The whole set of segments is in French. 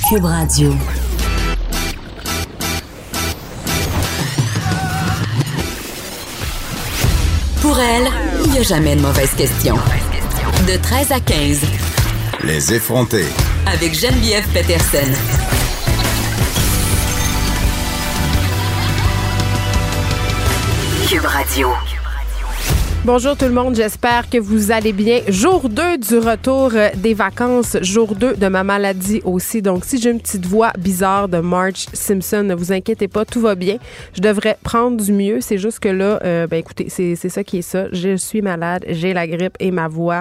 Cube Radio. Pour elle, il n'y a jamais de mauvaise question. De 13 à 15. Les effrontés. Avec Geneviève Peterson. Cube Radio. Bonjour tout le monde, j'espère que vous allez bien. Jour 2 du retour des vacances, jour 2 de ma maladie aussi. Donc, si j'ai une petite voix bizarre de Marge Simpson, ne vous inquiétez pas, tout va bien. Je devrais prendre du mieux. C'est juste que là, écoutez, c'est ça qui est ça. Je suis malade, j'ai la grippe et ma voix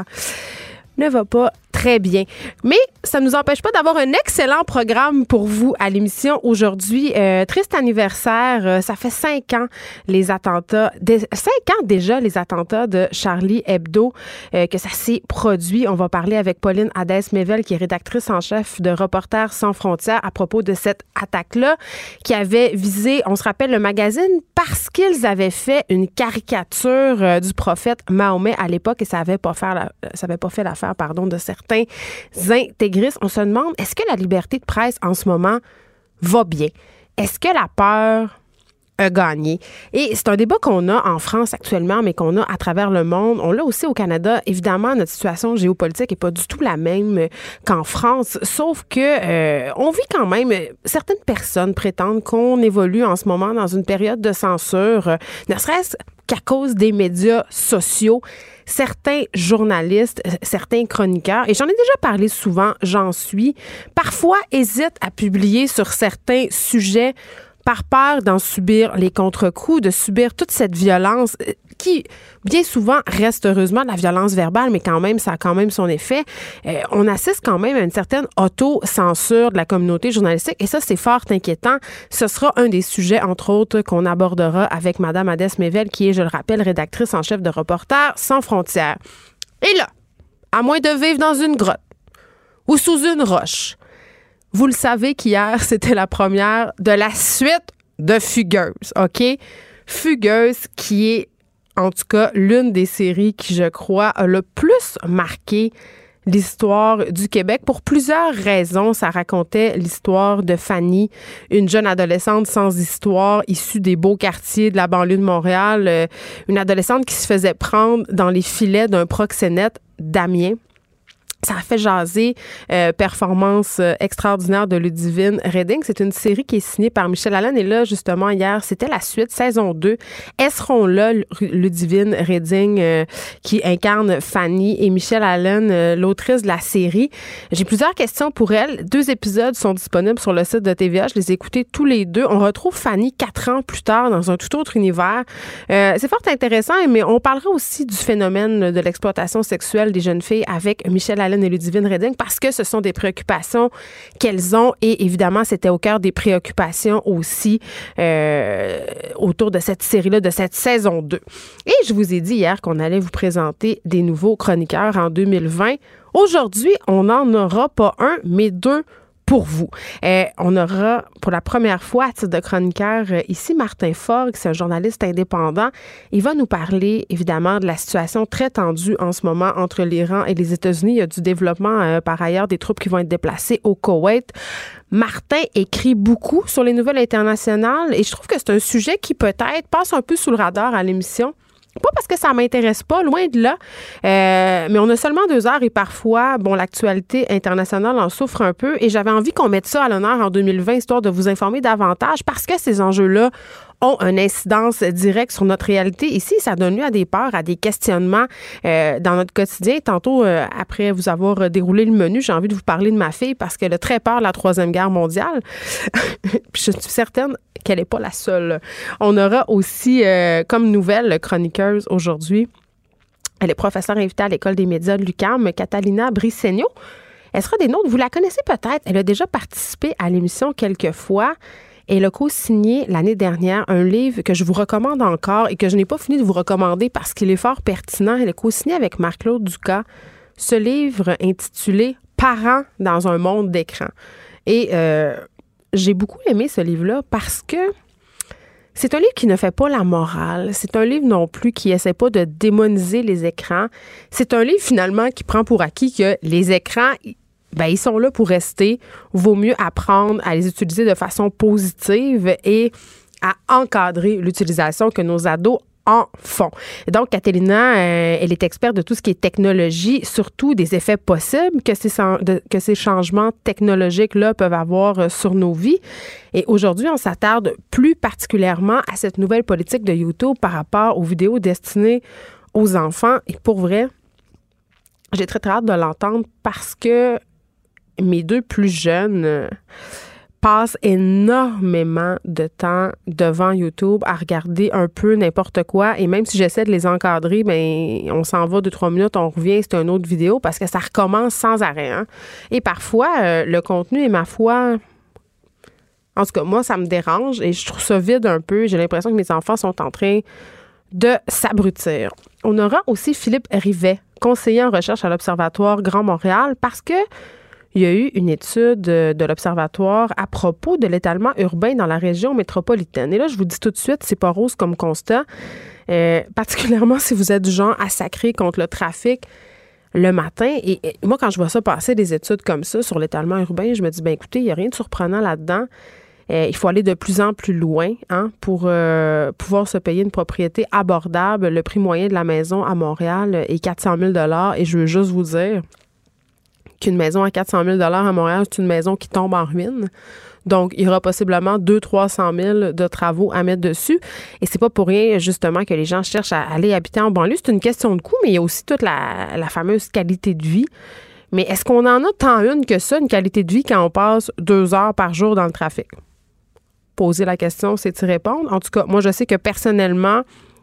ne va pas très bien. Mais ça ne nous empêche pas d'avoir un excellent programme pour vous à l'émission aujourd'hui. Triste anniversaire, ça fait 5 ans les attentats, 5 ans déjà les attentats de Charlie Hebdo que ça s'est produit. On va parler avec Pauline Hadès-Mével qui est rédactrice en chef de Reporters sans frontières à propos de cette attaque-là qui avait visé, on se rappelle, le magazine parce qu'ils avaient fait une caricature du prophète Mahomet à l'époque et ça avait pas fait l'affaire de certains intégristes. On se demande, est-ce que la liberté de presse en ce moment va bien? Est-ce que la peur a gagné? Et c'est un débat qu'on a en France actuellement, mais qu'on a à travers le monde. On l'a aussi au Canada. Évidemment, notre situation géopolitique n'est pas du tout la même qu'en France, sauf que on vit quand même, certaines personnes prétendent qu'on évolue en ce moment dans une période de censure, ne serait-ce qu'à cause des médias sociaux. Certains journalistes, certains chroniqueurs, et j'en ai déjà parlé souvent, j'en suis, parfois hésitent à publier sur certains sujets par peur d'en subir les contre-coups, de subir toute cette violence qui, bien souvent, reste heureusement de la violence verbale, mais quand même, ça a quand même son effet. On assiste quand même à une certaine auto-censure de la communauté journalistique, et ça, c'est fort inquiétant. Ce sera un des sujets, entre autres, qu'on abordera avec Mme Hadès-Mével, qui est, je le rappelle, rédactrice en chef de Reporters sans frontières. Et là, à moins de vivre dans une grotte ou sous une roche, vous le savez qu'hier, c'était la première de la suite de Fugueuse, OK? Fugueuse qui est, en tout cas, l'une des séries qui, je crois, a le plus marqué l'histoire du Québec pour plusieurs raisons. Ça racontait l'histoire de Fanny, une jeune adolescente sans histoire, issue des beaux quartiers de la banlieue de Montréal, une adolescente qui se faisait prendre dans les filets d'un proxénète, Damien. Ça a fait jaser performance extraordinaire de Ludivine Reding. C'est une série qui est signée par Michel Allen. Et là, justement, hier, c'était la suite, saison 2. Elles seront là, Ludivine Reding, qui incarne Fanny, et Michel Allen, l'autrice de la série. J'ai plusieurs questions pour elle. 2 épisodes sont disponibles sur le site de TVA. Je les ai écoutés tous les 2. On retrouve Fanny 4 ans plus tard dans un tout autre univers. C'est fort intéressant, mais on parlera aussi du phénomène de l'exploitation sexuelle des jeunes filles avec Michel Allen et Ludivine Reding parce que ce sont des préoccupations qu'elles ont et évidemment, c'était au cœur des préoccupations aussi autour de cette série-là, de cette saison 2. Et je vous ai dit hier qu'on allait vous présenter des nouveaux chroniqueurs en 2020. Aujourd'hui, on n'en aura pas un, mais 2 pour vous. On aura pour la première fois à titre de chroniqueur ici Martin Forgue, c'est un journaliste indépendant. Il va nous parler évidemment de la situation très tendue en ce moment entre l'Iran et les États-Unis. Il y a du développement par ailleurs des troupes qui vont être déplacées au Koweït. Martin écrit beaucoup sur les nouvelles internationales et je trouve que c'est un sujet qui peut-être passe un peu sous le radar à l'émission. Pas parce que ça m'intéresse pas, loin de là, mais on a seulement 2 heures et parfois, l'actualité internationale en souffre un peu et j'avais envie qu'on mette ça à l'honneur en 2020, histoire de vous informer davantage parce que ces enjeux-là ont une incidence directe sur notre réalité. Ici, ça donne lieu à des peurs, à des questionnements dans notre quotidien. Tantôt, après vous avoir déroulé le menu, j'ai envie de vous parler de ma fille parce qu'elle a très peur de la 3e guerre mondiale. Puis je suis certaine qu'elle n'est pas la seule. On aura aussi, comme nouvelle chroniqueuse aujourd'hui, elle est professeure invitée à l'École des médias de l'UQAM, Catalina Bricegno. Elle sera des nôtres. Vous la connaissez peut-être. Elle a déjà participé à l'émission quelques fois. Elle a co-signé l'année dernière un livre que je vous recommande encore et que je n'ai pas fini de vous recommander parce qu'il est fort pertinent. Elle a co-signé avec Marc-Claude Ducas ce livre intitulé « Parents dans un monde d'écran ». Et j'ai beaucoup aimé ce livre-là parce que c'est un livre qui ne fait pas la morale. C'est un livre non plus qui essaie pas de démoniser les écrans. C'est un livre finalement qui prend pour acquis que les écrans ben ils sont là pour rester. Vaut mieux apprendre à les utiliser de façon positive et à encadrer l'utilisation que nos ados en font. Et donc, Catalina, elle est experte de tout ce qui est technologie, surtout des effets possibles que ces changements technologiques-là peuvent avoir sur nos vies. Et aujourd'hui, on s'attarde plus particulièrement à cette nouvelle politique de YouTube par rapport aux vidéos destinées aux enfants. Et pour vrai, j'ai très, très hâte de l'entendre parce que mes deux plus jeunes passent énormément de temps devant YouTube à regarder un peu n'importe quoi. Et même si j'essaie de les encadrer, ben on s'en va 2-3 minutes, on revient, c'est une autre vidéo parce que ça recommence sans arrêt. Hein? Et parfois, le contenu est, ma foi... En tout cas, moi, ça me dérange et je trouve ça vide un peu. J'ai l'impression que mes enfants sont en train de s'abrutir. On aura aussi Philippe Rivet, conseiller en recherche à l'Observatoire Grand Montréal, parce que il y a eu une étude de l'Observatoire à propos de l'étalement urbain dans la région métropolitaine. Et là, je vous dis tout de suite, c'est pas rose comme constat, particulièrement si vous êtes du genre à sacrer contre le trafic le matin. Et moi, quand je vois ça passer, des études comme ça sur l'étalement urbain, je me dis, ben écoutez, il n'y a rien de surprenant là-dedans. Il faut aller de plus en plus loin pour pouvoir se payer une propriété abordable. Le prix moyen de la maison à Montréal est 400 000 $. Et je veux juste vous dire qu'une maison à 400 000 $ à Montréal, c'est une maison qui tombe en ruine. Donc, il y aura possiblement 200-300 000 de travaux à mettre dessus. Et c'est pas pour rien, justement, que les gens cherchent à aller habiter en banlieue. C'est une question de coût, mais il y a aussi toute la fameuse qualité de vie. Mais est-ce qu'on en a tant une que ça, une qualité de vie, quand on passe 2 heures par jour dans le trafic? Poser la question, c'est y répondre. En tout cas, moi, je sais que personnellement,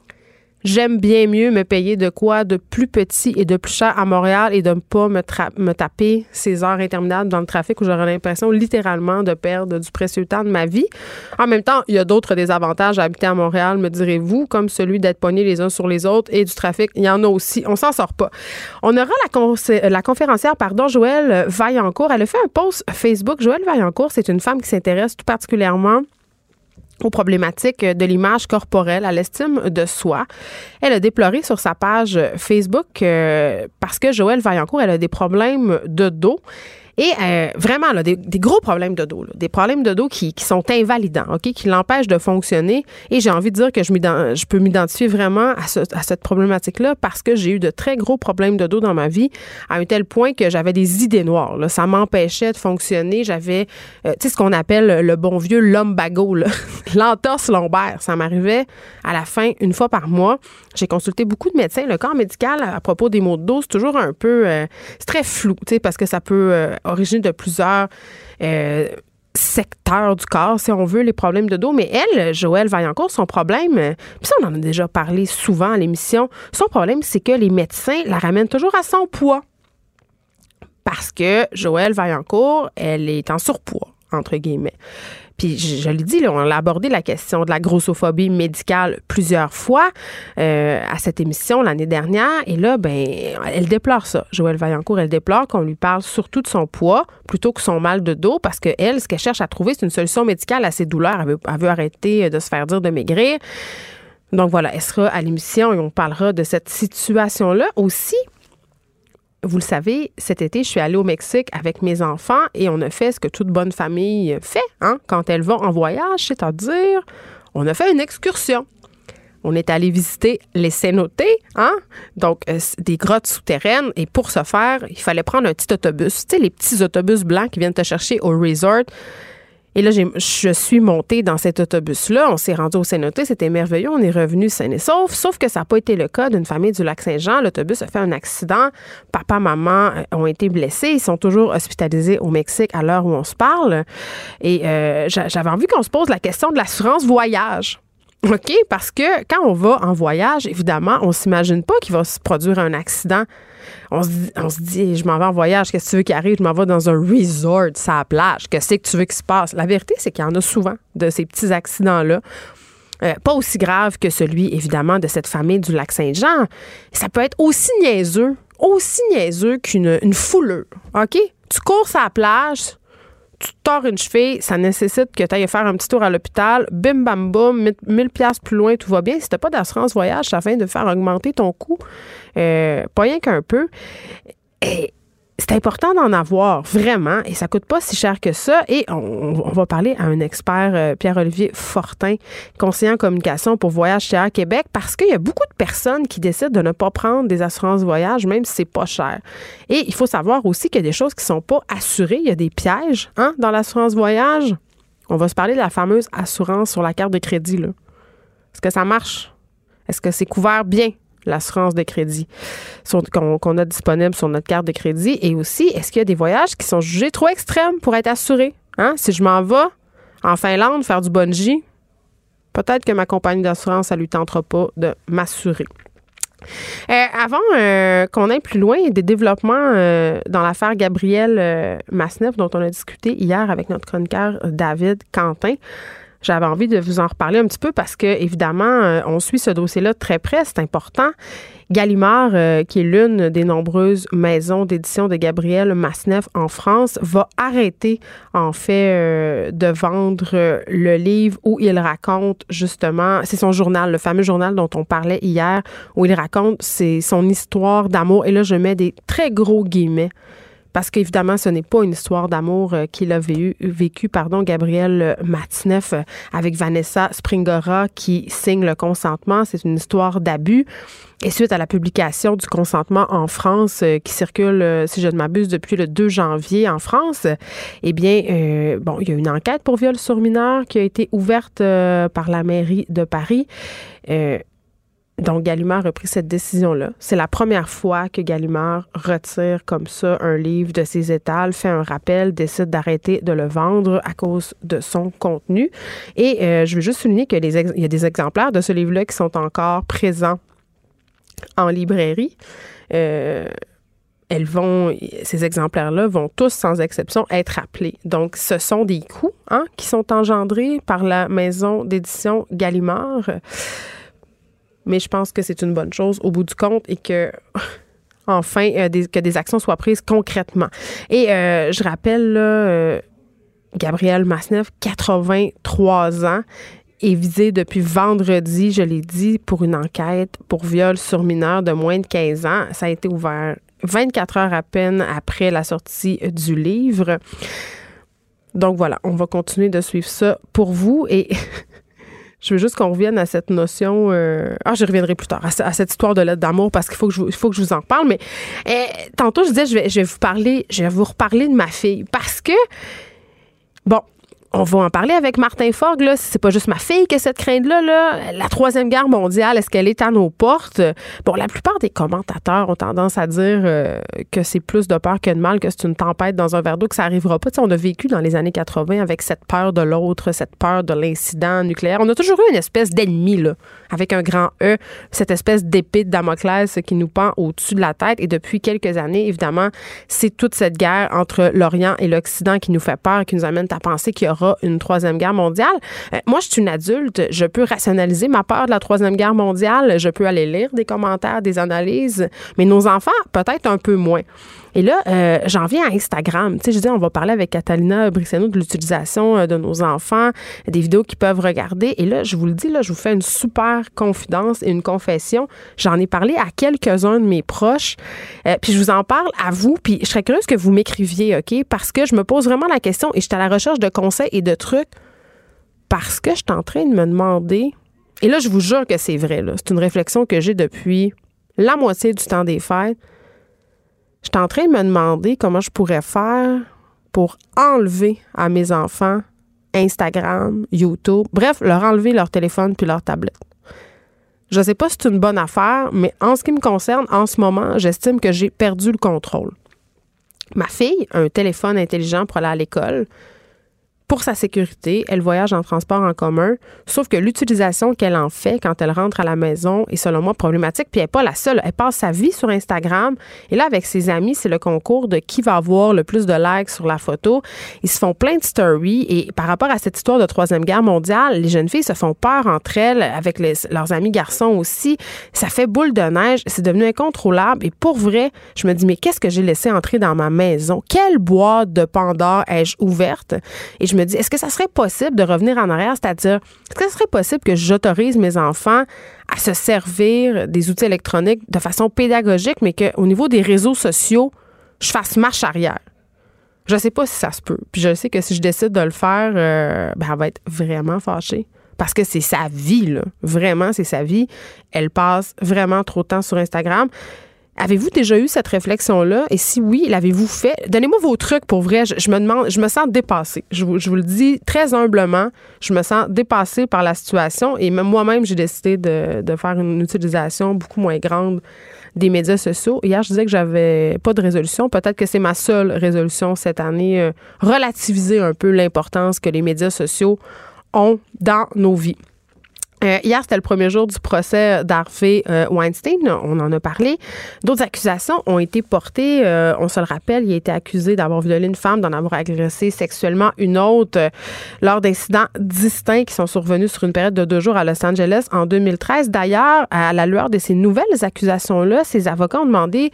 j'aime bien mieux me payer de quoi de plus petit et de plus cher à Montréal et de ne pas me taper ces heures interminables dans le trafic où j'aurais l'impression littéralement de perdre du précieux temps de ma vie. En même temps, il y a d'autres désavantages à habiter à Montréal, me direz-vous, comme celui d'être pognés les uns sur les autres et du trafic. Il y en a aussi. On s'en sort pas. On aura la conférencière, Joëlle Vaillancourt. Elle a fait un post Facebook. Joëlle Vaillancourt, c'est une femme qui s'intéresse tout particulièrement aux problématiques de l'image corporelle, à l'estime de soi. Elle a déploré sur sa page Facebook parce que Joëlle Vaillancourt, elle a des problèmes de dos. Et vraiment, là, des gros problèmes de dos, là, des problèmes de dos qui sont invalidants, OK, qui l'empêchent de fonctionner. Et j'ai envie de dire que je peux m'identifier vraiment à cette problématique-là parce que j'ai eu de très gros problèmes de dos dans ma vie, à un tel point que j'avais des idées noires. Là. Ça m'empêchait de fonctionner. J'avais, tu sais, ce qu'on appelle le bon vieux lumbago, là, l'entorse lombaire. Ça m'arrivait à la fin, une fois par mois. J'ai consulté beaucoup de médecins. Le corps médical, à propos des maux de dos, c'est toujours un peu... c'est très flou, tu sais, parce que ça peut originer de plusieurs secteurs du corps, si on veut, les problèmes de dos. Mais elle, Joëlle Vaillancourt, son problème, puis ça, on en a déjà parlé souvent à l'émission, son problème, c'est que les médecins la ramènent toujours à son poids. Parce que Joëlle Vaillancourt, elle est en surpoids, entre guillemets. Puis je l'ai dit, là, on a abordé la question de la grossophobie médicale plusieurs fois à cette émission l'année dernière. Et là, ben, elle déplore ça. Joëlle Vaillancourt, elle déplore qu'on lui parle surtout de son poids plutôt que son mal de dos parce qu'elle, ce qu'elle cherche à trouver, c'est une solution médicale à ses douleurs. Elle veut arrêter de se faire dire de maigrir. Donc voilà, elle sera à l'émission et on parlera de cette situation-là aussi. Vous le savez, cet été, je suis allée au Mexique avec mes enfants et on a fait ce que toute bonne famille fait quand elles vont en voyage, c'est-à-dire, on a fait une excursion. On est allé visiter les cenotes, donc des grottes souterraines. Et pour ce faire, il fallait prendre un petit autobus. Tu sais, les petits autobus blancs qui viennent te chercher au resort. Et là, je suis montée dans cet autobus-là. On s'est rendu au cénote. C'était merveilleux. On est revenu sain et sauf. Sauf que ça n'a pas été le cas d'une famille du Lac-Saint-Jean. L'autobus a fait un accident. Papa, maman ont été blessés. Ils sont toujours hospitalisés au Mexique à l'heure où on se parle. Et j'avais envie qu'on se pose la question de l'assurance voyage. OK? Parce que quand on va en voyage, évidemment, on ne s'imagine pas qu'il va se produire un accident. On se dit, je m'en vais en voyage, qu'est-ce que tu veux qu'il arrive? Je m'en vais dans un resort, sur la plage. Qu'est-ce que tu veux qu'il se passe? La vérité, c'est qu'il y en a souvent de ces petits accidents-là. Pas aussi grave que celui, évidemment, de cette famille du Lac-Saint-Jean. Ça peut être aussi niaiseux qu'une foulure. OK? Tu cours sur la plage, tu te tords une cheville, ça nécessite que tu ailles faire un petit tour à l'hôpital, bim, bam, boum, 1000 $, plus loin, tout va bien. Si tu n'as pas d'assurance voyage, ça vient de faire augmenter ton coût, pas rien qu'un peu. Et c'est important d'en avoir, vraiment, et ça coûte pas si cher que ça. Et on va parler à un expert, Pierre-Olivier Fortin, conseiller en communication pour Voyage chez Air Québec, parce qu'il y a beaucoup de personnes qui décident de ne pas prendre des assurances voyage, même si c'est pas cher. Et il faut savoir aussi qu'il y a des choses qui sont pas assurées. Il y a des pièges dans l'assurance voyage. On va se parler de la fameuse assurance sur la carte de crédit, là. Est-ce que ça marche? Est-ce que c'est couvert bien? L'assurance de crédit qu'on a disponible sur notre carte de crédit. Et aussi, est-ce qu'il y a des voyages qui sont jugés trop extrêmes pour être assurés? Si je m'en vais en Finlande faire du bungee, peut-être que ma compagnie d'assurance, ça ne lui tentera pas de m'assurer. Avant qu'on aille plus loin, il y a des développements dans l'affaire Gabrielle Masneff dont on a discuté hier avec notre chroniqueur David Quentin. J'avais envie de vous en reparler un petit peu parce que, évidemment, on suit ce dossier-là de très près, c'est important. Gallimard, qui est l'une des nombreuses maisons d'édition de Gabrielle Masneff en France, va arrêter, en fait, de vendre le livre où il raconte, justement, c'est son journal, le fameux journal dont on parlait hier, où il raconte son histoire d'amour. Et là, je mets des très gros guillemets. Parce qu'évidemment, ce n'est pas une histoire d'amour qu'il a vécu, Gabrielle Masneff avec Vanessa Springora qui signe le consentement. C'est une histoire d'abus. Et suite à la publication du consentement en France, qui circule, si je ne m'abuse, depuis le 2 janvier en France, eh bien, il y a une enquête pour viol sur mineur qui a été ouverte par la mairie de Paris. Donc, Gallimard a pris cette décision-là. C'est la première fois que Gallimard retire comme ça un livre de ses étals, fait un rappel, décide d'arrêter de le vendre à cause de son contenu. Et je veux juste souligner qu'il y a des exemplaires de ce livre-là qui sont encore présents en librairie. Ces exemplaires-là vont tous, sans exception, être appelés. Donc, ce sont des coûts qui sont engendrés par la maison d'édition Gallimard. Mais je pense que c'est une bonne chose au bout du compte et que, enfin, que des actions soient prises concrètement. Et je rappelle, là, Gabrielle Masneff, 83 ans, est visée depuis vendredi, je l'ai dit, pour une enquête pour viol sur mineur de moins de 15 ans. Ça a été ouvert 24 heures à peine après la sortie du livre. Donc voilà, on va continuer de suivre ça pour vous et... Je veux juste qu'on revienne à cette notion... je reviendrai plus tard, à cette histoire de lettre d'amour, parce qu'il faut que je vous en reparle. Mais tantôt, je disais, je vais vous reparler de ma fille. Parce que, bon, on va en parler avec Martin Fogg, là. C'est pas juste ma fille qui a cette crainte-là, là. La Troisième Guerre mondiale, est-ce qu'elle est à nos portes? Bon, la plupart des commentateurs ont tendance à dire que c'est plus de peur que de mal, que c'est une tempête dans un verre d'eau, que ça arrivera pas. Tu sais, on a vécu dans les années 80 avec cette peur de l'autre, cette peur de l'incident nucléaire. On a toujours eu une espèce d'ennemi, là, avec un grand E, cette espèce d'épée de Damoclès qui nous pend au-dessus de la tête. Et depuis quelques années, évidemment, c'est toute cette guerre entre l'Orient et l'Occident qui nous fait peur, qui nous amène à penser qu'il y aura une Troisième Guerre mondiale. Moi, je suis une adulte, je peux rationaliser ma peur de la Troisième Guerre mondiale, je peux aller lire des commentaires, des analyses, mais nos enfants, peut-être un peu moins. Et là, j'en viens à Instagram. Tu sais, je dis, on va parler avec Catalina Briceno de l'utilisation de nos enfants, des vidéos qu'ils peuvent regarder. Et là, je vous le dis, là, je vous fais une super confidence et une confession. J'en ai parlé à quelques-uns de mes proches. Puis je vous en parle à vous. Puis je serais curieuse que vous m'écriviez, OK? Parce que je me pose vraiment la question et je suis à la recherche de conseils et de trucs parce que je suis en train de me demander... Et là, je vous jure que c'est vrai, là. C'est une réflexion que j'ai depuis la moitié du temps des fêtes. Je suis en train de me demander comment je pourrais faire pour enlever à mes enfants Instagram, YouTube, bref, leur enlever leur téléphone puis leur tablette. Je ne sais pas si c'est une bonne affaire, mais en ce qui me concerne, en ce moment, j'estime que j'ai perdu le contrôle. Ma fille a un téléphone intelligent pour aller à l'école. Pour sa sécurité, elle voyage en transport en commun, sauf que l'utilisation qu'elle en fait quand elle rentre à la maison est selon moi problématique, puis elle n'est pas la seule. Elle passe sa vie sur Instagram, et là, avec ses amis, c'est le concours de qui va avoir le plus de likes sur la photo. Ils se font plein de stories, et par rapport à cette histoire de Troisième Guerre mondiale, les jeunes filles se font peur entre elles, avec leurs amis garçons aussi. Ça fait boule de neige, c'est devenu incontrôlable, et pour vrai, je me dis, mais qu'est-ce que j'ai laissé entrer dans ma maison? Quelle boîte de Pandore ai-je ouverte? Et je me dis, est-ce que ça serait possible de revenir en arrière, c'est-à-dire, est-ce que ça serait possible que j'autorise mes enfants à se servir des outils électroniques de façon pédagogique, mais qu'au niveau des réseaux sociaux, je fasse marche arrière. Je sais pas si ça se peut. Puis je sais que si je décide de le faire, elle va être vraiment fâchée. Parce que c'est sa vie, là. Vraiment, c'est sa vie. Elle passe vraiment trop de temps sur Instagram. Avez-vous déjà eu cette réflexion-là? Et si oui, l'avez-vous fait? Donnez-moi vos trucs pour vrai. Je me demande, je me sens dépassée. Je vous le dis très humblement. Je me sens dépassée par la situation. Et même moi-même, j'ai décidé de faire une utilisation beaucoup moins grande des médias sociaux. Hier, je disais que j'avais pas de résolution. Peut-être que c'est ma seule résolution cette année. Relativiser un peu l'importance que les médias sociaux ont dans nos vies. Hier, c'était le premier jour du procès d'Harvey Weinstein. On en a parlé. D'autres accusations ont été portées. On se le rappelle, il a été accusé d'avoir violé une femme, d'en avoir agressé sexuellement une autre lors d'incidents distincts qui sont survenus sur une période de 2 jours à Los Angeles en 2013. D'ailleurs, à la lueur de ces nouvelles accusations-là, ses avocats ont demandé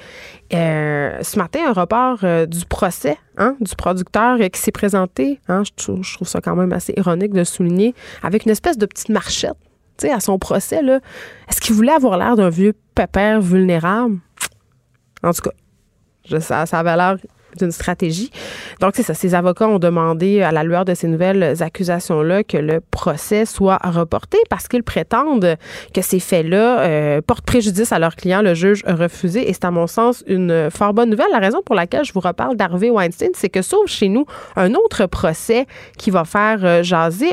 ce matin un report du procès du producteur qui s'est présenté. Je trouve ça quand même assez ironique de souligner, avec une espèce de petite marchette. À son procès, là, est-ce qu'il voulait avoir l'air d'un vieux pépère vulnérable? En tout cas, ça avait l'air d'une stratégie. Donc, c'est ça. Ses avocats ont demandé, à la lueur de ces nouvelles accusations-là, que le procès soit reporté parce qu'ils prétendent que ces faits-là portent préjudice à leur client. Le juge a refusé et c'est, à mon sens, une fort bonne nouvelle. La raison pour laquelle je vous reparle d'Harvey Weinstein, c'est que s'ouvre chez nous un autre procès qui va faire jaser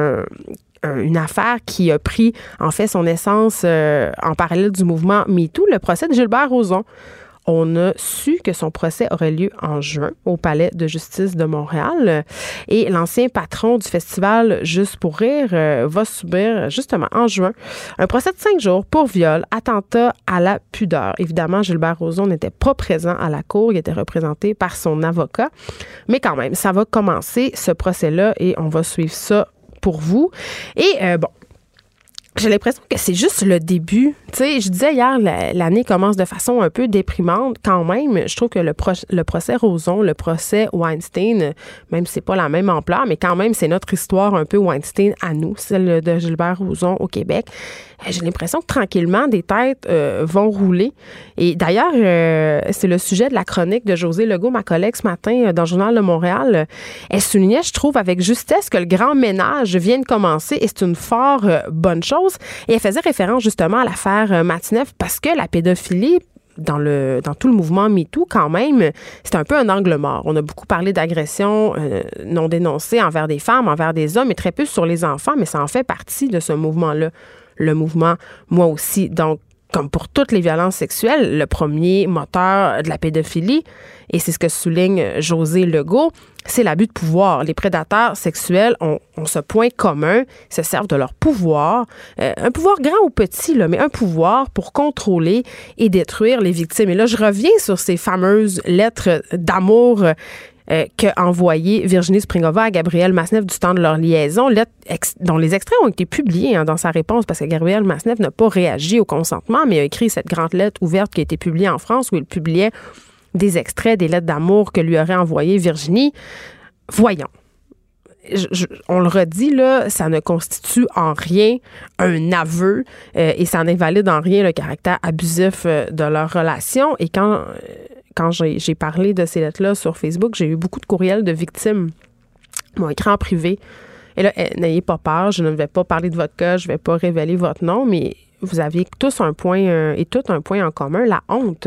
une affaire qui a pris, en fait, son essence en parallèle du mouvement MeToo, le procès de Gilbert Rozon. On a su que son procès aurait lieu en juin au Palais de justice de Montréal. Et l'ancien patron du festival Juste pour rire va subir, justement, en juin, un procès de 5 jours pour viol, attentat à la pudeur. Évidemment, Gilbert Rozon n'était pas présent à la cour. Il était représenté par son avocat. Mais quand même, ça va commencer, ce procès-là, et on va suivre ça pour vous. Et j'ai l'impression que c'est juste le début. Tu sais, je disais hier, l'année commence de façon un peu déprimante. Quand même, je trouve que le procès Rozon, le procès Weinstein, même si c'est pas la même ampleur, mais quand même, c'est notre histoire un peu Weinstein à nous, celle de Gilbert Rozon au Québec. J'ai l'impression que tranquillement, des têtes vont rouler. Et d'ailleurs, c'est le sujet de la chronique de Josée Legault, ma collègue, ce matin, dans le Journal de Montréal. Elle soulignait, je trouve, avec justesse, que le grand ménage vient de commencer et c'est une fort bonne chose. Et elle faisait référence justement à l'affaire Matineff parce que la pédophilie, dans tout le mouvement MeToo, quand même, c'est un peu un angle mort. On a beaucoup parlé d'agressions non dénoncées envers des femmes, envers des hommes, et très peu sur les enfants, mais ça en fait partie de ce mouvement-là. Le mouvement, moi aussi. Donc, comme pour toutes les violences sexuelles, le premier moteur de la pédophilie, et c'est ce que souligne Josée Legault, c'est l'abus de pouvoir. Les prédateurs sexuels ont ce point commun, se servent de leur pouvoir, un pouvoir grand ou petit, là, mais un pouvoir pour contrôler et détruire les victimes. Et là, je reviens sur ces fameuses lettres d'amour qu'a envoyé Virginie Springova à Gabriel Masneff du temps de leur liaison, dont les extraits ont été publiés dans sa réponse parce que Gabriel Masneff n'a pas réagi au consentement, mais a écrit cette grande lettre ouverte qui a été publiée en France où il publiait des extraits des lettres d'amour que lui aurait envoyées Virginie. Voyons. On le redit, là, ça ne constitue en rien un aveu et ça n'invalide en rien le caractère abusif de leur relation. Et quand j'ai parlé de ces lettres-là sur Facebook, j'ai eu beaucoup de courriels de victimes qui m'ont écrit en privé. Et là, n'ayez pas peur, je ne vais pas parler de votre cas, je ne vais pas révéler votre nom, mais vous aviez tous un point et tout un point en commun, la honte.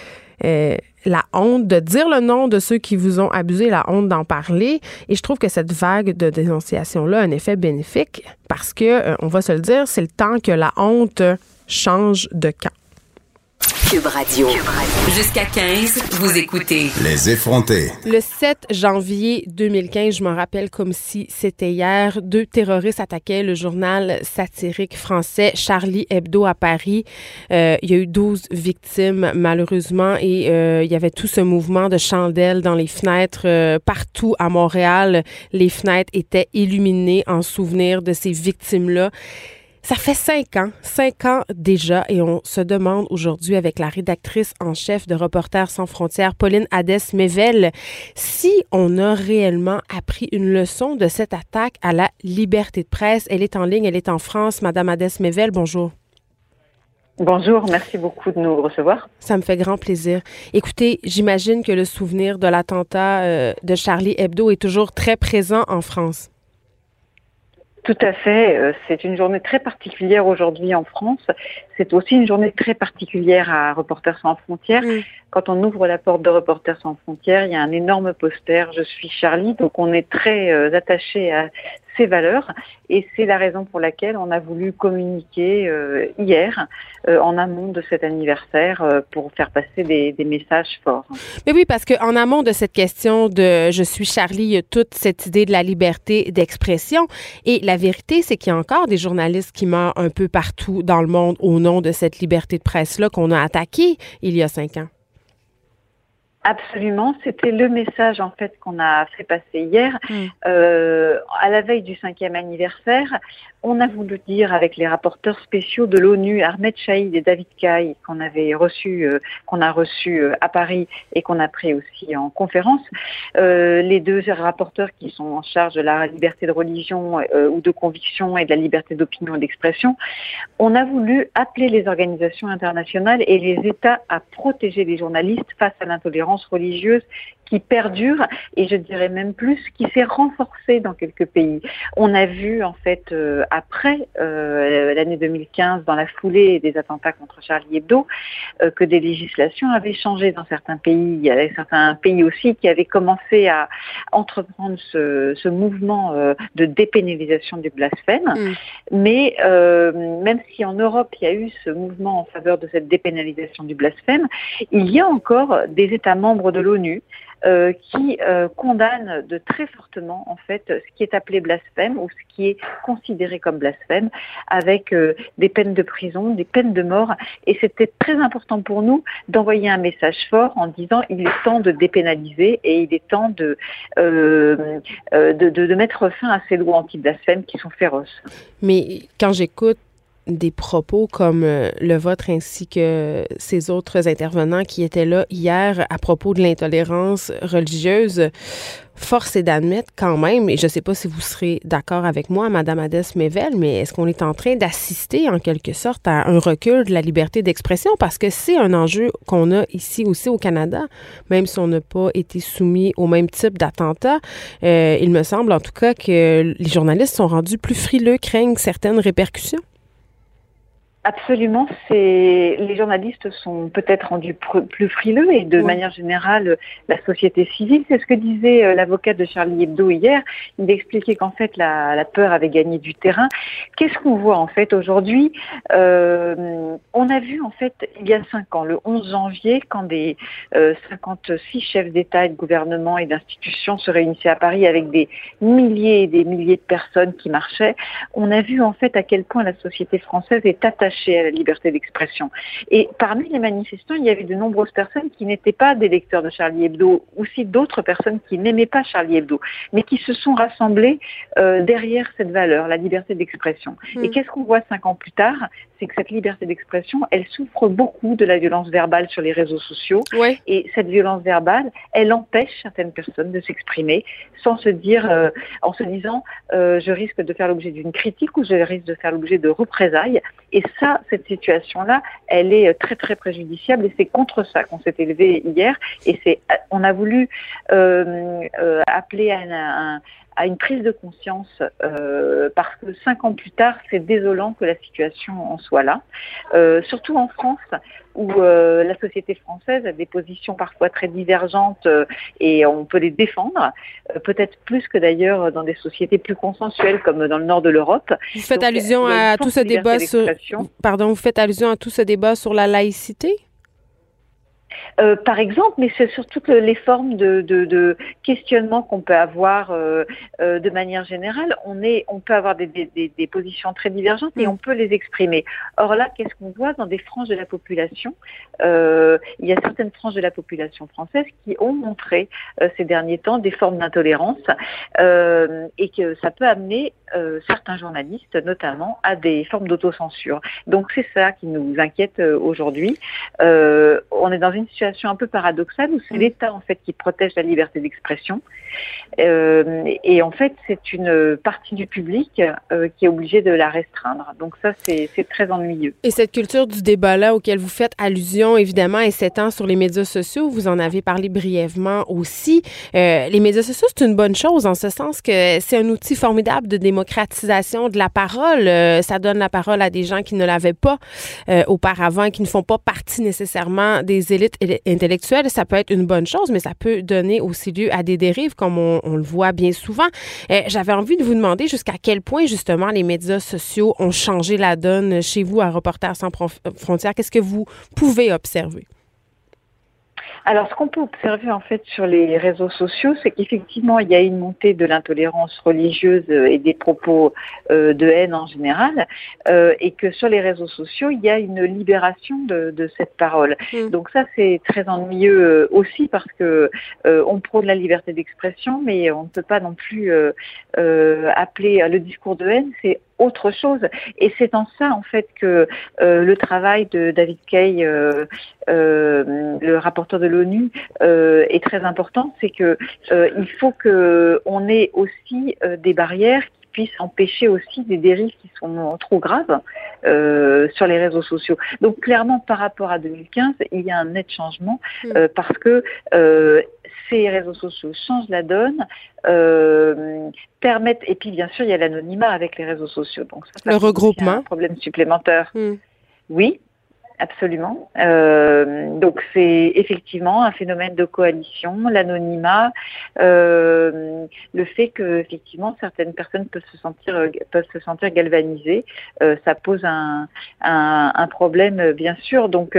La honte de dire le nom de ceux qui vous ont abusé, la honte d'en parler. Et je trouve que cette vague de dénonciation-là a un effet bénéfique parce que, on va se le dire, c'est le temps que la honte change de camp. Cube Radio. Jusqu'à 15, vous écoutez Les effrontés. Le 7 janvier 2015, je m'en rappelle comme si c'était hier, 2 terroristes attaquaient le journal satirique français Charlie Hebdo à Paris. Il y a eu 12 victimes, malheureusement, et il y avait tout ce mouvement de chandelles dans les fenêtres. Partout à Montréal, les fenêtres étaient illuminées en souvenir de ces victimes-là. Ça fait 5 ans déjà, et on se demande aujourd'hui avec la rédactrice en chef de Reporters sans frontières, Pauline Hadès-Mével, si on a réellement appris une leçon de cette attaque à la liberté de presse. Elle est en ligne, elle est en France. Madame Hadès-Mével, bonjour. Bonjour, merci beaucoup de nous recevoir. Ça me fait grand plaisir. Écoutez, j'imagine que le souvenir de l'attentat de Charlie Hebdo est toujours très présent en France. Tout à fait. C'est une journée très particulière aujourd'hui en France. C'est aussi une journée très particulière à Reporters sans frontières. Quand on ouvre la porte de Reporters sans frontières, il y a un énorme poster « Je suis Charlie ». Donc on est très attaché à ces valeurs et c'est la raison pour laquelle on a voulu communiquer hier en amont de cet anniversaire pour faire passer des messages forts. Mais oui, parce qu'en amont de cette question de « Je suis Charlie », il y a toute cette idée de la liberté d'expression et la vérité, c'est qu'il y a encore des journalistes qui meurent un peu partout dans le monde au nom de cette liberté de presse-là qu'on a attaquée il y a 5 ans. Absolument, c'était le message en fait qu'on a fait passer hier. À la veille du 5e anniversaire, on a voulu dire avec les rapporteurs spéciaux de l'ONU, Ahmed Chahid et David Kaye, qu'on a reçus à Paris et qu'on a pris aussi en conférence, les deux rapporteurs qui sont en charge de la liberté de religion ou de conviction et de la liberté d'opinion et d'expression. On a voulu appeler les organisations internationales et les États à protéger les journalistes face à l'intolérance religieuse qui perdure et je dirais même plus qui s'est renforcée dans quelques pays. On a vu en fait après l'année 2015 dans la foulée des attentats contre Charlie Hebdo que des législations avaient changé dans certains pays. Il y avait certains pays aussi qui avaient commencé à entreprendre ce mouvement de dépénalisation du blasphème. Mais même si en Europe il y a eu ce mouvement en faveur de cette dépénalisation du blasphème, il y a encore des États membres de l'ONU qui condamne de très fortement en fait ce qui est appelé blasphème ou ce qui est considéré comme blasphème avec des peines de prison, des peines de mort et c'était très important pour nous d'envoyer un message fort en disant il est temps de dépénaliser et il est temps de mettre fin à ces lois anti-blasphème qui sont féroces. Mais quand j'écoute des propos comme le vôtre ainsi que ces autres intervenants qui étaient là hier à propos de l'intolérance religieuse, force est d'admettre quand même, et je ne sais pas si vous serez d'accord avec moi, Madame Hadès-Mével, mais est-ce qu'on est en train d'assister en quelque sorte à un recul de la liberté d'expression? Parce que c'est un enjeu qu'on a ici aussi au Canada, même si on n'a pas été soumis au même type d'attentat. Il me semble en tout cas que les journalistes sont rendus plus frileux, craignent certaines répercussions. Absolument, les journalistes sont peut-être rendus plus frileux et de manière générale, la société civile, c'est ce que disait l'avocat de Charlie Hebdo hier. Il expliquait qu'en fait la peur avait gagné du terrain. Qu'est-ce qu'on voit en fait aujourd'hui? On a vu en fait il y a 5 ans, le 11 janvier, quand des 56 chefs d'État et de gouvernement et d'institutions se réunissaient à Paris avec des milliers et des milliers de personnes qui marchaient, on a vu en fait à quel point la société française est attachée à la liberté d'expression. Et parmi les manifestants, il y avait de nombreuses personnes qui n'étaient pas des lecteurs de Charlie Hebdo, aussi d'autres personnes qui n'aimaient pas Charlie Hebdo, mais qui se sont rassemblées derrière cette valeur, la liberté d'expression. Et qu'est-ce qu'on voit 5 ans plus tard? C'est que cette liberté d'expression, elle souffre beaucoup de la violence verbale sur les réseaux sociaux. Et cette violence verbale, elle empêche certaines personnes de s'exprimer sans se dire, en se disant, je risque de faire l'objet d'une critique ou je risque de faire l'objet de représailles. Et ça, cette situation-là, elle est très très préjudiciable et c'est contre ça qu'on s'est élevé hier. Et on a voulu appeler à une prise de conscience parce que 5 ans plus tard, c'est désolant que la situation en soit là. Surtout en France, où la société française a des positions parfois très divergentes et on peut les défendre, peut-être plus que d'ailleurs dans des sociétés plus consensuelles comme dans le nord de l'Europe. Vous faites allusion à tout ce débat vous faites allusion à tout ce débat sur la laïcité? Par exemple, mais c'est sur toutes les formes de questionnement qu'on peut avoir de manière générale. On peut avoir des positions très divergentes et on peut les exprimer. Or là, qu'est-ce qu'on voit dans des franges de la population? Il y a certaines franges de la population française qui ont montré ces derniers temps des formes d'intolérance et que ça peut amener certains journalistes, notamment, à des formes d'autocensure. Donc c'est ça qui nous inquiète aujourd'hui. On est dans une situation un peu paradoxale où c'est l'État en fait qui protège la liberté d'expression et en fait c'est une partie du public qui est obligée de la restreindre. Donc ça c'est très ennuyeux. Et cette culture du débat-là auquel vous faites allusion, évidemment, elle s'étend sur les médias sociaux. Vous en avez parlé brièvement aussi. Les médias sociaux, c'est une bonne chose en ce sens que c'est un outil formidable de démocratisation de la parole. Ça donne la parole à des gens qui ne l'avaient pas auparavant, qui ne font pas partie nécessairement des élites intellectuelles. Ça peut être une bonne chose, mais ça peut donner aussi lieu à des dérives, comme on le voit bien souvent. J'avais envie de vous demander jusqu'à quel point, justement, les médias sociaux ont changé la donne chez vous à Reporters sans frontières. Qu'est-ce que vous pouvez observer? Alors, ce qu'on peut observer en fait sur les réseaux sociaux, c'est qu'effectivement, il y a une montée de l'intolérance religieuse et des propos de haine en général, et que sur les réseaux sociaux, il y a une libération de cette parole. Donc ça, c'est très ennuyeux aussi parce que on prône la liberté d'expression, mais on ne peut pas non plus appeler le discours de haine. C'est autre chose. Et c'est en ça, en fait, que le travail de David Kaye, le rapporteur de l'ONU, est très important. C'est que il faut qu'on ait aussi des barrières qui puissent empêcher aussi des dérives qui sont trop graves sur les réseaux sociaux. Donc, clairement, par rapport à 2015, il y a un net changement parce que ces réseaux sociaux changent la donne, permettent, et puis bien sûr il y a l'anonymat avec les réseaux sociaux. Donc ça le regroupement, un problème supplémentaire. Oui, absolument. Donc c'est effectivement un phénomène de coalition, l'anonymat, le fait que effectivement certaines personnes peuvent se sentir galvanisées, ça pose un problème bien sûr. Donc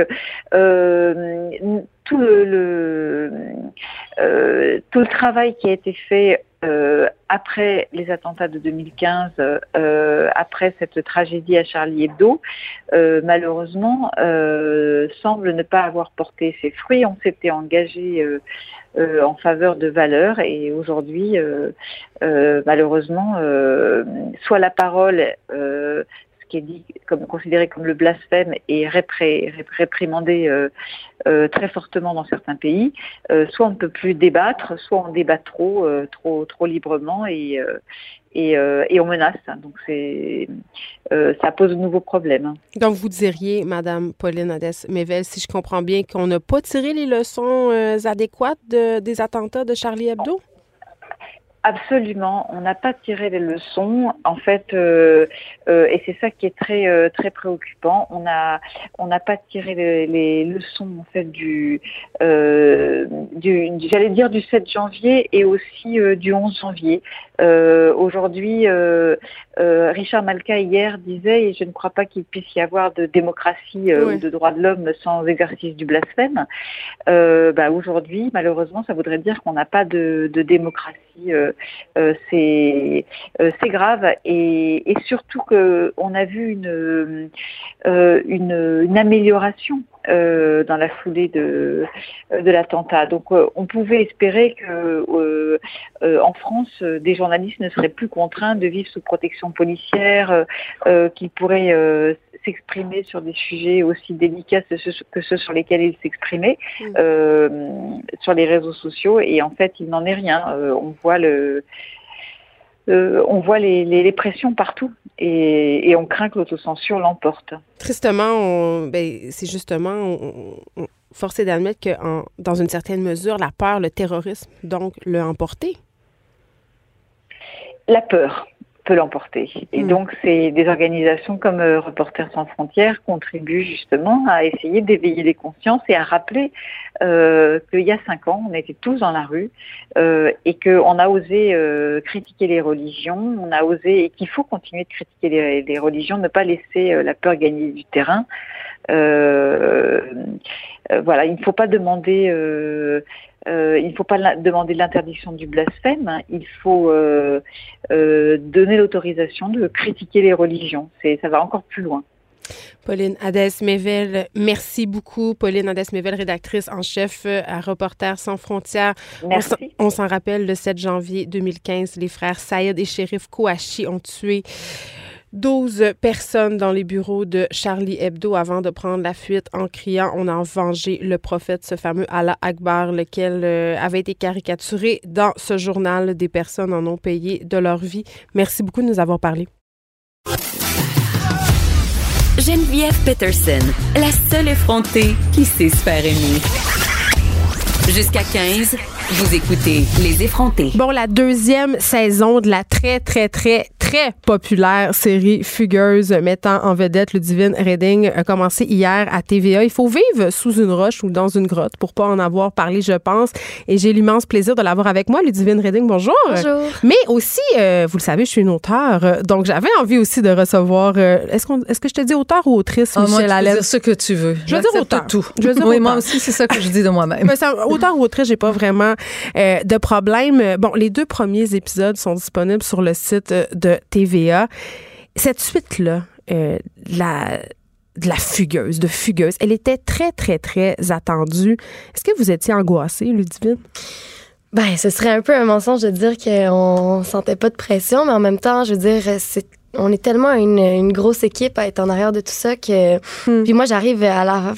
tout le travail qui a été fait après les attentats de 2015, après cette tragédie à Charlie Hebdo, malheureusement, semble ne pas avoir porté ses fruits. On s'était engagé en faveur de valeurs et aujourd'hui, malheureusement, soit la parole qui est dit considéré comme le blasphème et réprimandé très fortement dans certains pays, soit on ne peut plus débattre, soit on débat trop librement et on menace. Donc ça pose de nouveaux problèmes. Donc vous diriez, Madame Pauline Hadès-Mével, si je comprends bien, qu'on n'a pas tiré les leçons adéquates des attentats de Charlie Hebdo? Absolument, on n'a pas tiré les leçons. En fait, et c'est ça qui est très préoccupant. On n'a pas tiré les leçons en fait j'allais dire du 7 janvier et aussi du 11 janvier. Aujourd'hui, Richard Malka hier disait, et je ne crois pas qu'il puisse y avoir de démocratie ou de droits de l'homme sans exercice du blasphème. Aujourd'hui, malheureusement, ça voudrait dire qu'on n'a pas de démocratie. C'est grave et surtout qu'on a vu une amélioration dans la foulée de l'attentat. Donc on pouvait espérer que en France des journalistes ne seraient plus contraints de vivre sous protection policière, qu'ils pourraient s'exprimer sur des sujets aussi délicats que ceux sur lesquels ils s'exprimaient sur les réseaux sociaux, et en fait il n'en est rien. On voit les pressions partout et on craint que l'autocensure l'emporte. Tristement, c'est justement, force est d'admettre que dans une certaine mesure, la peur, le terrorisme, donc, l'a emporté. La peur peut l'emporter. Et donc, c'est des organisations comme Reporters sans frontières contribuent justement à essayer d'éveiller les consciences et à rappeler qu'il y a 5 ans, on était tous dans la rue et qu'on a osé critiquer les religions, on a osé, et qu'il faut continuer de critiquer les religions, ne pas laisser la peur gagner du terrain. Voilà, il ne faut pas demander l'interdiction du blasphème. Il faut donner l'autorisation de critiquer les religions. Ça va encore plus loin. Pauline Hadès-Mével, merci beaucoup. Pauline Hadès-Mével, rédactrice en chef à Reporters sans frontières. Merci. On s'en rappelle, le 7 janvier 2015, les frères Saïd et Chérif Kouachi ont tué 12 personnes dans les bureaux de Charlie Hebdo avant de prendre la fuite en criant « On a vengé le prophète », ce fameux Allah Akbar, lequel avait été caricaturé dans ce journal. Des personnes en ont payé de leur vie. Merci beaucoup de nous avoir parlé. Geneviève Peterson, la seule effrontée qui sait se faire aimer. Jusqu'à 15, vous écoutez Les effrontés. Bon, la deuxième saison de la très populaire série Fugueuse mettant en vedette Ludivine Reding a commencé hier à TVA. Il faut vivre sous une roche ou dans une grotte pour pas en avoir parlé, je pense. Et j'ai l'immense plaisir de l'avoir avec moi, Ludivine Reding. Bonjour. Bonjour. Mais aussi, vous le savez, je suis une auteure, donc j'avais envie aussi de recevoir... Est-ce que je te dis auteur ou autrice, Michel Allen? Moi, tu peux dire ce que tu veux. Je veux dire auteur. Tout. Je veux dire oui, auteur. moi aussi, c'est ça que je dis de moi-même. Auteur ou autrice, j'ai pas vraiment de problème. Bon, les 2 premiers épisodes sont disponibles sur le site de TVA. Cette suite-là, de la Fugueuse, elle était très attendue. Est-ce que vous étiez angoissée, Ludivine? Ben, ce serait un peu un mensonge de dire qu'on sentait pas de pression, mais en même temps, je veux dire, on est tellement une grosse équipe à être en arrière de tout ça que... Puis moi, j'arrive à la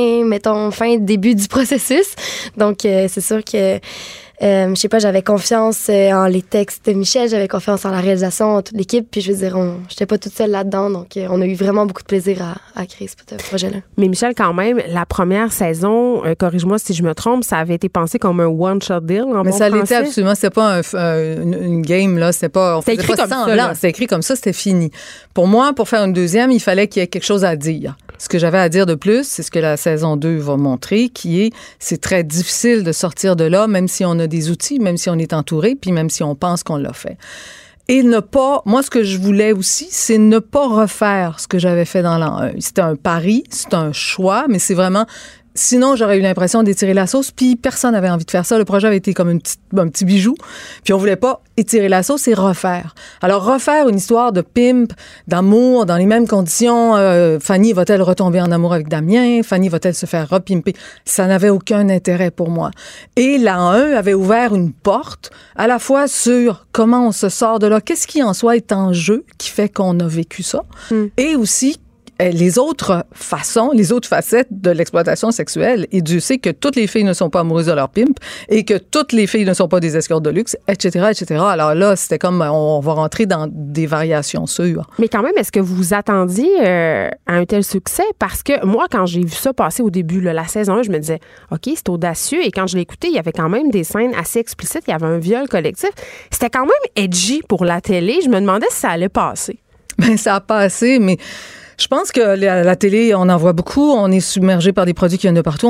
début du processus. Donc, c'est sûr que... je sais pas, j'avais confiance en les textes de Michel, j'avais confiance en la réalisation, en toute l'équipe, puis je veux dire, j'étais pas toute seule là-dedans, donc on a eu vraiment beaucoup de plaisir à créer ce projet-là. Mais Michel, quand même, la première saison, corrige-moi si je me trompe, ça avait été pensé comme un one-shot deal en Mais bon ça français. l'était absolument, c'était pas une game, là, c'était pas... C'était écrit comme ça. C'était écrit comme ça, c'était fini. Pour moi, pour faire une deuxième, il fallait qu'il y ait quelque chose à dire. Ce que j'avais à dire de plus, c'est ce que la saison 2 va montrer, c'est très difficile de sortir de là, même si on a des outils, même si on est entouré, puis même si on pense qu'on l'a fait. Et moi, ce que je voulais aussi, c'est ne pas refaire ce que j'avais fait dans l'an 1. C'était un pari, c'est un choix, mais c'est vraiment... Sinon, j'aurais eu l'impression d'étirer la sauce, puis personne n'avait envie de faire ça. Le projet avait été comme un petit bijou, puis on voulait pas étirer la sauce et refaire. Alors, refaire une histoire de pimp, d'amour, dans les mêmes conditions, Fanny va-t-elle retomber en amour avec Damien? Fanny va-t-elle se faire repimper? Ça n'avait aucun intérêt pour moi. Et l'an 1 avait ouvert une porte, à la fois sur comment on se sort de là, qu'est-ce qui en soi est en jeu, qui fait qu'on a vécu ça, et aussi les autres facettes de l'exploitation sexuelle. Et Dieu sait que toutes les filles ne sont pas amoureuses de leur pimp et que toutes les filles ne sont pas des escortes de luxe, etc., etc. Alors là, c'était comme, on va rentrer dans des variations sûres. Mais quand même, est-ce que vous vous attendiez à un tel succès? Parce que moi, quand j'ai vu ça passer au début, là, la saison 1, je me disais, OK, c'est audacieux. Et quand je l'ai écouté, il y avait quand même des scènes assez explicites. Il y avait un viol collectif. C'était quand même edgy pour la télé. Je me demandais si ça allait passer. Ben, ça a passé, mais... Je pense que la télé, on en voit beaucoup. On est submergé par des produits qui viennent de partout.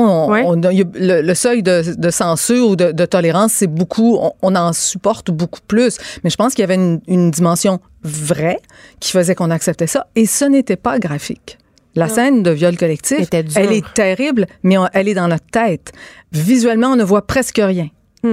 Le seuil de censure ou de tolérance, c'est beaucoup. On en supporte beaucoup plus. Mais je pense qu'il y avait une dimension vraie qui faisait qu'on acceptait ça. Et ce n'était pas graphique. La scène de viol collectif, elle est terrible, mais elle est dans notre tête. Visuellement, on ne voit presque rien.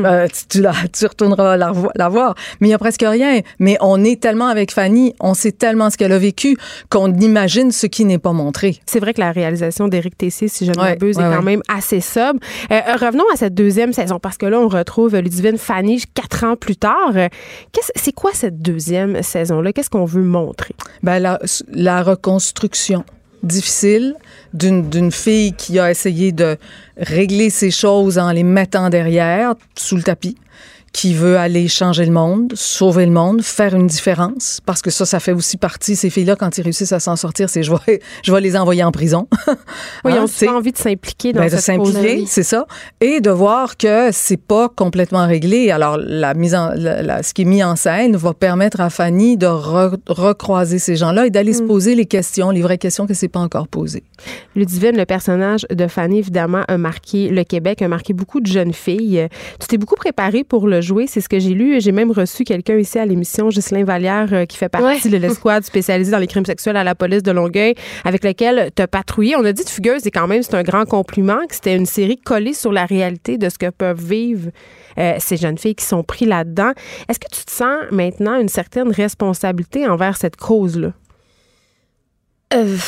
Tu retourneras la voir, mais il n'y a presque rien. Mais on est tellement avec Fanny, on sait tellement ce qu'elle a vécu qu'on imagine ce qui n'est pas montré. C'est vrai que la réalisation d'Éric Tessier, si je ne m'abuse, est quand même assez sobre. Revenons à cette deuxième saison, parce que là, on retrouve Ludivine Fanny 4 ans plus tard. C'est quoi cette deuxième saison-là? Qu'est-ce qu'on veut montrer? Ben, la reconstruction difficile d'une fille qui a essayé de régler ses choses en les mettant derrière, sous le tapis, qui veut aller changer le monde, sauver le monde, faire une différence, parce que ça fait aussi partie, ces filles-là, quand ils réussissent à s'en sortir, c'est je vais les envoyer en prison. Oui, ils ont envie de s'impliquer dans cette cause-là. C'est ça. Et de voir que c'est pas complètement réglé. Alors, ce qui est mis en scène va permettre à Fanny de recroiser ces gens-là et d'aller se poser les questions, les vraies questions qu'elle s'est pas encore posées. Ludivine, le personnage de Fanny, évidemment, a marqué le Québec, a marqué beaucoup de jeunes filles. Tu t'es beaucoup préparée pour le jouer, c'est ce que j'ai lu. J'ai même reçu quelqu'un ici à l'émission, Ghislain Vallière, qui fait partie de l'escouade spécialisée dans les crimes sexuels à la police de Longueuil, avec lequel tu as patrouillé. On a dit de Fugueuse, et quand même, c'est un grand compliment, que c'était une série collée sur la réalité de ce que peuvent vivre ces jeunes filles qui sont prises là-dedans. Est-ce que tu te sens maintenant une certaine responsabilité envers cette cause-là?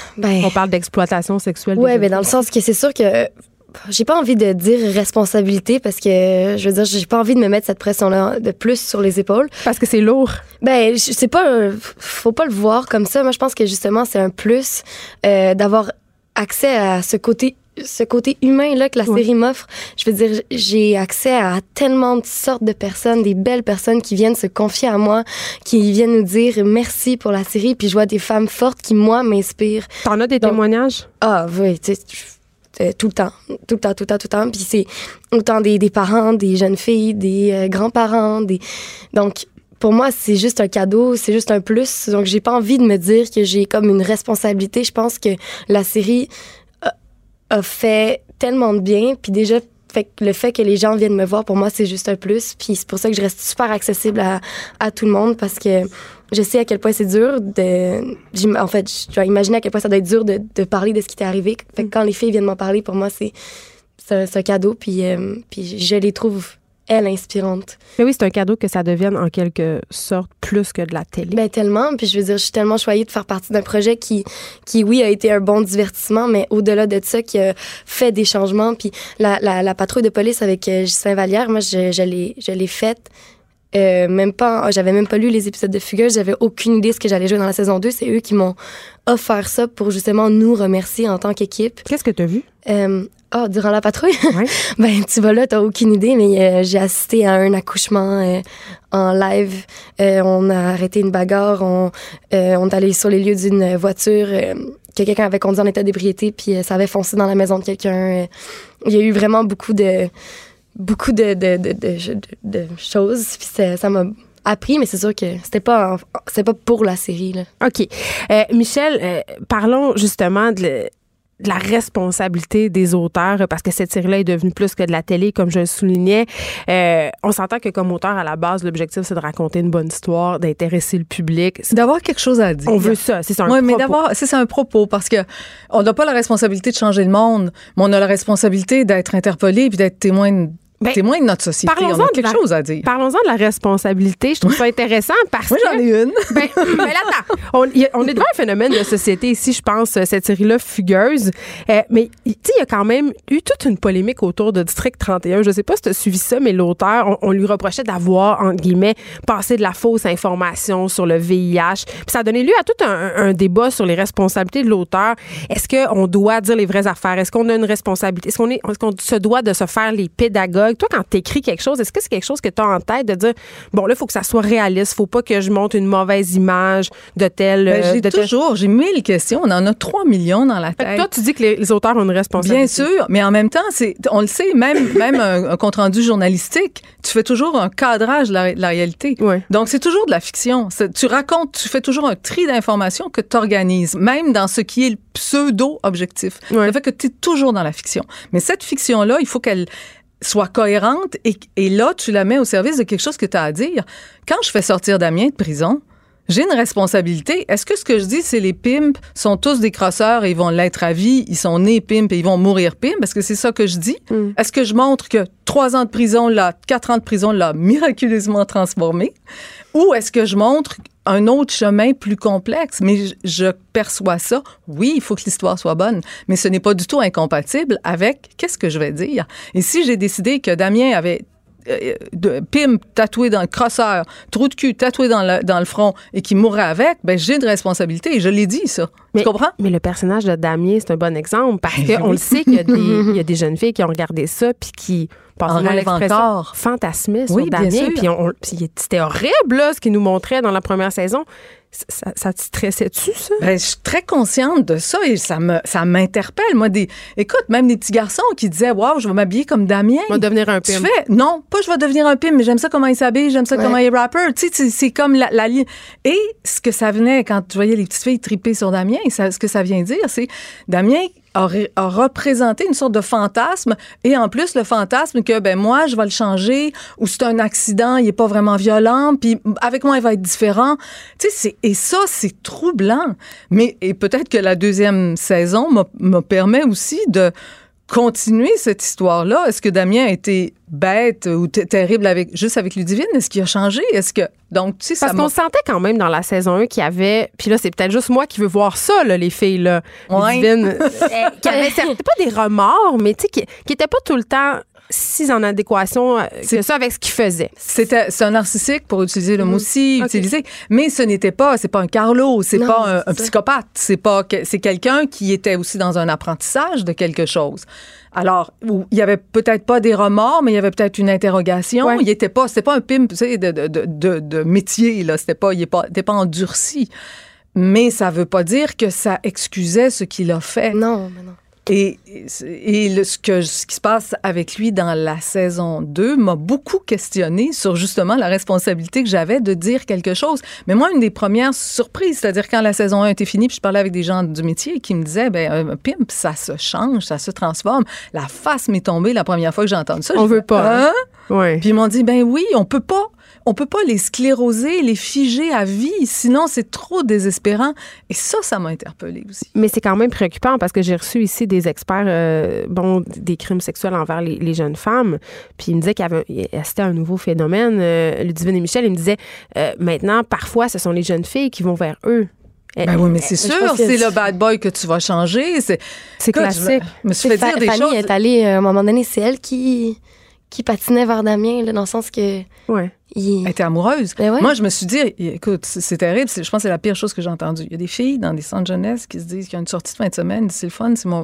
On parle d'exploitation sexuelle. Oui, dans le sens que c'est sûr que j'ai pas envie de dire responsabilité parce que, je veux dire, j'ai pas envie de me mettre cette pression-là de plus sur les épaules. Parce que c'est lourd. C'est pas... faut pas le voir comme ça. Moi, je pense que justement, c'est un plus d'avoir accès à ce côté humain-là que la série m'offre. Je veux dire, j'ai accès à tellement de sortes de personnes, des belles personnes qui viennent se confier à moi, qui viennent nous dire merci pour la série, puis je vois des femmes fortes qui, moi, m'inspirent. T'en as des témoignages? Ah oui, tu sais... tout le temps. Puis c'est autant des parents, des jeunes filles, des grands-parents. Donc, pour moi, c'est juste un cadeau, c'est juste un plus. Donc, j'ai pas envie de me dire que j'ai comme une responsabilité. Je pense que la série a fait tellement de bien. Puis déjà, le fait que les gens viennent me voir, pour moi, c'est juste un plus. Puis c'est pour ça que je reste super accessible à tout le monde parce que je sais à quel point c'est dur en fait, je dois imaginer à quel point ça doit être dur de parler de ce qui t'est arrivé. Fait que quand les filles viennent m'en parler, pour moi, c'est un cadeau. Puis je les trouve, elles, inspirantes. Mais oui, c'est un cadeau que ça devienne en quelque sorte plus que de la télé. Tellement. Puis je veux dire, je suis tellement choyée de faire partie d'un projet qui, oui, a été un bon divertissement, mais au-delà de ça, qui a fait des changements. Puis la patrouille de police avec Ghislain Vallière, moi, je l'ai faite. J'avais même pas lu les épisodes de Fugueuse, j'avais aucune idée de ce que j'allais jouer dans la saison 2. C'est eux qui m'ont offert ça pour justement nous remercier en tant qu'équipe. Qu'est-ce que t'as vu? Durant la patrouille? Ouais. Tu vas là, t'as aucune idée, mais j'ai assisté à un accouchement en live. On a arrêté une bagarre, on est allé sur les lieux d'une voiture que quelqu'un avait conduit en état d'ébriété, puis ça avait foncé dans la maison de quelqu'un. Il y a eu vraiment beaucoup de choses, puis ça m'a appris, mais c'est sûr que c'était pas pour la série, là. OK. Michel, parlons justement de la responsabilité des auteurs, parce que cette série-là est devenue plus que de la télé, comme je le soulignais. On s'entend que comme auteur, à la base, l'objectif, c'est de raconter une bonne histoire, d'intéresser le public. C'est d'avoir quelque chose à dire. On veut ça, c'est ça, un propos. Oui, mais c'est un propos, parce que on n'a pas la responsabilité de changer le monde, mais on a la responsabilité d'être interpellé puis d'être témoin de notre société. On a quelque chose à dire. Parlons-en de la responsabilité. Je trouve ça intéressant parce que... Moi, j'en ai une. Mais là, on est devant un phénomène de société ici, je pense, cette série-là, Fugueuse. Mais, tu sais, il y a quand même eu toute une polémique autour de District 31. Je sais pas si tu as suivi ça, mais l'auteur, on lui reprochait d'avoir, entre guillemets, passé de la fausse information sur le VIH. Puis ça a donné lieu à tout un débat sur les responsabilités de l'auteur. Est-ce qu'on doit dire les vraies affaires? Est-ce qu'on a une responsabilité? Est-ce qu'on se doit de se faire les pédagogues? Toi, quand tu écris quelque chose, est-ce que c'est quelque chose que tu as en tête de dire, bon, là, il faut que ça soit réaliste, faut pas que je monte une mauvaise image de tel... j'ai 1000 questions. On en a 3 millions dans la tête. Toi, tu dis que les auteurs ont une responsabilité. Bien sûr, mais en même temps, on le sait, même un compte-rendu journalistique, tu fais toujours un cadrage de la réalité. Ouais. Donc, c'est toujours de la fiction. Tu fais toujours un tri d'informations que tu organises, même dans ce qui est le pseudo-objectif. Ouais. Ça fait que tu es toujours dans la fiction. Mais cette fiction-là, il faut qu'elle soit cohérente et là, tu la mets au service de quelque chose que tu as à dire. Quand je fais sortir Damien de prison, j'ai une responsabilité. Est-ce que ce que je dis, c'est les pimps sont tous des crosseurs et ils vont l'être à vie, ils sont nés pimps et ils vont mourir pimps? Est-ce que c'est ça que je dis? Est-ce que je montre que 3 ans de prison, 4 ans de prison l'a miraculeusement transformé? Ou est-ce que je montre un autre chemin plus complexe? Mais je perçois ça. Oui, il faut que l'histoire soit bonne, mais ce n'est pas du tout incompatible avec qu'est-ce que je vais dire. Et si j'ai décidé que Damien avait de pimp tatoué dans le crosseur, trou de cul tatoué dans le front et qui mourrait avec, j'ai une responsabilité et je l'ai dit, ça. Tu comprends? Mais le personnage de Damien, c'est un bon exemple parce qu'on le sait qu'il y a des jeunes filles qui ont regardé ça puis qui en rêvent encore. Fantasmaient sur Damien. Puis c'était horrible, là, ce qu'il nous montrait dans la première saison. Ça te stressait-tu, ça? Je suis très consciente de ça et ça m'interpelle. Moi, écoute, même des petits garçons qui disaient « Wow, je vais m'habiller comme Damien. » Je vais devenir un pimp. Non, pas je vais devenir un pimp, mais j'aime ça comment il s'habille, j'aime ça comment il est rapper. Tu sais, c'est comme la ligne. Et ce que ça venait, quand tu voyais les petites filles triper sur Damien, ce que ça vient dire, c'est Damien a représenté une sorte de fantasme et en plus le fantasme que moi je vais le changer ou c'est un accident, il est pas vraiment violent puis avec moi il va être différent. Tu sais, et ça c'est troublant. Mais et peut-être que la 2e saison me permet aussi de continuer cette histoire-là? Est-ce que Damien a été bête ou terrible juste avec Ludivine? Est-ce qu'il a changé? Donc, tu sais, parce qu'on sentait quand même dans la saison 1 qu'il y avait, puis là, c'est peut-être juste moi qui veux voir ça, là, les filles, là, Ludivine, qui avait certes pas des remords, mais tu sais, qui n'étaient pas tout le temps si en adéquation que ça avec ce qu'il faisait. C'est un narcissique, pour utiliser le mot si utilisé, mais c'est pas un Carlo, c'est pas un psychopathe, c'est quelqu'un qui était aussi dans un apprentissage de quelque chose. Alors, il y avait peut-être pas des remords, mais il y avait peut-être une interrogation. Ouais. C'était pas un pimp, tu sais, de métier, là. Il était pas endurci. Mais ça veut pas dire que ça excusait ce qu'il a fait. Non, mais non. Et ce qui se passe avec lui dans la saison 2 m'a beaucoup questionné sur justement la responsabilité que j'avais de dire quelque chose. Mais moi, une des premières surprises, c'est-à-dire quand la saison 1 était finie, puis je parlais avec des gens du métier qui me disaient, un pimp, ça se change, ça se transforme. La face m'est tombée la première fois que j'ai entendu ça. On veut pas. Hein? Ouais. Puis ils m'ont dit, oui, on peut pas les scléroser, les figer à vie, sinon c'est trop désespérant. Et ça m'a interpellée aussi. Mais c'est quand même préoccupant parce que j'ai reçu ici des experts des crimes sexuels envers les jeunes femmes. Puis ils me disaient qu'il c'était un nouveau phénomène. Ludivine et Michel, ils me disaient maintenant, parfois, ce sont les jeunes filles qui vont vers eux. Oui, mais c'est sûr, c'est le bad boy que tu vas changer. C'est classique. Je me suis fait dire des choses. Fanny est allée, à un moment donné, c'est elle qui patinait vers Damien, là, dans le sens que... Ouais. Elle était amoureuse. Ouais. Moi, je me suis dit, écoute, c'est terrible. Je pense que c'est la pire chose que j'ai entendue. Il y a des filles dans des centres jeunesse qui se disent qu'il y a une sortie de fin de semaine. C'est le fun, c'est mon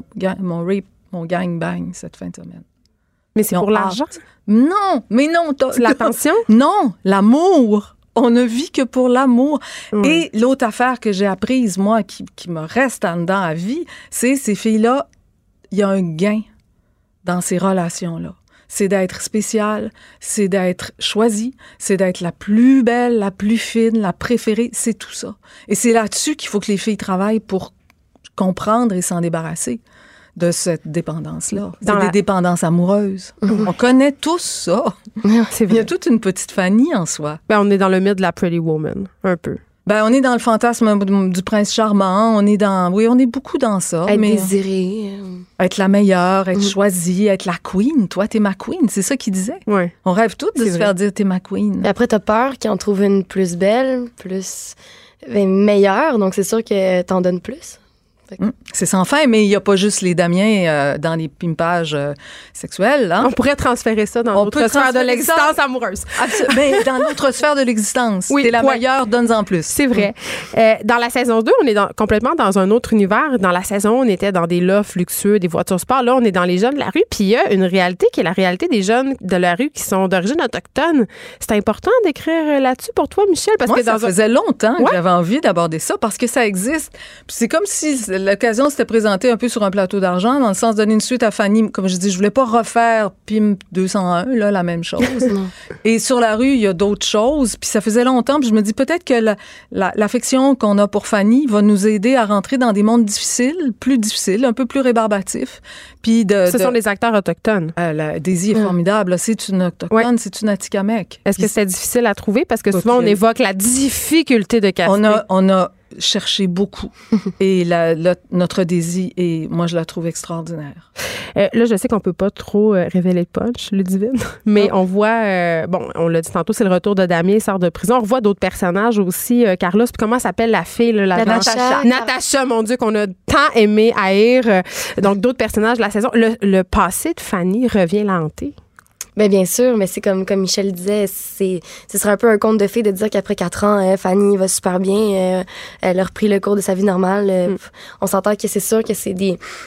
gangbang cette fin de semaine. Mais c'est pour l'argent? Non, mais non. C'est l'attention? Non, l'amour. On ne vit que pour l'amour. Et l'autre affaire que j'ai apprise, moi, qui me reste en dedans à vie, c'est ces filles-là, il y a un gain dans ces relations-là. C'est d'être spéciale, c'est d'être choisie, c'est d'être la plus belle, la plus fine, la préférée, c'est tout ça. Et c'est là-dessus qu'il faut que les filles travaillent pour comprendre et s'en débarrasser de cette dépendance-là. C'est des dépendances amoureuses. On connaît tous ça. Il y a toute une petite Fanny en soi. On est dans le mythe de la Pretty Woman, un peu. On est dans le fantasme du prince charmant. On est beaucoup dans ça. Être désirée. Être la meilleure, être choisie, être la queen. Toi, t'es ma queen. C'est ça qu'il disait. Ouais. On rêve toutes de se faire dire t'es ma queen. Et après, t'as peur qu'il en trouve une plus belle, plus meilleure. Donc, c'est sûr que t'en donnes plus. C'est sans fin, mais il n'y a pas juste les Damiens dans les pimpages sexuels. Hein? On pourrait transférer ça dans notre sphère de l'existence amoureuse. Dans notre sphère de l'existence. Oui, t'es la meilleure, donne-en plus. C'est vrai. Dans la saison 2, on est complètement dans un autre univers. Dans la saison 1, on était dans des lofts luxueux, des voitures sport. Là, on est dans les jeunes de la rue. Puis il y a une réalité qui est la réalité des jeunes de la rue qui sont d'origine autochtone. C'est important d'écrire là-dessus pour toi, Michel? Parce moi, que ça faisait longtemps que j'avais envie d'aborder ça parce que ça existe. Puis c'est comme si l'occasion s'était présentée un peu sur un plateau d'argent, dans le sens de donner une suite à Fanny. Comme je dis, je voulais pas refaire Pimp 201, là, la même chose. Et sur la rue, il y a d'autres choses. Puis ça faisait longtemps. Puis je me dis peut-être que l'affection qu'on a pour Fanny va nous aider à rentrer dans des mondes difficiles, plus difficiles, un peu plus rébarbatifs. Puis ce sont les acteurs autochtones. Daisy est formidable. C'est une autochtone, c'est une Atikamekw. Est-ce que c'était difficile à trouver? Parce que souvent, on évoque la difficulté de caster. On a cherché beaucoup. Et notre Daisy, moi, je la trouve extraordinaire. Là, je sais qu'on peut pas trop révéler le punch, Ludivine, mais on voit, on l'a dit tantôt, c'est le retour de Damien, il sort de prison. On revoit d'autres personnages aussi. Carlos, puis comment s'appelle la fille? Natacha, mon Dieu, qu'on a tant aimé haïr. Donc, d'autres personnages de la saison. Le passé de Fanny revient l'hanter. Bien sûr, mais c'est comme Michel disait, ce serait un peu un conte de fées de dire qu'après 4 ans, Fanny va super bien, elle a repris le cours de sa vie normale. On s'entend que c'est sûr que c'est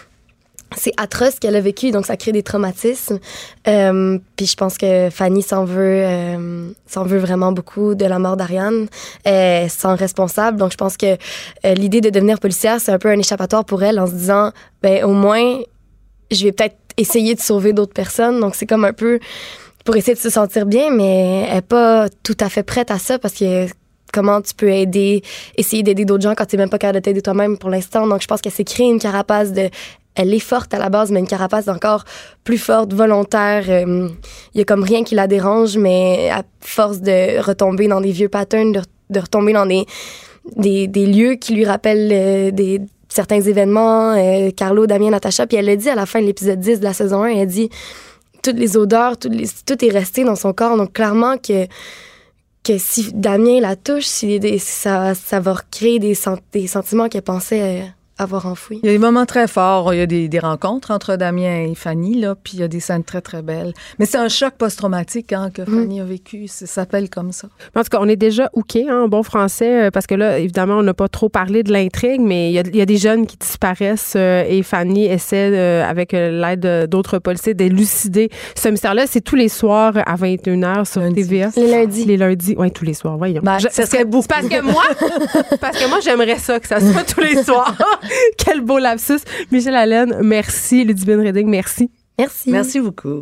atroce ce qu'elle a vécu, donc ça crée des traumatismes. Puis je pense que Fanny s'en veut vraiment beaucoup de la mort d'Ariane. Elle se sent responsable, donc je pense que l'idée de devenir policière, c'est un peu un échappatoire pour elle en se disant, au moins, je vais peut-être essayer de sauver d'autres personnes. Donc, c'est comme un peu pour essayer de se sentir bien, mais elle n'est pas tout à fait prête à ça parce que comment tu peux essayer d'aider d'autres gens quand tu n'es même pas capable de t'aider toi-même pour l'instant. Donc, je pense qu'elle s'est créée une carapace elle est forte à la base, mais une carapace encore plus forte, volontaire. Il y a comme rien qui la dérange, mais à force de retomber dans des vieux patterns, de retomber dans des lieux qui lui rappellent certains événements, Carlo, Damien, Natacha, puis elle l'a dit à la fin de l'épisode 10 de la saison 1, elle a dit toutes les odeurs, tout est resté dans son corps, donc clairement que si Damien la touche, ça va recréer des sentiments qu'elle pensait avoir enfouis. Il y a des moments très forts. Il y a des rencontres entre Damien et Fanny, là, puis il y a des scènes très, très belles. Mais c'est un choc post-traumatique que Fanny a vécu. Ça s'appelle comme ça. En tout cas, on est déjà hooké en bon français, parce que là, évidemment, on n'a pas trop parlé de l'intrigue, mais il y a des jeunes qui disparaissent et Fanny essaie, avec l'aide d'autres policiers, d'élucider ce mystère-là. C'est tous les soirs à 21h sur TVA. Les lundis. Oui, tous les soirs, voyons. Ça serait beaucoup. Parce que moi, j'aimerais ça, que ça soit tous les soirs. Quel beau lapsus. Michel Allen, merci. Ludivine Reding, merci. Merci. Merci beaucoup.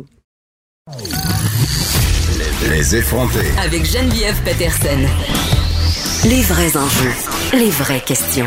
Les effrontés. Avec Geneviève Peterson. Les vrais enjeux, les vraies questions.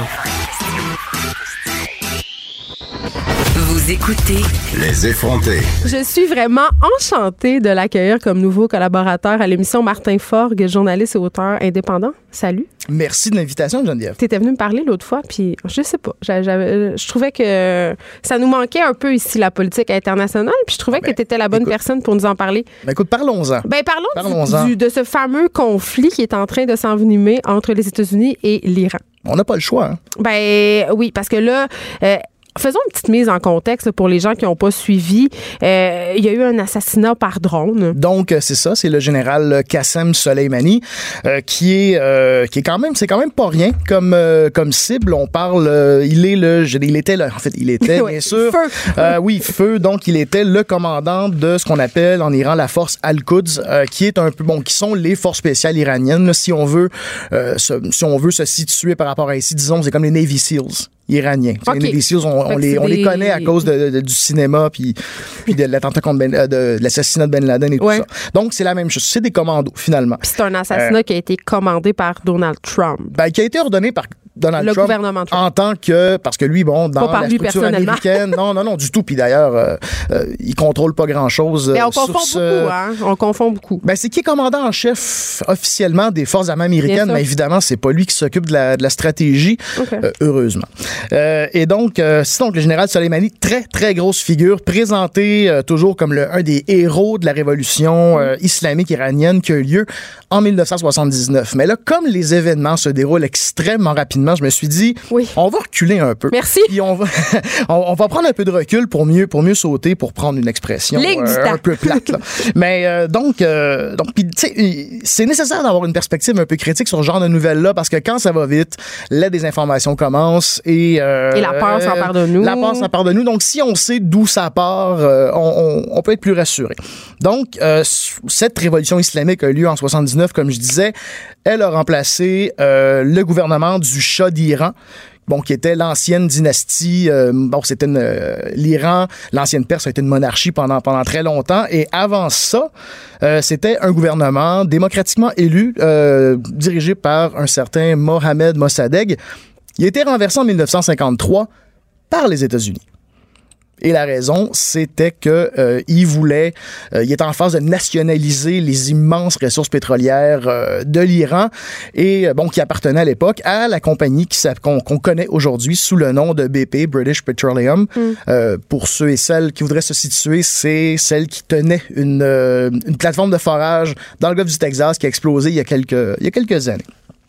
Vous écoutez Les effrontés. Je suis vraiment enchantée de l'accueillir comme nouveau collaborateur à l'émission Martin Forgue, journaliste et auteur indépendant. Salut. Merci de l'invitation, Geneviève. Tu étais venue me parler l'autre fois, puis je sais pas. Je trouvais que ça nous manquait un peu ici, la politique internationale, puis je trouvais que tu étais la bonne personne pour nous en parler. Écoute, parlons-en. Parlons de ce fameux conflit qui est en train de s'envenimer entre les États-Unis et l'Iran. On n'a pas le choix. Oui, parce que là... faisons une petite mise en contexte là, pour les gens qui n'ont pas suivi. Il y a eu un assassinat par drone. Donc, c'est ça, c'est le général Qassem Soleimani qui est quand même, c'est quand même pas rien comme cible. On parle, il était bien sûr. Feu. Feu. Donc, il était le commandant de ce qu'on appelle en Iran la force Al-Quds, qui est un peu, qui sont les forces spéciales iraniennes. Là, si on veut se situer par rapport à ici, disons, c'est comme les Navy Seals iraniens. Okay. Les Navy Seals, on les connaît à cause du cinéma puis de l'attentat contre de l'assassinat de Ben Laden et tout ça. Donc, c'est la même chose. C'est des commandos, finalement. Puis c'est un assassinat qui a été commandé par Donald Trump. Qui a été ordonné par Donald Trump. Le gouvernement Trump. En tant que... Parce que lui, dans la structure américaine... Non, du tout. Puis d'ailleurs, il contrôle pas grand-chose. Mais on confond beaucoup, hein? On confond beaucoup. C'est qui est commandant en chef officiellement des forces armées américaines, mais évidemment, c'est pas lui qui s'occupe de la stratégie, heureusement. Et donc, c'est donc le général Soleimani, très, très grosse figure, présenté toujours comme un des héros de la révolution islamique iranienne qui a eu lieu en 1979. Mais là, comme les événements se déroulent extrêmement rapidement, je me suis dit, on va reculer un peu. Merci. Puis on va prendre un peu de recul pour mieux sauter, pour prendre une expression un peu plate. Là. Mais donc, c'est nécessaire d'avoir une perspective un peu critique sur ce genre de nouvelles-là, parce que quand ça va vite, la désinformation commence et la peur s'empare de nous. La peur s'empare de nous. Donc, si on sait d'où ça part, on peut être plus rassuré. Donc, cette révolution islamique a eu lieu en 79, comme je disais. Elle a remplacé le gouvernement du Shah d'Iran, qui était l'ancienne dynastie. C'était l'Iran, l'ancienne Perse a été une monarchie pendant très longtemps. Et avant ça, c'était un gouvernement démocratiquement élu, dirigé par un certain Mohammad Mossadegh. Il a été renversé en 1953 par les États-Unis. Et la raison, c'était que il était en phase de nationaliser les immenses ressources pétrolières de l'Iran et qui appartenait à l'époque à la compagnie qu'on connaît aujourd'hui sous le nom de BP, British Petroleum. Pour ceux et celles qui voudraient se situer, c'est celle qui tenait une plateforme de forage dans le golfe du Texas qui a explosé il y a quelques années.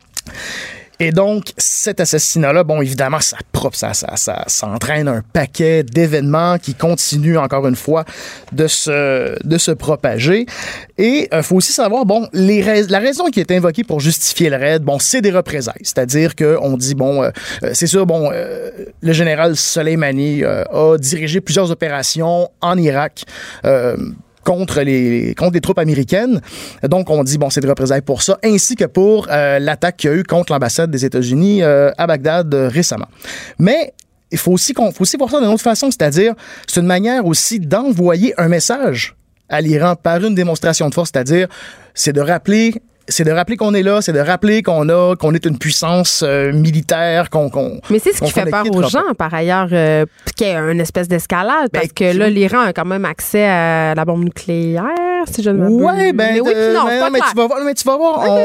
Et donc, cet assassinat-là, évidemment, ça entraîne un paquet d'événements qui continuent, encore une fois, de se propager. Et il faut aussi savoir, la raison qui est invoquée pour justifier le raid, c'est des représailles. C'est-à-dire qu'on dit, c'est sûr, le général Soleimani a dirigé plusieurs opérations en Irak, contre les troupes américaines. Donc, on dit, c'est des représailles pour ça, ainsi que pour l'attaque qu'il y a eu contre l'ambassade des États-Unis à Bagdad récemment. Mais il faut aussi voir ça d'une autre façon, c'est-à-dire, c'est une manière aussi d'envoyer un message à l'Iran par une démonstration de force, c'est-à-dire, c'est de rappeler qu'on est là, c'est de rappeler qu'on est une puissance militaire, Mais c'est ce qui fait peur aux gens, par ailleurs, qu'il y ait une espèce d'escalade, parce que là, l'Iran a quand même accès à la bombe nucléaire. si je ne m'abuse. Ouais, ben, mais oui, non, mais tu vas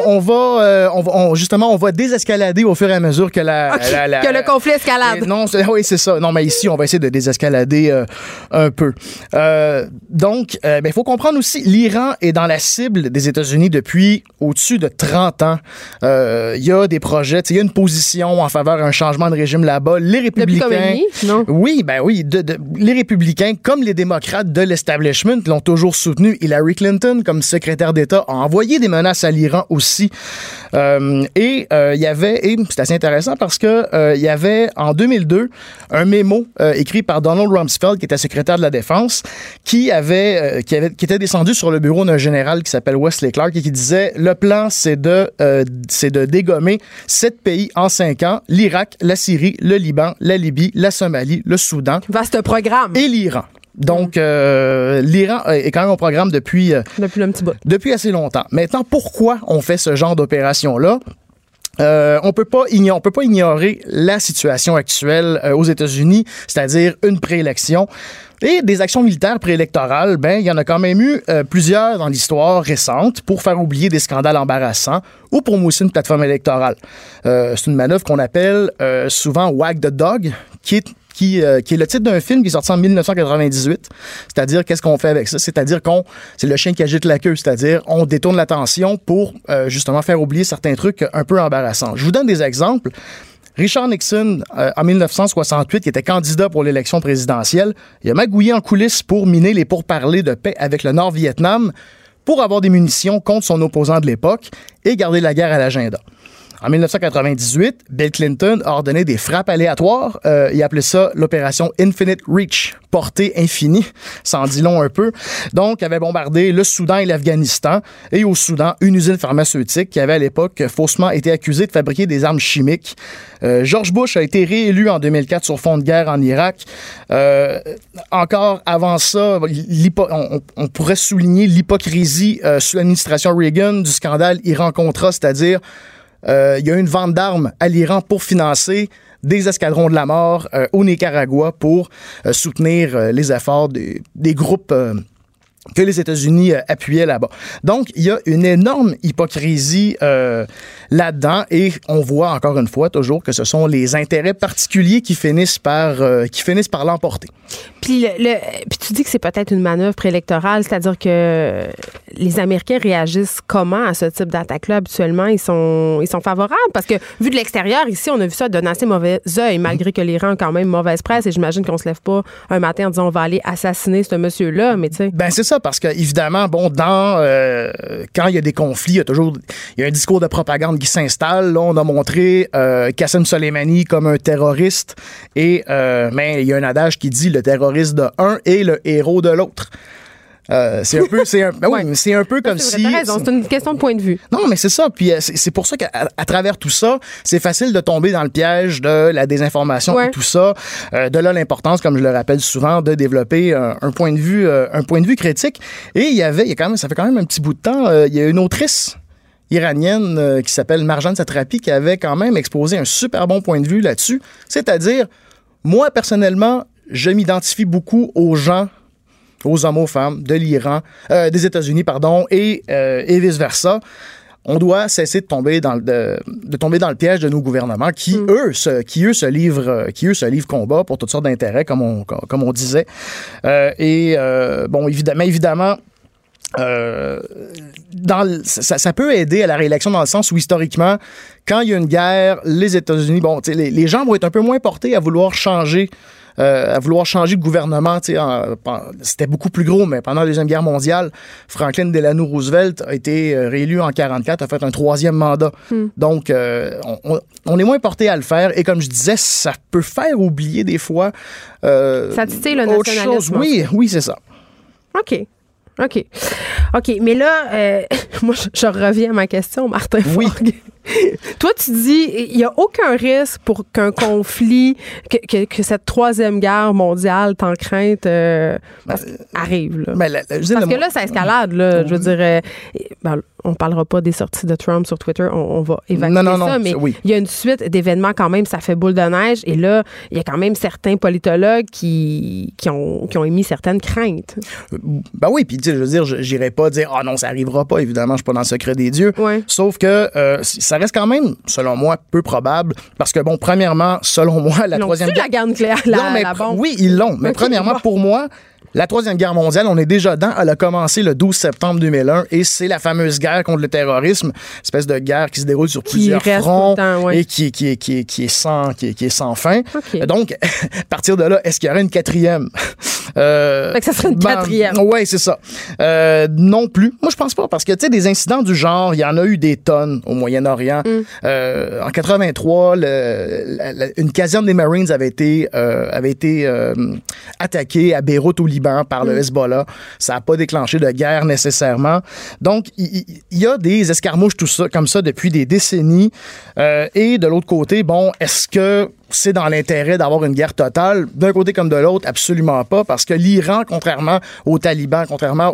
voir, justement, on va désescalader au fur et à mesure que que le conflit escalade. Oui, c'est ça. Non, mais ici, on va essayer de désescalader un peu. Donc, il faut comprendre aussi, l'Iran est dans la cible des États-Unis depuis au-dessus de 30 ans. Il y a des projets, il y a une position en faveur d'un changement de régime là-bas. Les républicains... Depuis non? Oui, les républicains, comme les démocrates de l'establishment, l'ont toujours soutenu. Hillary Clinton, comme secrétaire d'État, a envoyé des menaces à l'Iran aussi. Il y avait, et c'est assez intéressant parce que il y avait en 2002 un mémo écrit par Donald Rumsfeld, qui était secrétaire de la Défense, qui était descendu sur le bureau d'un général qui s'appelle Wesley Clark et qui disait le plan, c'est de dégommer 7 pays en 5 ans, l'Irak, la Syrie, le Liban, la Libye, la Somalie, le Soudan. Vaste programme. Et l'Iran. Donc, l'Iran est quand même au programme depuis un petit bout. Depuis assez longtemps. Maintenant, pourquoi on fait ce genre d'opération-là? On peut pas ignorer la situation actuelle aux États-Unis, c'est-à-dire une préélection. Et des actions militaires préélectorales, il y en a quand même eu plusieurs dans l'histoire récente pour faire oublier des scandales embarrassants ou pour mousser une plateforme électorale. C'est une manœuvre qu'on appelle souvent Wag the Dog, qui est le titre d'un film qui est sorti en 1998. C'est-à-dire, qu'est-ce qu'on fait avec ça? C'est-à-dire c'est le chien qui agite la queue. C'est-à-dire, on détourne l'attention pour justement faire oublier certains trucs un peu embarrassants. Je vous donne des exemples. Richard Nixon, en 1968, qui était candidat pour l'élection présidentielle, il a magouillé en coulisses pour miner les pourparlers de paix avec le Nord-Vietnam pour avoir des munitions contre son opposant de l'époque et garder la guerre à l'agenda. En 1998, Bill Clinton a ordonné des frappes aléatoires. Il appelait ça l'opération Infinite Reach, portée infinie, ça en dit long un peu. Donc, il avait bombardé le Soudan et l'Afghanistan. Et au Soudan, une usine pharmaceutique qui avait à l'époque faussement été accusée de fabriquer des armes chimiques. George Bush a été réélu en 2004 sur fond de guerre en Irak. Encore avant ça, on pourrait souligner l'hypocrisie sous l'administration Reagan du scandale Iran-Contra, c'est-à-dire il y a eu une vente d'armes à l'Iran pour financer des escadrons de la mort au Nicaragua pour soutenir les efforts des groupes que les États-Unis appuyaient là-bas. Donc, il y a une énorme hypocrisie là-dedans et on voit encore une fois toujours que ce sont les intérêts particuliers qui finissent par l'emporter. Puis tu dis que c'est peut-être une manœuvre préélectorale, c'est-à-dire que les Américains réagissent comment à ce type d'attaque-là habituellement? Ils sont favorables? Parce que vu de l'extérieur, ici, on a vu ça donner assez mauvais œil, malgré que l'Iran a quand même mauvaise presse et j'imagine qu'on se lève pas un matin en disant on va aller assassiner ce monsieur-là, mais tu sais... Ben c'est ça, parce que évidemment, quand il y a des conflits, il y a un discours de propagande qui s'installe. Là, on a montré Qasem Soleimani comme un terroriste mais il y a un adage qui dit le terroriste de un et le héros de l'autre. C'est un peu comme si... T'as raison, c'est une question de point de vue. Non, mais c'est ça. Puis c'est pour ça qu'à travers tout ça, c'est facile de tomber dans le piège de la désinformation et tout ça. De là l'importance, comme je le rappelle souvent, de développer un point de vue critique. Et ça fait quand même un petit bout de temps, il y a une autrice iranienne qui s'appelle Marjane Satrapi qui avait quand même exposé un super bon point de vue là-dessus. C'est-à-dire, moi, personnellement, je m'identifie beaucoup aux hommes, aux femmes de l'Iran, des États-Unis, et vice-versa. On doit cesser de tomber dans le piège de nos gouvernements qui eux se livrent combat pour toutes sortes d'intérêts, comme on disait. Évidemment, ça peut aider à la réélection dans le sens où, historiquement, quand il y a une guerre, les États-Unis, les gens vont être un peu moins portés à vouloir changer de gouvernement. C'était beaucoup plus gros, mais pendant la Deuxième Guerre mondiale, Franklin Delano Roosevelt a été réélu en 1944, a fait un 3e mandat. Donc, on est moins porté à le faire. Et comme je disais, ça peut faire oublier des fois ça titille le nationalisme. Oui, c'est ça. OK, mais là, moi, je reviens à ma question, Martin Fogg. Toi, tu dis, il n'y a aucun risque pour qu'un conflit, que cette troisième guerre mondiale, tant crainte, arrive. Là. Parce que là, ça escalade. Là, je veux dire, on ne parlera pas des sorties de Trump sur Twitter, on va évacuer ça, mais il y a une suite d'événements quand même, ça fait boule de neige. Et là, il y a quand même certains politologues qui ont émis certaines craintes. Ben oui, puis je veux dire, j'irai pas dire « Ah non, ça arrivera pas », évidemment, je suis pas dans le secret des dieux. Ouais. Sauf que ça reste quand même, selon moi, peu probable, parce que, bon, premièrement, selon moi, la troisième guerre... la guerre nucléaire, la bombe? Oui, ils l'ont, mais premièrement, pour moi... La Troisième Guerre mondiale, on est déjà dedans. Elle a commencé le 12 septembre 2001 et c'est la fameuse guerre contre le terrorisme, espèce de guerre qui se déroule sur plusieurs fronts et qui est sans fin. Okay. Donc, à partir de là, est-ce qu'il y aurait une quatrième? Fait que ça serait une quatrième. Oui, c'est ça. Non plus. Moi, je pense pas parce que, tu sais, des incidents du genre, il y en a eu des tonnes au Moyen-Orient. En 83, une caserne des Marines avait été attaquée à Beyrouth au Liban par le Hezbollah. Ça n'a pas déclenché de guerre nécessairement. Donc, il y a des escarmouches tout ça, comme ça depuis des décennies. Et de l'autre côté, bon, est-ce que c'est dans l'intérêt d'avoir une guerre totale? D'un côté comme de l'autre, absolument pas, parce que l'Iran, contrairement aux talibans, contrairement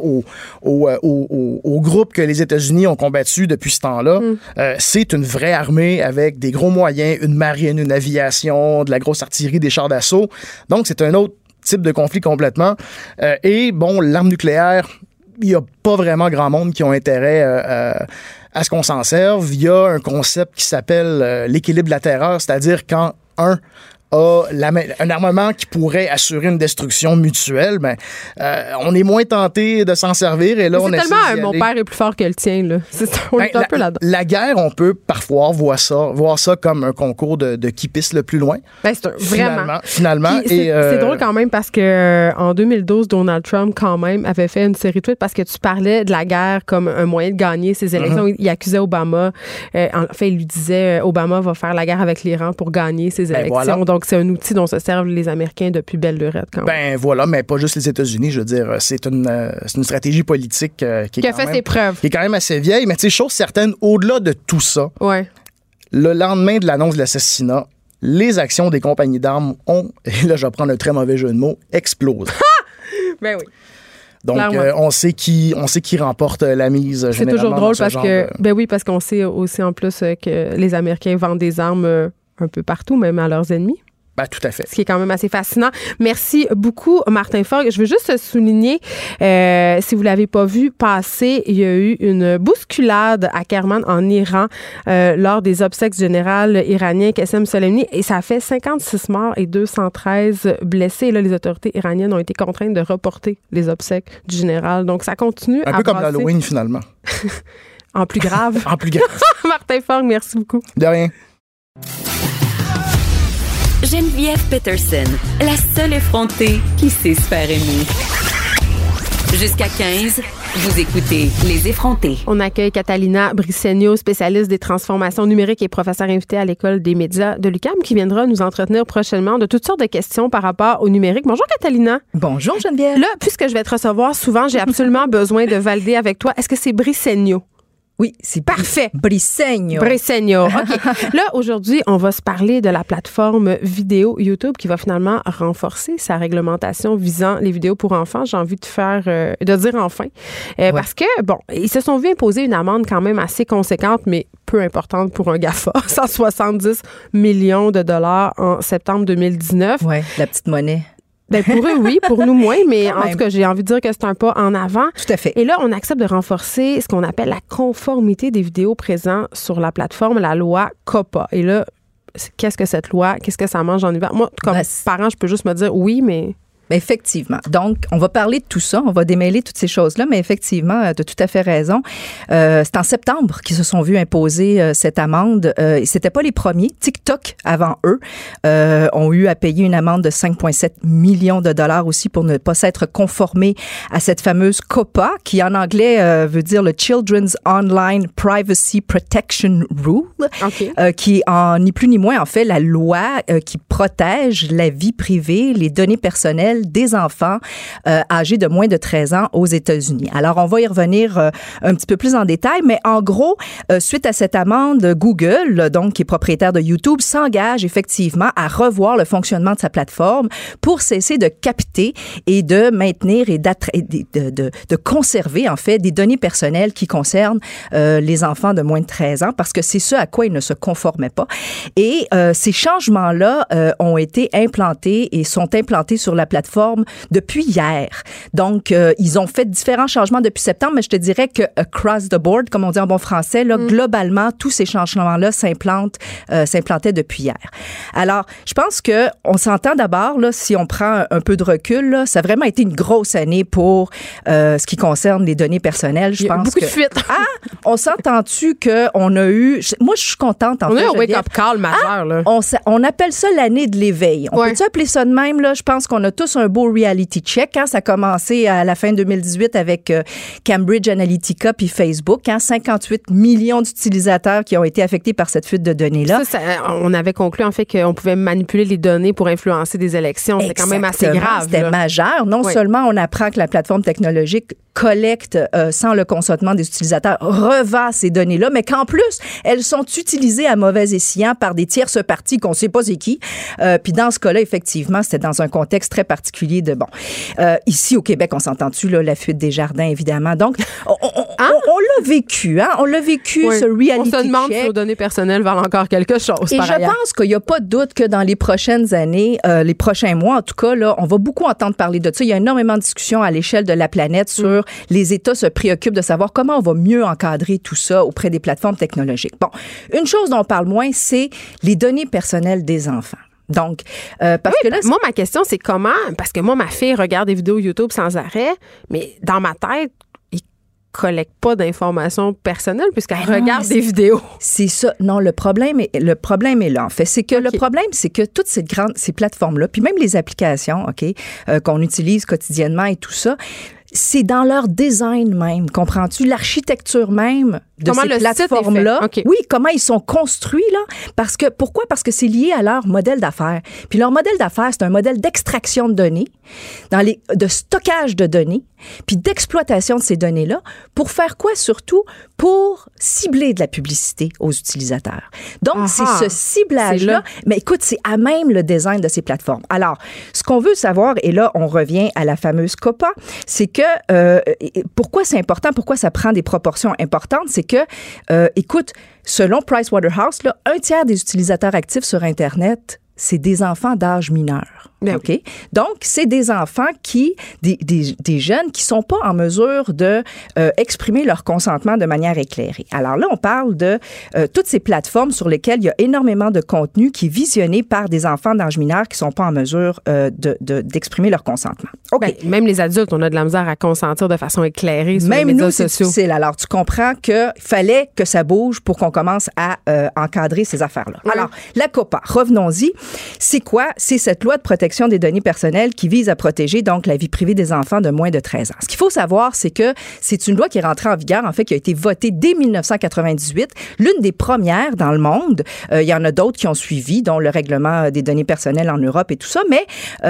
au groupe que les États-Unis ont combattu depuis ce temps-là, c'est une vraie armée avec des gros moyens, une marine, une aviation, de la grosse artillerie, des chars d'assaut. Donc, c'est un autre type de conflit complètement. Et bon, l'arme nucléaire, il n'y a pas vraiment grand monde qui ont intérêt à ce qu'on s'en serve. Il y a un concept qui s'appelle l'équilibre de la terreur, c'est-à-dire quand un a un armement qui pourrait assurer une destruction mutuelle, ben, on est moins tenté de s'en servir. Et là, c'est tellement mon père est plus fort que le tien. Là. On est un peu là-dedans. La guerre, on peut parfois voir ça comme un concours de qui pisse le plus loin. Ben, vraiment. Finalement. C'est drôle quand même parce que en 2012, Donald Trump quand même avait fait une série de tweets parce que tu parlais de la guerre comme un moyen de gagner ses élections. Il accusait Obama. En fait, il lui disait Obama va faire la guerre avec l'Iran pour gagner ses élections. Voilà. Donc, c'est un outil dont se servent les Américains depuis belle lurette. Quand même. Ben voilà, mais pas juste les États-Unis. Je veux dire, c'est une stratégie politique qui a fait ses preuves. Qui est quand même assez vieille. Mais tu sais, chose certaine, au-delà de tout ça, le lendemain de l'annonce de l'assassinat, les actions des compagnies d'armes ont, et là je vais prendre un très mauvais jeu de mots, explosé. Ben oui. Donc, on sait qui remporte la mise. C'est toujours drôle parce que, ben oui, parce qu'on sait aussi en plus que les Américains vendent des armes un peu partout, même à leurs ennemis. Ben, tout à fait. Ce qui est quand même assez fascinant. Merci beaucoup, Martin Fogg. Je veux juste souligner, si vous ne l'avez pas vu passer, il y a eu une bousculade à Kerman, en Iran, lors des obsèques du général iranien Qassem Soleimani, et ça a fait 56 morts et 213 blessés. Et là, les autorités iraniennes ont été contraintes de reporter les obsèques du général. Donc, ça continue un peu comme l'Halloween, finalement. En plus grave. En plus grave. Martin Fogg, merci beaucoup. De rien. Geneviève Peterson, la seule effrontée qui sait se faire aimer. Jusqu'à 15, vous écoutez Les effrontés. On accueille Catalina Bricegno, spécialiste des transformations numériques et professeure invitée à l'École des médias de l'UQAM, qui viendra nous entretenir prochainement de toutes sortes de questions par rapport au numérique. Bonjour Catalina. Bonjour Geneviève. Là, puisque je vais te recevoir souvent, j'ai absolument besoin de valider avec toi. Est-ce que c'est Bricegno? Oui, c'est parfait. Bricegno. Bricegno. OK. Là, aujourd'hui, on va se parler de la plateforme vidéo YouTube qui va finalement renforcer sa réglementation visant les vidéos pour enfants. J'ai envie de dire enfin. Parce que, bon, ils se sont vus imposer une amende quand même assez conséquente, mais peu importante pour un GAFA. 170 millions de dollars en septembre 2019. Oui, la petite monnaie. Ben pour eux, oui. Pour nous, moins. Mais en tout cas, j'ai envie de dire que c'est un pas en avant. Tout à fait. Et là, on accepte de renforcer ce qu'on appelle la conformité des vidéos présentes sur la plateforme, la loi COPPA. Et là, qu'est-ce que cette loi? Qu'est-ce que ça mange en hiver? Moi, comme parent, je peux juste me dire oui, mais... Effectivement. Donc, on va parler de tout ça. On va démêler toutes ces choses-là, mais effectivement, tu as tout à fait raison. C'est en septembre qu'ils se sont vus imposer cette amende. C'était pas les premiers. TikTok, avant eux, ont eu à payer une amende de 5,7 millions de dollars aussi pour ne pas s'être conformés à cette fameuse COPPA, qui en anglais veut dire le Children's Online Privacy Protection Rule, qui est ni plus ni moins, en fait, la loi qui protège la vie privée, les données personnelles personnelle des enfants âgés de moins de 13 ans aux États-Unis. Alors, on va y revenir un petit peu plus en détail, mais en gros, suite à cette amende, Google, donc qui est propriétaire de YouTube, s'engage effectivement à revoir le fonctionnement de sa plateforme pour cesser de capter et de maintenir et de conserver, en fait, des données personnelles qui concernent les enfants de moins de 13 ans, parce que c'est ce à quoi ils ne se conformaient pas. Et ces changements-là ont été implantés et sont implantés sur la plateforme depuis hier. Donc, ils ont fait différents changements depuis septembre, mais je te dirais que across the board, comme on dit en bon français, là, globalement, tous ces changements-là s'implantaient depuis hier. Alors, je pense que on s'entend d'abord, là, si on prend un peu de recul, là, ça a vraiment été une grosse année pour ce qui concerne les données personnelles. Je pense beaucoup de fuites. On s'entend-tu qu'on a eu... Moi, je suis contente, en fait. On a eu un wake-up call majeur, là. On appelle ça l'année de l'éveil. On peut-tu appeler ça de même, là? Je pense qu'on a tous un beau reality check. Hein? Ça a commencé à la fin 2018 avec Cambridge Analytica puis Facebook. Hein? 58 millions d'utilisateurs qui ont été affectés par cette fuite de données-là. On avait conclu, en fait, qu'on pouvait manipuler les données pour influencer des élections. C'est quand même assez grave. C'était majeur. Non seulement on apprend que la plateforme technologique collecte sans le consentement des utilisateurs, revend ces données-là, mais qu'en plus, elles sont utilisées à mauvais escient par des tierces parties qu'on ne sait pas c'est qui. Puis dans ce cas-là, effectivement, c'était dans un contexte très particulier de, ici au Québec, on s'entend-tu, là, la fuite des jardins, évidemment. Donc, on l'a vécu, hein? On l'a vécu, ce reality check. On se demande si nos données personnelles valent encore quelque chose, et je pense qu'il n'y a pas de doute que dans les prochaines années, les prochains mois, en tout cas, là, on va beaucoup entendre parler de ça. Il y a énormément de discussions à l'échelle de la planète sur les États se préoccupent de savoir comment on va mieux encadrer tout ça auprès des plateformes technologiques. Bon, une chose dont on parle moins, c'est les données personnelles des enfants. Donc, parce que là... Moi, ma question, c'est comment... Parce que moi, ma fille regarde des vidéos YouTube sans arrêt, mais dans ma tête, collecte pas d'informations personnelles puisqu'elle regarde des vidéos. C'est ça. Non, le problème est là, en fait. C'est que le problème, c'est que toutes ces plateformes-là, puis même les applications, qu'on utilise quotidiennement et tout ça, c'est dans leur design même, comprends-tu? L'architecture même de ces plateformes-là. Oui, comment ils sont construits, là. Pourquoi? Parce que c'est lié à leur modèle d'affaires. Puis leur modèle d'affaires, c'est un modèle d'extraction de données, de stockage de données, puis d'exploitation de ces données-là. Pour faire quoi, surtout? Pour cibler de la publicité aux utilisateurs. Donc, c'est ce ciblage-là. Mais écoute, c'est à même le design de ces plateformes. Alors, ce qu'on veut savoir, et là, on revient à la fameuse COPPA, c'est que pourquoi c'est important, pourquoi ça prend des proportions importantes, c'est que, écoute, selon Pricewaterhouse, là, 1/3 des utilisateurs actifs sur Internet, c'est des enfants d'âge mineur. OK? Donc, c'est des enfants des jeunes qui sont pas en mesure de exprimer leur consentement de manière éclairée. Alors là, on parle de toutes ces plateformes sur lesquelles il y a énormément de contenu qui est visionné par des enfants d'âge mineur qui sont pas en mesure d'exprimer leur consentement. OK. Même les adultes, on a de la misère à consentir de façon éclairée sur les médias sociaux. C'est difficile. Alors, tu comprends qu'il fallait que ça bouge pour qu'on commence à encadrer ces affaires-là. Alors, la COPPA, revenons-y. C'est quoi? C'est cette loi de protection des données personnelles qui vise à protéger donc la vie privée des enfants de moins de 13 ans. Ce qu'il faut savoir, c'est que c'est une loi qui est rentrée en vigueur, en fait, qui a été votée dès 1998, l'une des premières dans le monde. Il y en a d'autres qui ont suivi, dont le règlement des données personnelles en Europe et tout ça, mais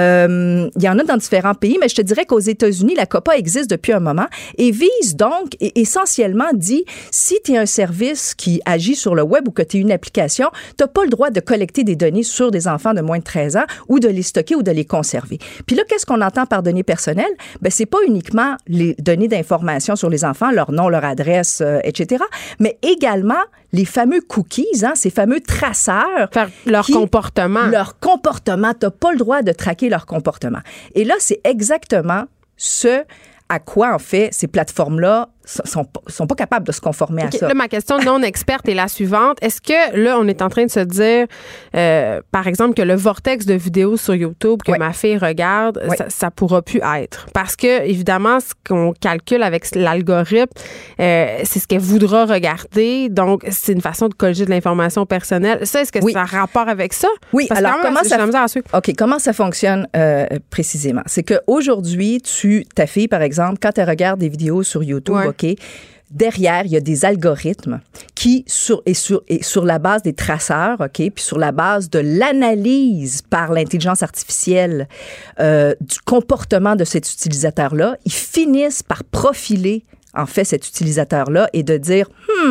il y en a dans différents pays. Mais je te dirais qu'aux États-Unis, la COPPA existe depuis un moment et vise donc, essentiellement dit, si tu es un service qui agit sur le web ou que tu es une application, tu n'as pas le droit de collecter des données sur des enfants de moins de 13 ans ou de les stocker ou de les conserver. Puis là, qu'est-ce qu'on entend par données personnelles? Ben, c'est pas uniquement les données d'information sur les enfants, leur nom, leur adresse, etc., mais également les fameux cookies, ces fameux traceurs. Leur comportement. Leur comportement. T'as pas le droit de traquer leur comportement. Et là, c'est exactement ce à quoi, en fait, ces plateformes-là sont pas capables de se conformer à ça. Là, ma question non experte est la suivante. Est-ce que, là, on est en train de se dire, par exemple, que le vortex de vidéos sur YouTube que ma fille regarde, ça pourra plus être? Parce que, évidemment, ce qu'on calcule avec l'algorithme, c'est ce qu'elle voudra regarder. Donc, c'est une façon de colliger de l'information personnelle. Ça, est-ce que ça a rapport avec ça? Oui. Parce alors, comment ça fonctionne précisément? C'est qu'aujourd'hui, ta fille, par exemple, quand elle regarde des vidéos sur YouTube, OK, derrière, il y a des algorithmes qui, sur la base des traceurs, OK, puis sur la base de l'analyse par l'intelligence artificielle du comportement de cet utilisateur-là, ils finissent par profiler en fait, cet utilisateur-là et de dire,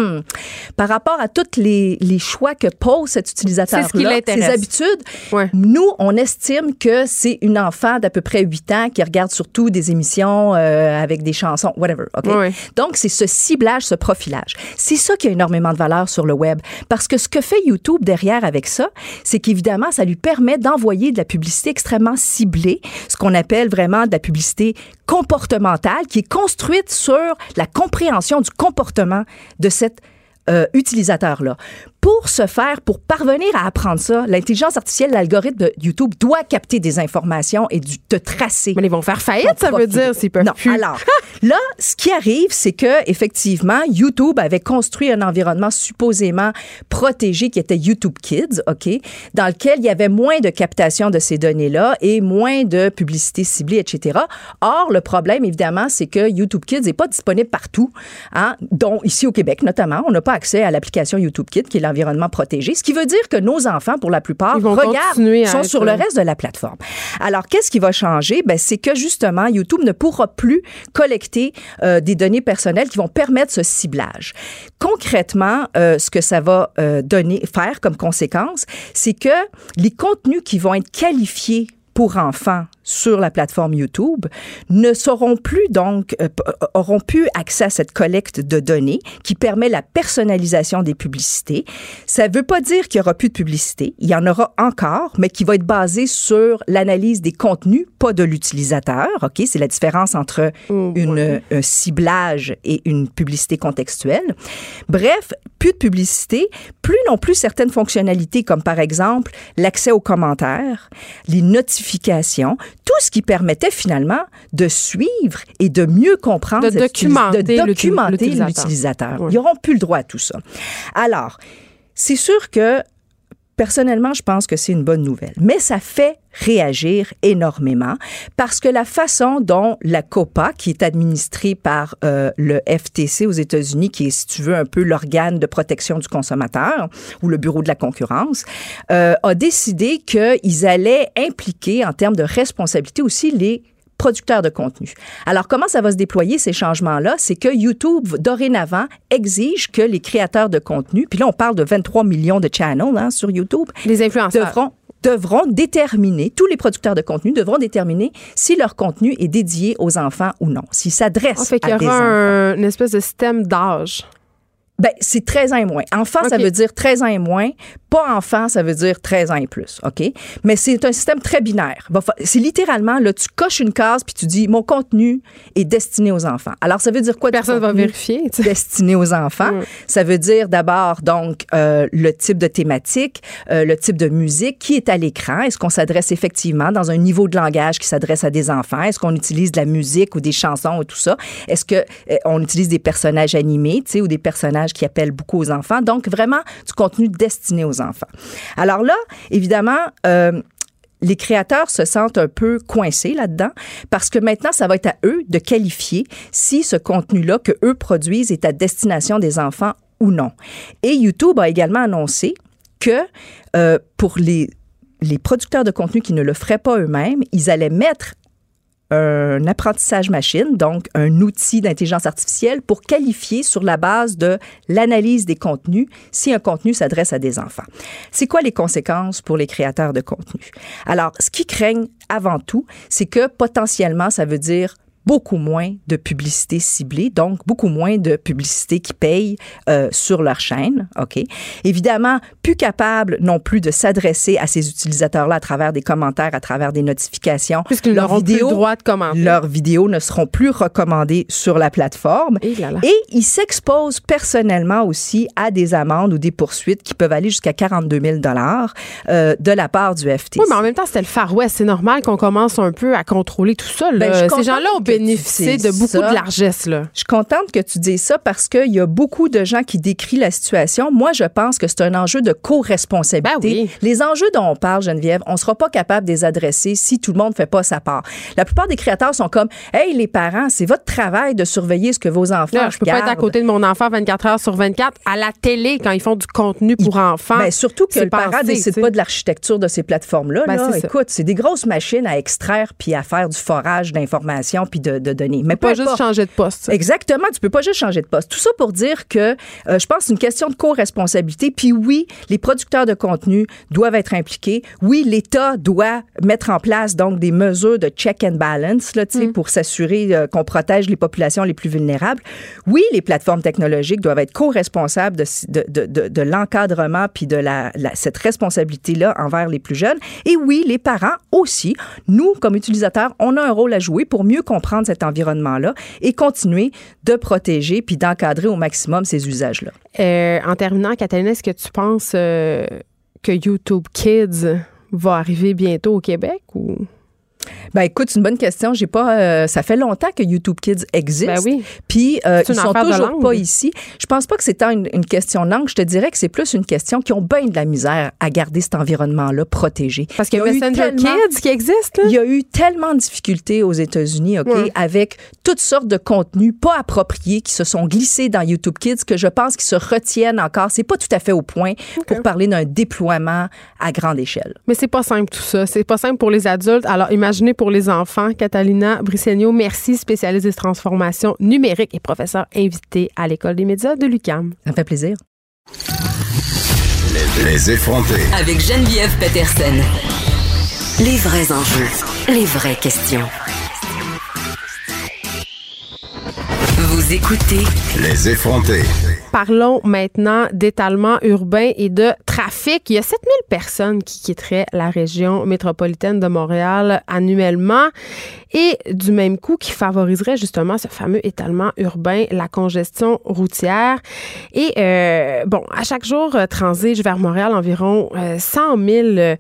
par rapport à tous les choix que pose cet utilisateur-là, ses habitudes, nous, on estime que c'est une enfant d'à peu près 8 ans qui regarde surtout des émissions avec des chansons, whatever. Okay? Donc, c'est ce ciblage, ce profilage. C'est ça qui a énormément de valeur sur le web. Parce que ce que fait YouTube derrière avec ça, c'est qu'évidemment, ça lui permet d'envoyer de la publicité extrêmement ciblée, ce qu'on appelle vraiment de la publicité comportementale qui est construite sur la compréhension du comportement de cet utilisateur-là. Pour parvenir à apprendre ça, l'intelligence artificielle, l'algorithme de YouTube doit capter des informations et te tracer. Mais ils vont faire faillite, ça veut dire, s'ils peuvent plus. Alors, là, ce qui arrive, c'est que effectivement, YouTube avait construit un environnement supposément protégé qui était YouTube Kids, OK, dans lequel il y avait moins de captation de ces données-là et moins de publicité ciblée, etc. Or, le problème, évidemment, c'est que YouTube Kids n'est pas disponible partout, hein, dont ici au Québec, notamment. On n'a pas accès à l'application YouTube Kids, qui est l'environnement protégé, ce qui veut dire que nos enfants, pour la plupart, sont sur le reste de la plateforme. Alors, qu'est-ce qui va changer? Ben, c'est que, justement, YouTube ne pourra plus collecter des données personnelles qui vont permettre ce ciblage. Concrètement, ce que ça va faire comme conséquence, c'est que les contenus qui vont être qualifiés pour enfants sur la plateforme YouTube ne seront plus donc auront plus accès à cette collecte de données qui permet la personnalisation des publicités. Ça veut pas dire qu'il y aura plus de publicité, il y en aura encore, mais qui va être basée sur l'analyse des contenus, pas de l'utilisateur. OK, c'est la différence entre un ciblage et une publicité contextuelle. Bref, plus de publicité, plus non plus certaines fonctionnalités comme par exemple l'accès aux commentaires, les notifications, tout ce qui permettait finalement de suivre et de mieux comprendre, de documenter l'utilisateur. Ils n'auront plus le droit à tout ça. Alors, c'est sûr que personnellement, je pense que c'est une bonne nouvelle, mais ça fait réagir énormément parce que la façon dont la COPPA, qui est administrée par le FTC aux États-Unis, qui est, si tu veux, un peu l'organe de protection du consommateur ou le bureau de la concurrence, a décidé qu'ils allaient impliquer en termes de responsabilité aussi les producteurs de contenu. Alors, comment ça va se déployer, ces changements-là? C'est que YouTube, dorénavant, exige que les créateurs de contenu, puis là, on parle de 23 millions de channels sur YouTube, les influenceurs devront déterminer, tous les producteurs de contenu devront déterminer si leur contenu est dédié aux enfants ou non, s'il s'adresse à des enfants. Il y aura une espèce de système d'âge. Ben, c'est 13 ans et moins. Enfant, ça veut dire 13 ans et moins. Pas enfant, ça veut dire 13 ans et plus, OK? Mais c'est un système très binaire. C'est littéralement, là, tu coches une case puis tu dis, mon contenu est destiné aux enfants. Alors, ça veut dire quoi? Personne ne va vérifier. Destiné aux enfants. Ça veut dire d'abord, donc, le type de thématique, le type de musique, qui est à l'écran. Est-ce qu'on s'adresse effectivement dans un niveau de langage qui s'adresse à des enfants? Est-ce qu'on utilise de la musique ou des chansons ou tout ça? Est-ce qu'on utilise des personnages animés, tu sais, ou des personnages qui appellent beaucoup aux enfants? Donc, vraiment, du contenu destiné aux enfants. Alors là, évidemment, les créateurs se sentent un peu coincés là-dedans parce que maintenant, ça va être à eux de qualifier si ce contenu-là que eux produisent est à destination des enfants ou non. Et YouTube a également annoncé que pour les producteurs de contenu qui ne le feraient pas eux-mêmes, ils allaient mettre un apprentissage machine, donc un outil d'intelligence artificielle pour qualifier sur la base de l'analyse des contenus si un contenu s'adresse à des enfants. C'est quoi les conséquences pour les créateurs de contenu? Alors, ce qu'ils craignent avant tout, c'est que potentiellement, ça veut dire beaucoup moins de publicité ciblée, donc beaucoup moins de publicité qui paye sur leur chaîne, OK? Évidemment, plus capable non plus de s'adresser à ces utilisateurs-là à travers des commentaires, à travers des notifications. Puisqu'ils n'auront plus le droit de commenter. Leurs vidéos ne seront plus recommandées sur la plateforme. Et ils s'exposent personnellement aussi à des amendes ou des poursuites qui peuvent aller jusqu'à 42 000 de la part du FTC. Oui, mais en même temps, c'était le Far West. C'est normal qu'on commence un peu à contrôler tout ça. Là. Ces gens-là ont bénéficier de beaucoup de largesse, là. Je suis contente que tu dises ça parce qu'il y a beaucoup de gens qui décrivent la situation. Moi, je pense que c'est un enjeu de co-responsabilité. Ben oui. Les enjeux dont on parle, Geneviève, on ne sera pas capable de les adresser si tout le monde ne fait pas sa part. La plupart des créateurs sont comme « Hey, les parents, c'est votre travail de surveiller ce que vos enfants regardent. » Je peux pas être à côté de mon enfant 24 heures sur 24 à la télé quand ils font du contenu pour enfants. Ben, surtout que le parent ne décide pas de l'architecture de ces plateformes-là. Ben, là. Écoute, c'est des grosses machines à extraire puis à faire du forage d'informations puis de données. Mais pas juste changer de poste. Exactement, tu peux pas juste changer de poste. Tout ça pour dire que je pense que c'est une question de co-responsabilité. Puis oui, les producteurs de contenu doivent être impliqués. Oui, l'État doit mettre en place donc des mesures de check and balance là, pour s'assurer qu'on protège les populations les plus vulnérables. Oui, les plateformes technologiques doivent être co-responsables de l'encadrement puis de cette responsabilité-là envers les plus jeunes. Et oui, les parents aussi, nous, comme utilisateurs, on a un rôle à jouer pour mieux comprendre cet environnement-là et continuer de protéger puis d'encadrer au maximum ces usages-là. En terminant, Catalina, est-ce que tu penses que YouTube Kids va arriver bientôt au Québec ou... Ben écoute, c'est une bonne question. J'ai pas. Ça fait longtemps que YouTube Kids existe. Ben oui. Puis ils sont toujours pas ici. Je pense pas que c'est tant une question de langue. Je te dirais que c'est plus une question qui ont bien de la misère à garder cet environnement-là protégé. Parce qu'il y a Messenger Kids qui existe. Là. Il y a eu tellement de difficultés aux États-Unis, avec toutes sortes de contenus pas appropriés qui se sont glissés dans YouTube Kids que je pense qu'ils se retiennent encore. C'est pas tout à fait au point pour parler d'un déploiement à grande échelle. Mais c'est pas simple tout ça. C'est pas simple pour les adultes. Alors imaginez pour les enfants. Catalina Bricegno, merci, spécialiste des transformations numériques et professeur invité à l'École des médias de l'UQAM. Ça me fait plaisir. Les effrontés. Avec Geneviève Peterson. Les vrais enjeux, les vraies questions. Vous écoutez Les effrontés. Parlons maintenant d'étalement urbain et de trafic. Il y a 7000 personnes qui quitteraient la région métropolitaine de Montréal annuellement et du même coup qui favoriserait justement ce fameux étalement urbain, la congestion routière. Et à chaque jour transige vers Montréal environ 100 000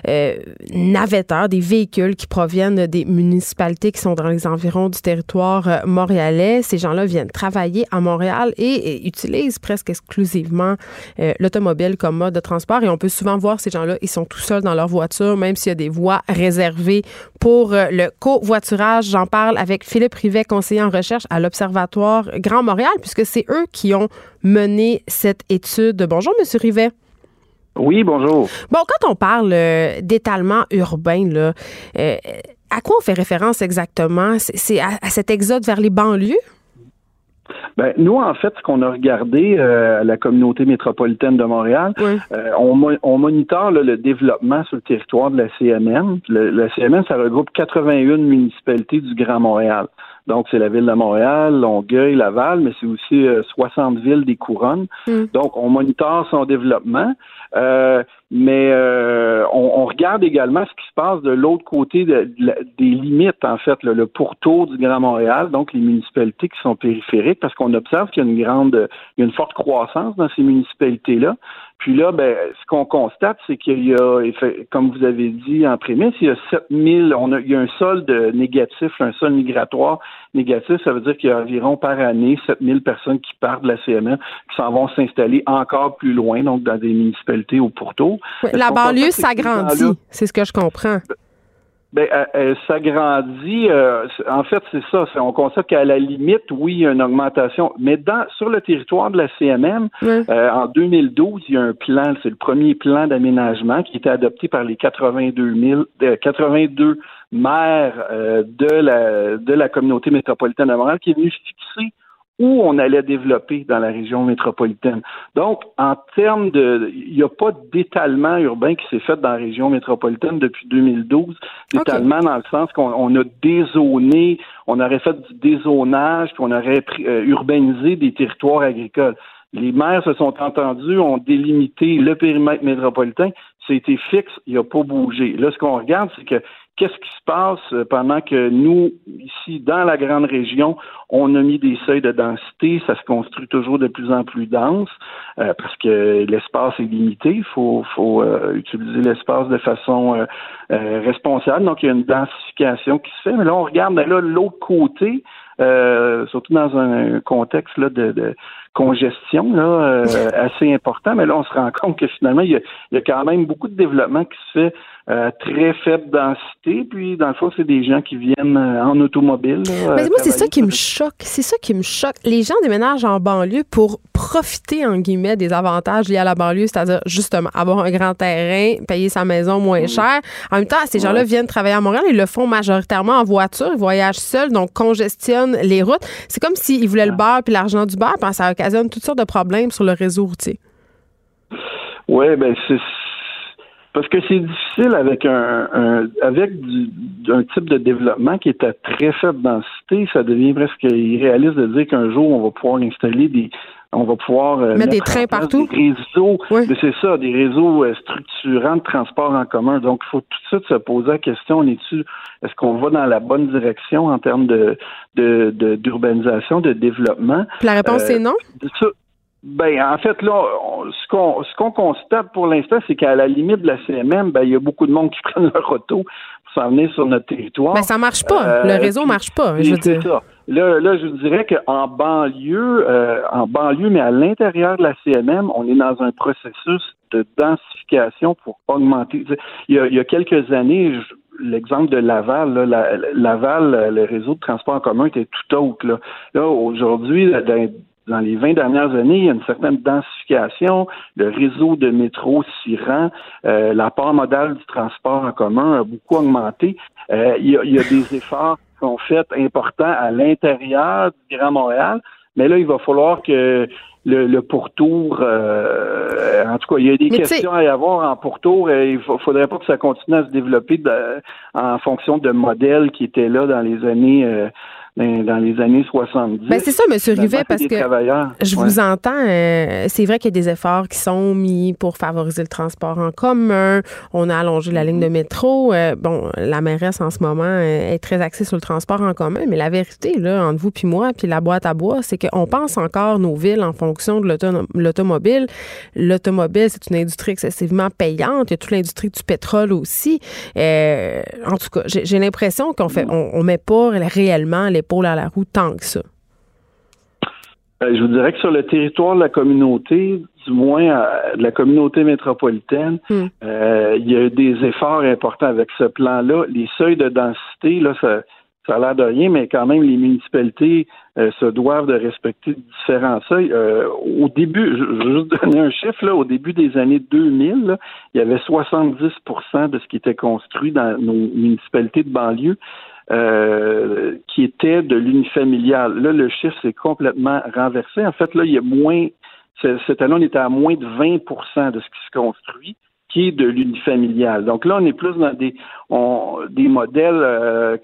navetteurs, des véhicules qui proviennent des municipalités qui sont dans les environs du territoire montréalais. Ces gens-là viennent travailler à Montréal et utilisent presque exclusivement l'automobile comme mode de transport. Et on peut souvent voir ces gens-là, ils sont tout seuls dans leur voiture, même s'il y a des voies réservées pour le covoiturage. J'en parle avec Philippe Rivet, conseiller en recherche à l'Observatoire Grand Montréal, puisque c'est eux qui ont mené cette étude. Bonjour, M. Rivet. Oui, bonjour. Bon, quand on parle d'étalement urbain, là, à quoi on fait référence exactement? C'est à cet exode vers les banlieues? Ben, nous, en fait, ce qu'on a regardé à la communauté métropolitaine de Montréal, on monitore le développement sur le territoire de la CMM. La CMM, ça regroupe 81 municipalités du Grand Montréal. Donc, c'est la ville de Montréal, Longueuil, Laval, mais c'est aussi 60 villes des couronnes. Donc, on monitore son développement. Mais on regarde également ce qui se passe de l'autre côté des limites, en fait, le pourtour du Grand Montréal, donc les municipalités qui sont périphériques, parce qu'on observe qu'il y a une forte croissance dans ces municipalités-là. Puis là, ce qu'on constate, c'est qu'il y a, comme vous avez dit en prémisse, il y a 7000, il y a un solde négatif, un solde migratoire négatif. Ça veut dire qu'il y a environ par année 7000 personnes qui partent de la CMM, qui s'en vont s'installer encore plus loin, donc dans des municipalités au pourtour. La banlieue s'agrandit, c'est ce que je comprends. Elle s'agrandit. En fait, c'est ça. On constate qu'à la limite, oui, il y a une augmentation. Mais sur le territoire de la CMM, en 2012, il y a un plan. C'est le premier plan d'aménagement qui était adopté par les 82 maires de la communauté métropolitaine de Montréal, qui est venu fixer où on allait développer dans la région métropolitaine. Donc, en termes il n'y a pas d'étalement urbain qui s'est fait dans la région métropolitaine depuis 2012. D'étalement dans le sens qu'on a dézoné, on aurait fait du dézonage, puis on aurait urbanisé des territoires agricoles. Les maires se sont entendus, ont délimité le périmètre métropolitain. C'était fixe, il n'a pas bougé. Là, ce qu'on regarde, c'est qu'il qu'est-ce qui se passe pendant que nous, ici, dans la grande région, on a mis des seuils de densité, ça se construit toujours de plus en plus dense, parce que l'espace est limité, il faut utiliser l'espace de façon responsable, donc il y a une densification qui se fait, mais là, on regarde là l'autre côté, surtout dans un contexte là, de congestion là, assez important, mais là, on se rend compte que finalement, il y a quand même beaucoup de développement qui se fait très faible densité, puis dans le fond, c'est des gens qui viennent en automobile. Mais moi, c'est ça qui me choque. C'est ça qui me choque. Les gens déménagent en banlieue pour profiter, en guillemets, des avantages liés à la banlieue, c'est-à-dire justement avoir un grand terrain, payer sa maison moins cher. En même temps, ces gens-là viennent travailler à Montréal, ils le font majoritairement en voiture, ils voyagent seuls, donc congestionnent les routes. C'est comme s'ils voulaient le beurre puis l'argent du beurre, puis ça occasionne toutes sortes de problèmes sur le réseau routier. Oui, ben c'est parce que c'est difficile avec un type de développement qui est à très faible densité, ça devient presque irréaliste de dire qu'un jour on va pouvoir installer on va pouvoir mettre des trains partout. Des réseaux, c'est ça, des réseaux structurants de transport en commun. Donc, il faut tout de suite se poser la question, est-ce qu'on va dans la bonne direction en termes d'urbanisation, de développement? Puis la réponse est non? En fait, là, ce qu'on constate pour l'instant, c'est qu'à la limite de la CMM, il y a beaucoup de monde qui prennent leur auto pour s'en venir sur notre territoire. Mais ça marche pas. Le réseau marche pas, je veux dire. C'est ça. Là, je dirais qu'en banlieue, mais à l'intérieur de la CMM, on est dans un processus de densification pour augmenter. Il y a quelques années, l'exemple de Laval, là, Laval, le réseau de transport en commun était tout autre. Là aujourd'hui, dans les 20 dernières années, il y a une certaine densification, le réseau de métro s'y rend, la part modale du transport en commun a beaucoup augmenté. Il y a des efforts qui sont faits importants à l'intérieur du Grand Montréal, mais là, il va falloir que le pourtour, en tout cas, il y a des questions à y avoir en pourtour. Il faudrait pas que ça continue à se développer en fonction de modèles qui étaient là dans les années 70. Ben c'est ça, M. Rivet, parce que je vous entends. C'est vrai qu'il y a des efforts qui sont mis pour favoriser le transport en commun. On a allongé la ligne de métro. La mairesse, en ce moment, est très axée sur le transport en commun, mais la vérité, là, entre vous puis moi, puis la boîte à bois, c'est qu'on pense encore nos villes en fonction de l'automobile. L'automobile, c'est une industrie excessivement payante. Il y a toute l'industrie du pétrole aussi. En tout cas, j'ai l'impression on met pas réellement l'épaule à la roue tant que ça. Je vous dirais que sur le territoire de la communauté, du moins de la communauté métropolitaine, il y a des efforts importants avec ce plan-là. Les seuils de densité, là, ça a l'air de rien, mais quand même, les municipalités se doivent de respecter différents seuils. Au début, je vais juste donner un chiffre, là, au début des années 2000, là, il y avait 70% de ce qui était construit dans nos municipalités de banlieue qui était de l'unifamilial. Là, le chiffre s'est complètement renversé. En fait, là, il y a cette année, on était à moins de 20% de ce qui se construit qui est de l'unifamilial. Donc là, on est plus dans des modèles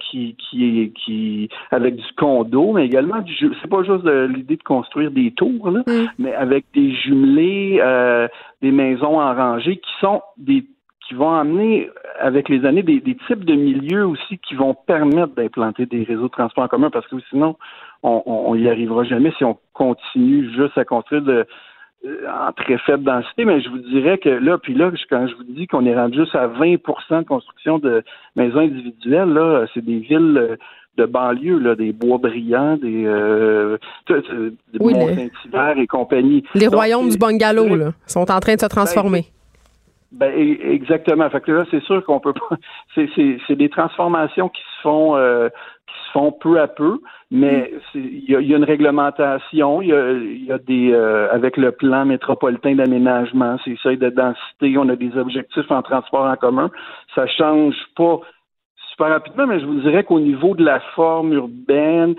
qui avec du condo, mais également c'est pas juste l'idée de construire des tours, là, mais avec des jumelés, des maisons en rangée qui vont amener, avec les années, des types de milieux aussi qui vont permettre d'implanter des réseaux de transport en commun, parce que sinon, on y arrivera jamais si on continue juste à construire en très faible densité. Mais je vous dirais que là, quand je vous dis qu'on est rendu juste à 20% de construction de maisons individuelles, là, c'est des villes de banlieue, là, des Bois-Brillant, des Mont-Saint-Hilaire et compagnie. Les royaumes du bungalow, là, sont en train de se transformer. Exactement. Fait que là, c'est sûr qu'on peut pas. C'est des transformations qui se font peu à peu, mais il y a une réglementation. Il y a des avec le plan métropolitain d'aménagement, ces seuils de densité, on a des objectifs en transport en commun. Ça change pas super rapidement, mais je vous dirais qu'au niveau de la forme urbaine,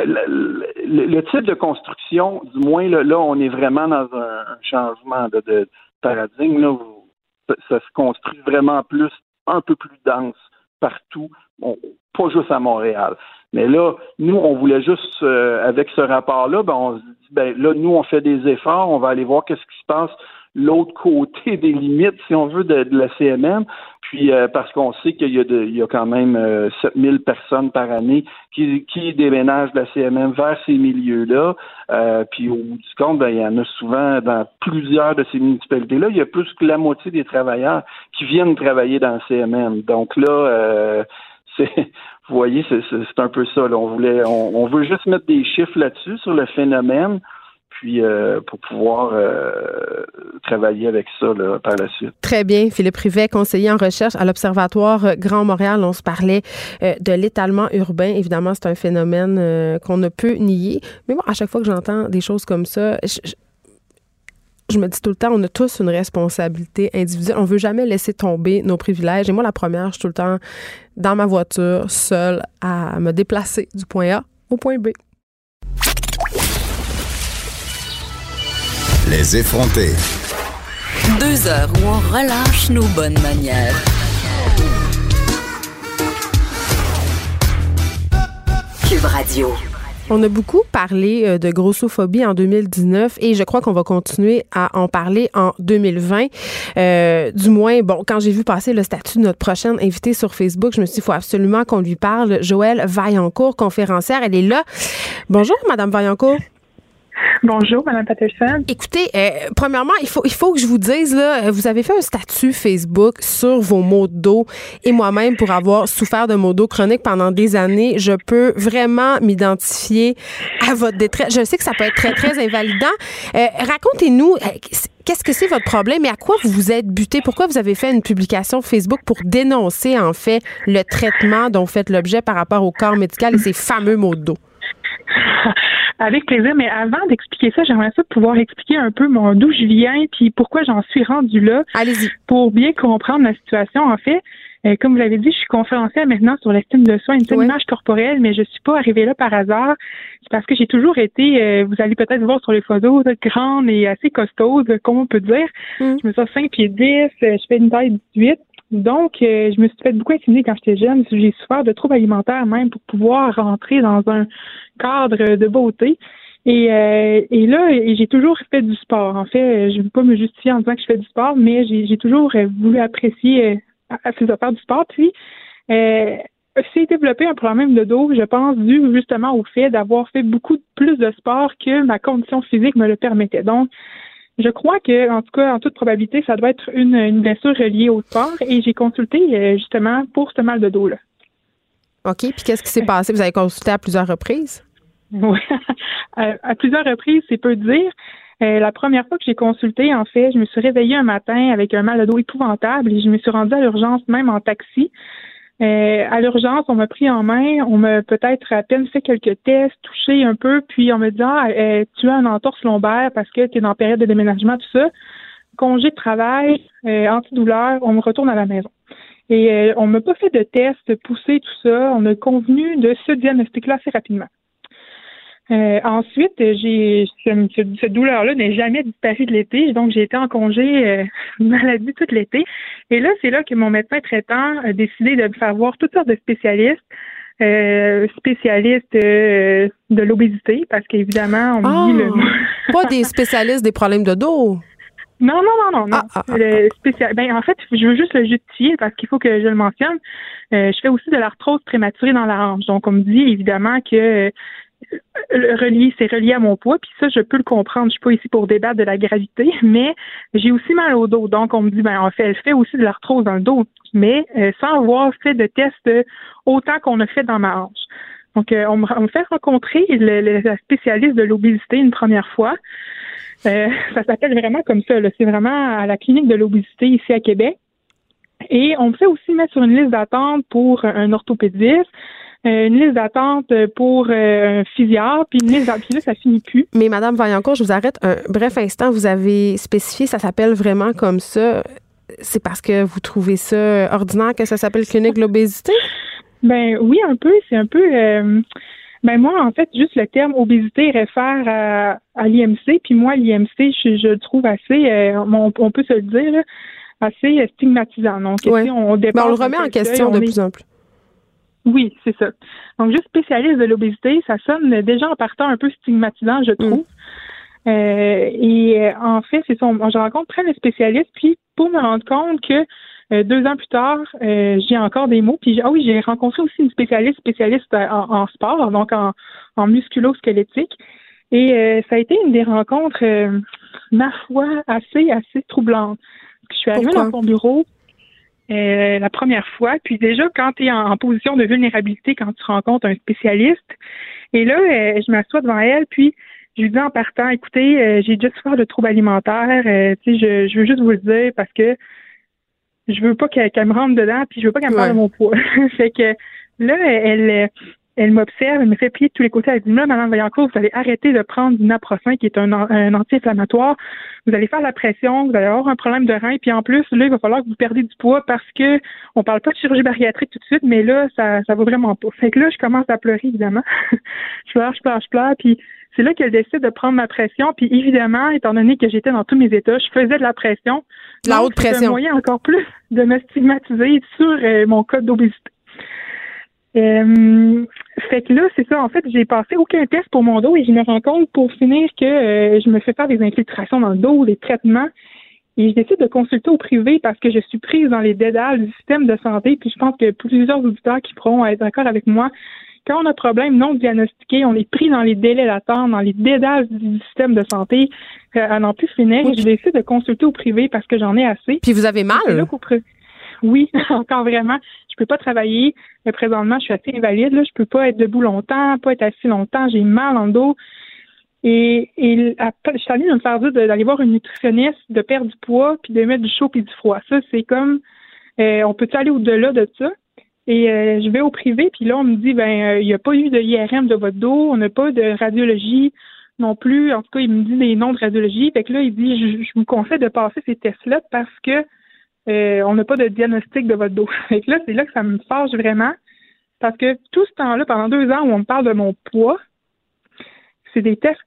le type de construction, du moins là, on est vraiment dans un changement de paradigme là. Ça se construit vraiment un peu plus dense partout, pas juste à Montréal. Mais là, nous, on voulait juste, avec ce rapport-là, on se dit, là, nous, on fait des efforts, on va aller voir qu'est-ce qui se passe l'autre côté des limites, si on veut, de la CMM. Puis parce qu'on sait qu'il y a quand même 7000 personnes par année qui déménagent de la CMM vers ces milieux-là. Puis au bout du compte, il y en a souvent dans plusieurs de ces municipalités-là. Il y a plus que la moitié des travailleurs qui viennent travailler dans la CMM. Donc là, vous voyez, c'est un peu ça. Là. On veut juste mettre des chiffres là-dessus sur le phénomène. Puis pour pouvoir travailler avec ça là, par la suite. Très bien. Philippe Rivet, conseiller en recherche à l'Observatoire Grand Montréal. On se parlait de l'étalement urbain. Évidemment, c'est un phénomène qu'on ne peut nier. Mais moi, à chaque fois que j'entends des choses comme ça, je me dis tout le temps, on a tous une responsabilité individuelle. On ne veut jamais laisser tomber nos privilèges. Et moi, la première, je suis tout le temps dans ma voiture, seule, à me déplacer du point A au point B. Les effrontés. 2 heures où on relâche nos bonnes manières. Cube Radio. On a beaucoup parlé de grossophobie en 2019 et je crois qu'on va continuer à en parler en 2020. Du moins, bon, quand j'ai vu passer le statut de notre prochaine invitée sur Facebook, je me suis dit, il faut absolument qu'on lui parle. Joëlle Vaillancourt, conférencière, elle est là. Bonjour, Madame Vaillancourt. Bonjour, Mme Patterson. Écoutez, premièrement, il faut que je vous dise, là, vous avez fait un statut Facebook sur vos maux de dos et moi-même, pour avoir souffert de maux de dos chroniques pendant des années, je peux vraiment m'identifier à votre détresse. Je sais que ça peut être très, très invalidant. Racontez-nous, qu'est-ce que c'est votre problème et à quoi vous vous êtes buté? Pourquoi vous avez fait une publication Facebook pour dénoncer, en fait, le traitement dont vous faites l'objet par rapport au corps médical et ces fameux maux de dos? Avec plaisir, mais avant d'expliquer ça, j'aimerais ça pouvoir expliquer un peu d'où je viens puis pourquoi j'en suis rendue là. Allez-y. Pour bien comprendre la situation, en fait. Comme vous l'avez dit, je suis conférencière maintenant sur l'estime de soi, une image corporelle, mais je suis pas arrivée là par hasard. C'est parce que j'ai toujours été, vous allez peut-être voir sur les photos, grande et assez costaude, comme on peut dire. Je me sens 5 pieds 10, je fais une taille 18. Donc, je me suis fait beaucoup intimider quand j'étais jeune. J'ai souffert de troubles alimentaires même pour pouvoir rentrer dans un cadre de beauté. Et là, j'ai toujours fait du sport. En fait, je ne veux pas me justifier en disant que je fais du sport, mais j'ai toujours voulu apprécier faire du sport. Puis, c'est développé un problème de dos, je pense, dû justement au fait d'avoir fait beaucoup plus de sport que ma condition physique me le permettait. Donc, je crois que, en tout cas, en toute probabilité, ça doit être une blessure reliée au sport et j'ai consulté justement pour ce mal de dos-là. OK. Puis qu'est-ce qui s'est passé? Vous avez consulté à plusieurs reprises? Oui. À plusieurs reprises, c'est peu dire. La première fois que j'ai consulté, en fait, je me suis réveillée un matin avec un mal de dos épouvantable et je me suis rendue à l'urgence même en taxi. À l'urgence, on m'a pris en main, on m'a peut-être à peine fait quelques tests, touché un peu, puis on me dit tu as une entorse lombaire parce que tu es dans la période de déménagement, tout ça. Congé de travail, antidouleur, on me retourne à la maison. Et on m'a pas fait de tests poussés, tout ça. On a convenu de ce diagnostic-là assez rapidement. Ensuite, cette douleur-là n'est jamais disparu de l'été, donc j'ai été en congé maladie tout l'été. Et là, c'est là que mon médecin traitant a décidé de me faire voir toutes sortes de spécialistes, de l'obésité, parce qu'évidemment, on me dit pas des spécialistes des problèmes de dos. Non. En fait, je veux juste le justifier parce qu'il faut que je le mentionne. Je fais aussi de l'arthrose prématurée dans la hanche. Donc, on me dit évidemment que c'est relié à mon poids, puis ça, je peux le comprendre. Je suis pas ici pour débattre de la gravité, mais j'ai aussi mal au dos. Donc, on me dit, en fait, elle fait aussi de l'arthrose dans le dos, mais sans avoir fait de tests autant qu'on a fait dans ma hanche. Donc, on me fait rencontrer la spécialiste de l'obésité une première fois. Ça s'appelle vraiment comme ça, là. C'est vraiment à la clinique de l'obésité ici à Québec. Et on me fait aussi mettre sur une liste d'attente pour un orthopédiste, une liste d'attente pour un physiatre, puis une liste d'attente, puis là, ça finit plus. Mais Madame Vaillancourt, je vous arrête un bref instant. Vous avez spécifié, ça s'appelle vraiment comme ça. C'est parce que vous trouvez ça ordinaire que ça s'appelle clinique de l'obésité? Ben oui, un peu. C'est un peu... moi, en fait, juste le terme obésité réfère à l'IMC, puis moi, l'IMC, je le trouve assez, on peut se le dire, là, assez stigmatisant. Donc, si on le remet en question de plus en plus. Oui, c'est ça. Donc, juste spécialiste de l'obésité, ça sonne déjà en partant un peu stigmatisant, je trouve. En fait, c'est ça. Je rencontre plein de spécialistes, puis pour me rendre compte que 2 ans plus tard, j'ai encore des maux. Puis j'ai rencontré aussi une spécialiste en sport, donc en musculo-squelettique. Et ça a été une des rencontres, ma foi, assez troublante. Je suis arrivée dans son bureau la première fois, puis déjà, quand tu es en position de vulnérabilité, quand tu rencontres un spécialiste, et là, je m'assois devant elle, puis je lui dis en partant, écoutez, j'ai déjà souffert de troubles alimentaires, je veux juste vous le dire parce que je veux pas qu'elle me rentre dedans, puis je veux pas qu'elle me parle de mon poids. Fait que là, elle m'observe, elle me fait plier de tous les côtés. Elle dit, là, Mme Vaillancourt, vous allez arrêter de prendre du naproxen, qui est un anti-inflammatoire. Vous allez faire la pression, vous allez avoir un problème de rein. Puis en plus, là, il va falloir que vous perdiez du poids parce que on parle pas de chirurgie bariatrique tout de suite, mais là, ça va vraiment pas. Fait que là, je commence à pleurer, évidemment. je pleure. Puis c'est là qu'elle décide de prendre ma pression. Puis évidemment, étant donné que j'étais dans tous mes états, je faisais de la pression. La haute pression. C'est un moyen encore plus de me stigmatiser sur mon code d'obésité. Fait que là, c'est ça. En fait, j'ai passé aucun test pour mon dos et je me rends compte pour finir que je me fais faire des infiltrations dans le dos, des traitements. Et je décide de consulter au privé parce que je suis prise dans les dédales du système de santé. Puis je pense que plusieurs auditeurs qui pourront être d'accord avec moi, quand on a un problème non diagnostiqué, on est pris dans les délais d'attente, dans les dédales du système de santé à n'en plus finir. Et je décide de consulter au privé parce que j'en ai assez. Puis vous avez mal? Oui, encore vraiment. Je peux pas travailler. Mais présentement, je suis assez invalide. Là. Je peux pas être debout longtemps, pas être assis longtemps. J'ai mal dans le dos. Et je suis allée me faire dire d'aller voir une nutritionniste, de perdre du poids, puis de mettre du chaud puis du froid. Ça, c'est comme, on peut-tu aller au-delà de ça? Et je vais au privé, puis là, on me dit, il n'y a pas eu de IRM de votre dos, on n'a pas de radiologie non plus. En tout cas, il me dit des noms de radiologie. Fait que là, il dit, je vous conseille de passer ces tests-là parce que on n'a pas de diagnostic de votre dos. Fait que là, c'est là que ça me fâche vraiment. Parce que tout ce temps-là, pendant 2 ans où on me parle de mon poids, c'est des tests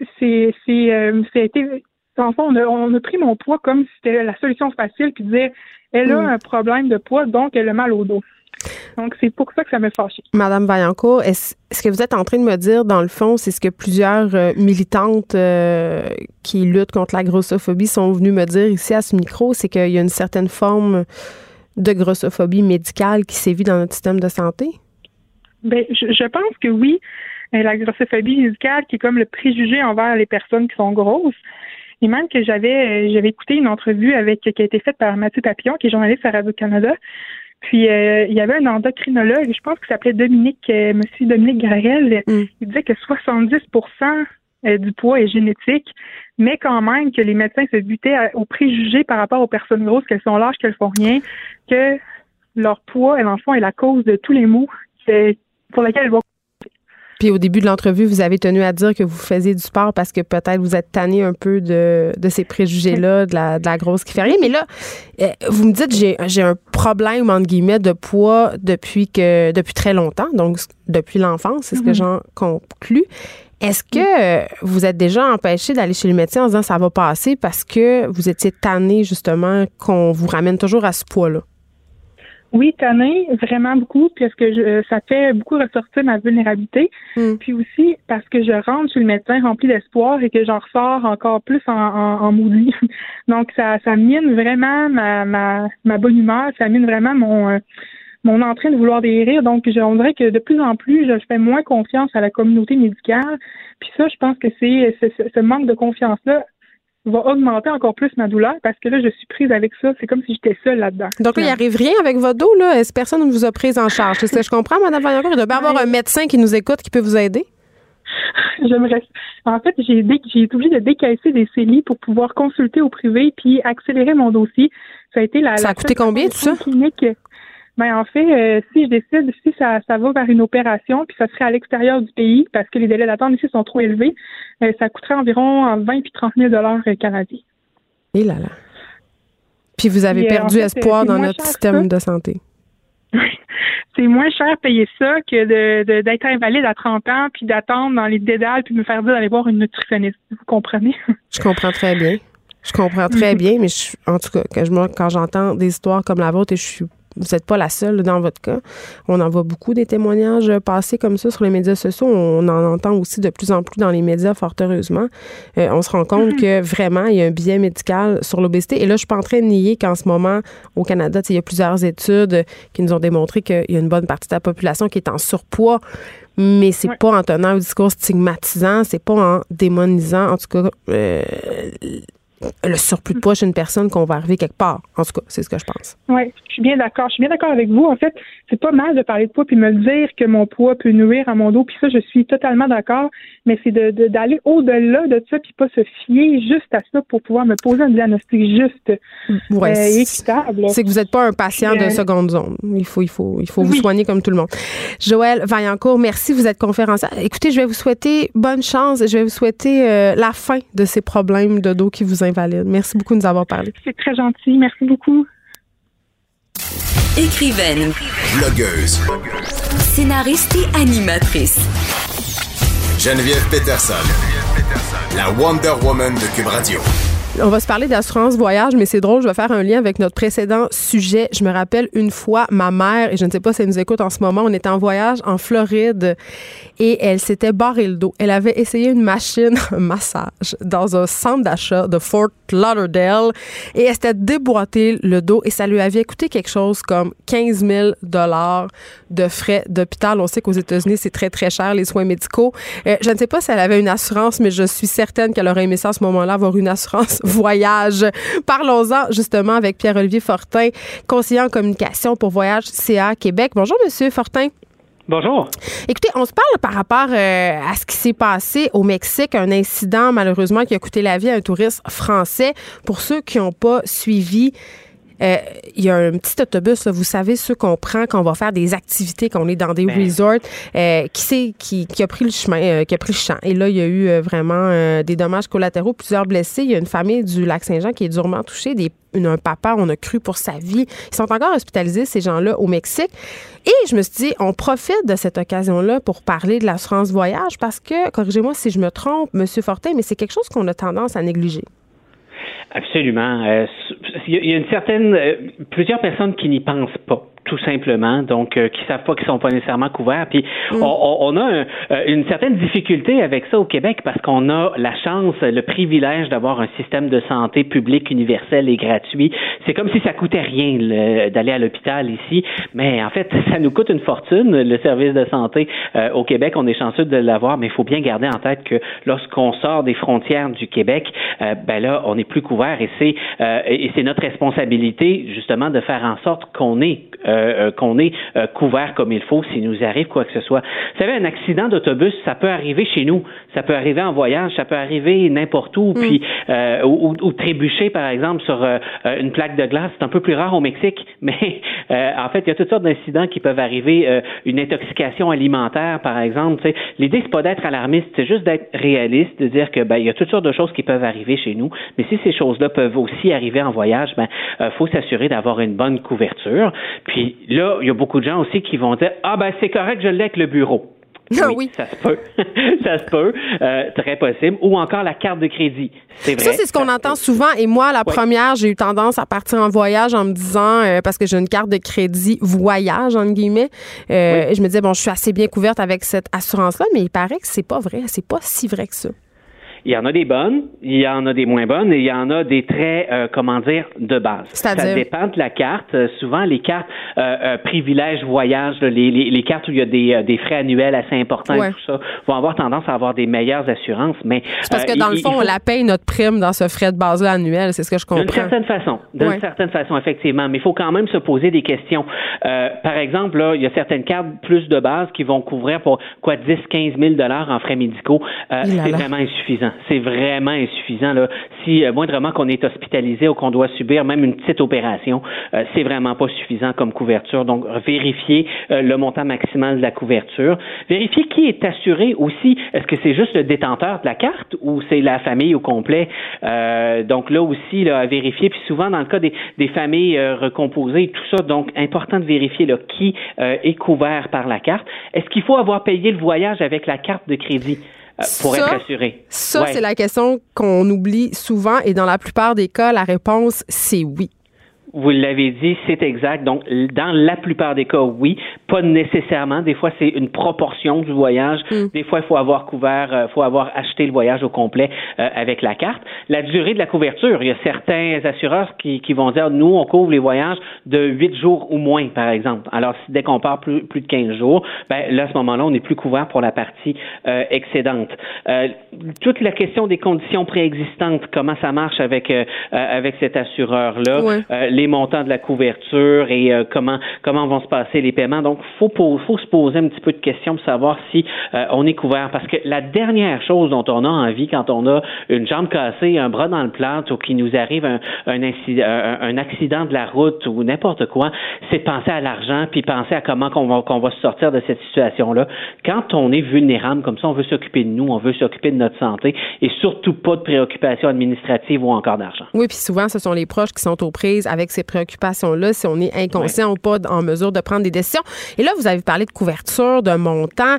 en fond, on a pris mon poids comme si c'était la solution facile, puis dire elle a un problème de poids, donc elle a mal au dos. Donc, c'est pour ça que ça me fâche. Madame Vaillancourt, est-ce que vous êtes en train de me dire, dans le fond, c'est ce que plusieurs militantes qui luttent contre la grossophobie sont venues me dire ici à ce micro, c'est qu'il y a une certaine forme de grossophobie médicale qui sévit dans notre système de santé? Bien, je pense que oui. La grossophobie médicale qui est comme le préjugé envers les personnes qui sont grosses. Et même que j'avais écouté une entrevue qui a été faite par Mathieu Papillon, qui est journaliste à Radio-Canada. Puis, il y avait un endocrinologue, je pense qu'il s'appelait Monsieur Dominique Garel. Il disait que 70% du poids est génétique, mais quand même que les médecins se butaient aux préjugés par rapport aux personnes grosses, qu'elles sont lâches, qu'elles font rien, que leur poids, dans le fond, est la cause de tous les maux pour lesquels elles vont. Puis au début de l'entrevue, vous avez tenu à dire que vous faisiez du sport parce que peut-être vous êtes tanné un peu de ces préjugés-là, de la grosse qui fait rien. Mais là, vous me dites j'ai un problème, entre guillemets, de poids depuis très longtemps, donc depuis l'enfance, c'est ce que j'en conclus. Est-ce que vous êtes déjà empêché d'aller chez le médecin en disant ça va passer parce que vous étiez tanné, justement, qu'on vous ramène toujours à ce poids-là? Oui, tanné, vraiment beaucoup, parce que ça fait beaucoup ressortir ma vulnérabilité. Puis aussi parce que je rentre chez le médecin rempli d'espoir et que j'en ressors encore plus en maudit. Donc, ça mine vraiment ma bonne humeur, ça mine vraiment mon entrain de vouloir guérir. Donc, on dirait que de plus en plus, je fais moins confiance à la communauté médicale. Puis ça, je pense que c'est ce manque de confiance-là va augmenter encore plus ma douleur parce que là, je suis prise avec ça. C'est comme si j'étais seule là-dedans. Donc là, il n'arrive rien avec votre dos, là? Est-ce que personne ne vous a prise en charge? C'est ce que je comprends, Mme Vaillancourt? Il doit bien avoir un médecin qui nous écoute, qui peut vous aider? En fait, j'ai été obligée de décaisser des CELI pour pouvoir consulter au privé puis accélérer mon dossier. Ça a été Ça a coûté combien, tout ça? Clinique. Ben, en fait, si je décide, si ça va vers une opération, puis ça serait à l'extérieur du pays, parce que les délais d'attente ici sont trop élevés, ça coûterait environ 20 puis 30 000 $ canadiens. Et là là. Puis vous avez perdu espoir dans notre système de santé. C'est moins cher payer ça que d'être invalide à 30 ans, puis d'attendre dans les dédales, puis me faire dire d'aller voir une nutritionniste. Vous comprenez? Je comprends très bien. Je comprends très bien, mais en tout cas, quand j'entends des histoires comme la vôtre, et je suis vous n'êtes pas la seule dans votre cas. On en voit beaucoup des témoignages passés comme ça sur les médias sociaux. On en entend aussi de plus en plus dans les médias, fort heureusement. On se rend compte que vraiment, il y a un biais médical sur l'obésité. Et là, je suis pas en train de nier qu'en ce moment, au Canada, il y a plusieurs études qui nous ont démontré qu'il y a une bonne partie de la population qui est en surpoids. Mais c'est pas en tenant un discours stigmatisant, c'est pas en démonisant, en tout cas, le surplus de poids chez une personne qu'on va arriver quelque part. En tout cas, c'est ce que je pense. Oui, je suis bien d'accord. Je suis bien d'accord avec vous. En fait, c'est pas mal de parler de poids puis me dire que mon poids peut nuire à mon dos. Puis ça, je suis totalement d'accord. Mais c'est d'aller au-delà de ça puis pas se fier juste à ça pour pouvoir me poser un diagnostic juste et équitable. C'est que vous n'êtes pas un patient de seconde zone. Il faut vous soigner comme tout le monde. Joëlle Vaillancourt, merci. Vous êtes conférencière. Écoutez, je vais vous souhaiter bonne chance. Je vais vous souhaiter la fin de ces problèmes de dos qui vous invalident. Merci beaucoup de nous avoir parlé. C'est très gentil. Merci beaucoup. Écrivaine. Blogueuse. Scénariste et animatrice. Geneviève Peterson. La Wonder Woman de Cube Radio. On va se parler d'assurance voyage, mais c'est drôle, je vais faire un lien avec notre précédent sujet. Je me rappelle une fois, ma mère, et je ne sais pas si elle nous écoute en ce moment, on était en voyage en Floride et elle s'était barré le dos. Elle avait essayé une machine massage dans un centre d'achat de Fort Lauderdale et elle s'était déboîté le dos et ça lui avait coûté quelque chose comme 15 000 $ de frais d'hôpital. On sait qu'aux États-Unis, c'est très, très cher, les soins médicaux. Je ne sais pas si elle avait une assurance, mais je suis certaine qu'elle aurait aimé ça à ce moment-là, avoir une assurance voyage. Parlons-en justement avec Pierre-Olivier Fortin, conseiller en communication pour Voyage CA Québec. Bonjour, Monsieur Fortin. Bonjour. Écoutez, on se parle par rapport à ce qui s'est passé au Mexique, un incident malheureusement qui a coûté la vie à un touriste français. Pour ceux qui n'ont pas suivi, il y a un petit autobus, là, vous savez, ceux qu'on prend quand on va faire des activités, quand on est dans des resorts, qui a pris le chemin, qui a pris le champ. Et là, il y a eu vraiment des dommages collatéraux, plusieurs blessés. Il y a une famille du Lac-Saint-Jean qui est durement touchée, un papa, on a cru pour sa vie. Ils sont encore hospitalisés, ces gens-là, au Mexique. Et je me suis dit, on profite de cette occasion-là pour parler de l'assurance voyage parce que, corrigez-moi si je me trompe, M. Fortin, mais c'est quelque chose qu'on a tendance à négliger. Absolument. Il y a une certaine, plusieurs personnes qui n'y pensent pas. Tout simplement, donc qui savent pas qu'ils sont pas nécessairement couverts. Puis on a une certaine difficulté avec ça au Québec parce qu'on a la chance, le privilège d'avoir un système de santé public universel et gratuit. C'est comme si ça coûtait rien d'aller à l'hôpital ici, mais en fait ça nous coûte une fortune le service de santé au Québec. On est chanceux de l'avoir, mais il faut bien garder en tête que lorsqu'on sort des frontières du Québec, ben là on n'est plus couvert et c'est notre responsabilité justement de faire en sorte qu'on est couvert comme il faut s'il nous arrive quoi que ce soit. Vous savez, un accident d'autobus, ça peut arriver chez nous, ça peut arriver en voyage, ça peut arriver n'importe où, puis ou trébucher par exemple sur une plaque de glace. C'est un peu plus rare au Mexique, mais en fait, il y a toutes sortes d'incidents qui peuvent arriver. Une intoxication alimentaire, par exemple. Tu sais, l'idée c'est pas d'être alarmiste, c'est juste d'être réaliste, de dire que il y a toutes sortes de choses qui peuvent arriver chez nous, mais si ces choses-là peuvent aussi arriver en voyage, faut s'assurer d'avoir une bonne couverture. Puis là, il y a beaucoup de gens aussi qui vont dire c'est correct, je l'ai avec le bureau. Oui, ça se peut. Ça se peut. Très possible. Ou encore la carte de crédit. C'est vrai. Ça, c'est ce qu'on entend souvent. Et moi, la première, j'ai eu tendance à partir en voyage en me disant, parce que j'ai une carte de crédit voyage, entre guillemets, je me disais, je suis assez bien couverte avec cette assurance-là, mais il paraît que c'est pas vrai. C'est pas si vrai que ça. Il y en a des bonnes, il y en a des moins bonnes et il y en a des très, de base. C'est-à-dire? Ça dépend de la carte. Souvent, les cartes privilèges voyage, les cartes où il y a des frais annuels assez importants et tout ça, vont avoir tendance à avoir des meilleures assurances. Mais c'est parce que dans le fond, on la paye notre prime dans ce frais de base-là annuel, c'est ce que je comprends. D'une certaine façon, effectivement. Mais il faut quand même se poser des questions. Par exemple, là, il y a certaines cartes plus de base qui vont couvrir pour 10-15 000 $ en frais médicaux. C'est vraiment insuffisant. C'est vraiment insuffisant. Là. Si moindrement qu'on est hospitalisé ou qu'on doit subir même une petite opération, c'est vraiment pas suffisant comme couverture. Donc, vérifier le montant maximal de la couverture. Vérifier qui est assuré aussi. Est-ce que c'est juste le détenteur de la carte ou c'est la famille au complet? Donc là aussi, à vérifier. Puis souvent, dans le cas des familles recomposées et tout ça, donc important de vérifier qui est couvert par la carte. Est-ce qu'il faut avoir payé le voyage avec la carte de crédit? Pour être assuré. Ça, c'est la question qu'on oublie souvent et dans la plupart des cas, la réponse, c'est oui. Vous l'avez dit, c'est exact. Donc, dans la plupart des cas, oui, pas nécessairement. Des fois, c'est une proportion du voyage. Des fois, il faut avoir acheté le voyage au complet avec la carte. La durée de la couverture, il y a certains assureurs qui vont dire, nous, on couvre les voyages de 8 jours ou moins, par exemple. Alors, dès qu'on part plus de 15 jours, là, à ce moment-là, on n'est plus couvert pour la partie excédente. Toute la question des conditions préexistantes, comment ça marche avec cet assureur-là, les montants de la couverture et comment vont se passer les paiements. Donc, faut se poser un petit peu de questions pour savoir si on est couvert. Parce que la dernière chose dont on a envie quand on a une jambe cassée, un bras dans le plâtre ou qu'il nous arrive un accident de la route ou n'importe quoi, c'est de penser à l'argent puis penser à comment qu'on va se sortir de cette situation-là. Quand on est vulnérable comme ça, on veut s'occuper de nous, on veut s'occuper de notre santé et surtout pas de préoccupations administratives ou encore d'argent. Oui, puis souvent, ce sont les proches qui sont aux prises avec ces préoccupations-là si on est inconscient ou pas en mesure de prendre des décisions. Et là, vous avez parlé de couverture, de montant.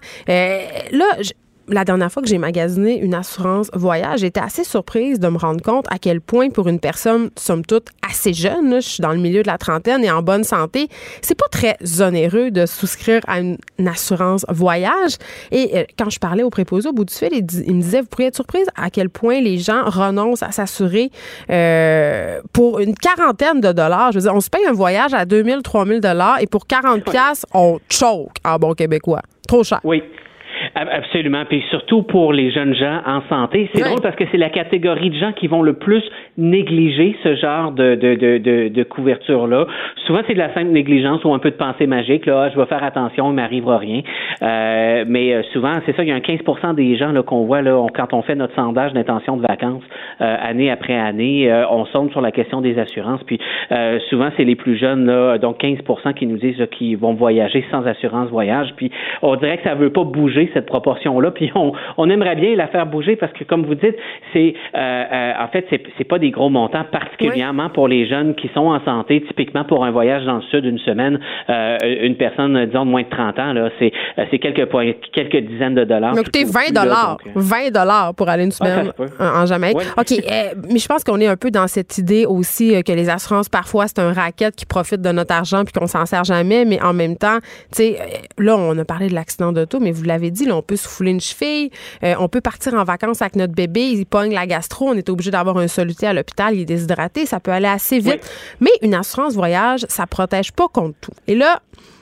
La dernière fois que j'ai magasiné une assurance voyage, j'étais assez surprise de me rendre compte à quel point pour une personne, somme toute, assez jeune, là, je suis dans le milieu de la trentaine et en bonne santé, c'est pas très onéreux de souscrire à une assurance voyage. Et quand je parlais au préposé au bout du fil, il me disait, vous pourriez être surprise à quel point les gens renoncent à s'assurer pour une quarantaine de dollars. Je veux dire, on se paye un voyage à 2 000, 3 000 dollars et pour 40 piastres, on choke en bon québécois. Trop cher. Oui. Absolument. Puis surtout pour les jeunes gens en santé. C'est drôle parce que c'est la catégorie de gens qui vont le plus négliger ce genre de couverture-là. Souvent, c'est de la simple négligence ou un peu de pensée magique. Là, je vais faire attention, il m'arrivera rien. Mais souvent, c'est ça, il y a un 15% des gens là, qu'on voit là, quand on fait notre sondage d'intention de vacances année après année, on sonde sur la question des assurances. Puis souvent, c'est les plus jeunes, là, donc 15% qui nous disent là, qu'ils vont voyager sans assurance voyage. Puis on dirait que ça veut pas bouger cette proportion-là, puis on aimerait bien la faire bouger parce que, comme vous dites, c'est en fait, c'est pas des gros montants, particulièrement pour les jeunes qui sont en santé. Typiquement, pour un voyage dans le sud, une semaine, une personne, disons, de moins de 30 ans, là, c'est quelques dizaines de dollars. Mais écoutez, 20 dollars pour aller une semaine en Jamaïque. Ouais. OK, mais je pense qu'on est un peu dans cette idée aussi que les assurances, parfois, c'est un racket qui profite de notre argent puis qu'on s'en sert jamais, mais en même temps, tu sais, là, on a parlé de l'accident d'auto, mais vous l'avez dit, là, on peut se fouler une cheville, on peut partir en vacances avec notre bébé, il pogne la gastro, on est obligé d'avoir un soluté à l'hôpital, il est déshydraté, ça peut aller assez vite. Oui. Mais une assurance voyage, ça protège pas contre tout. Et là,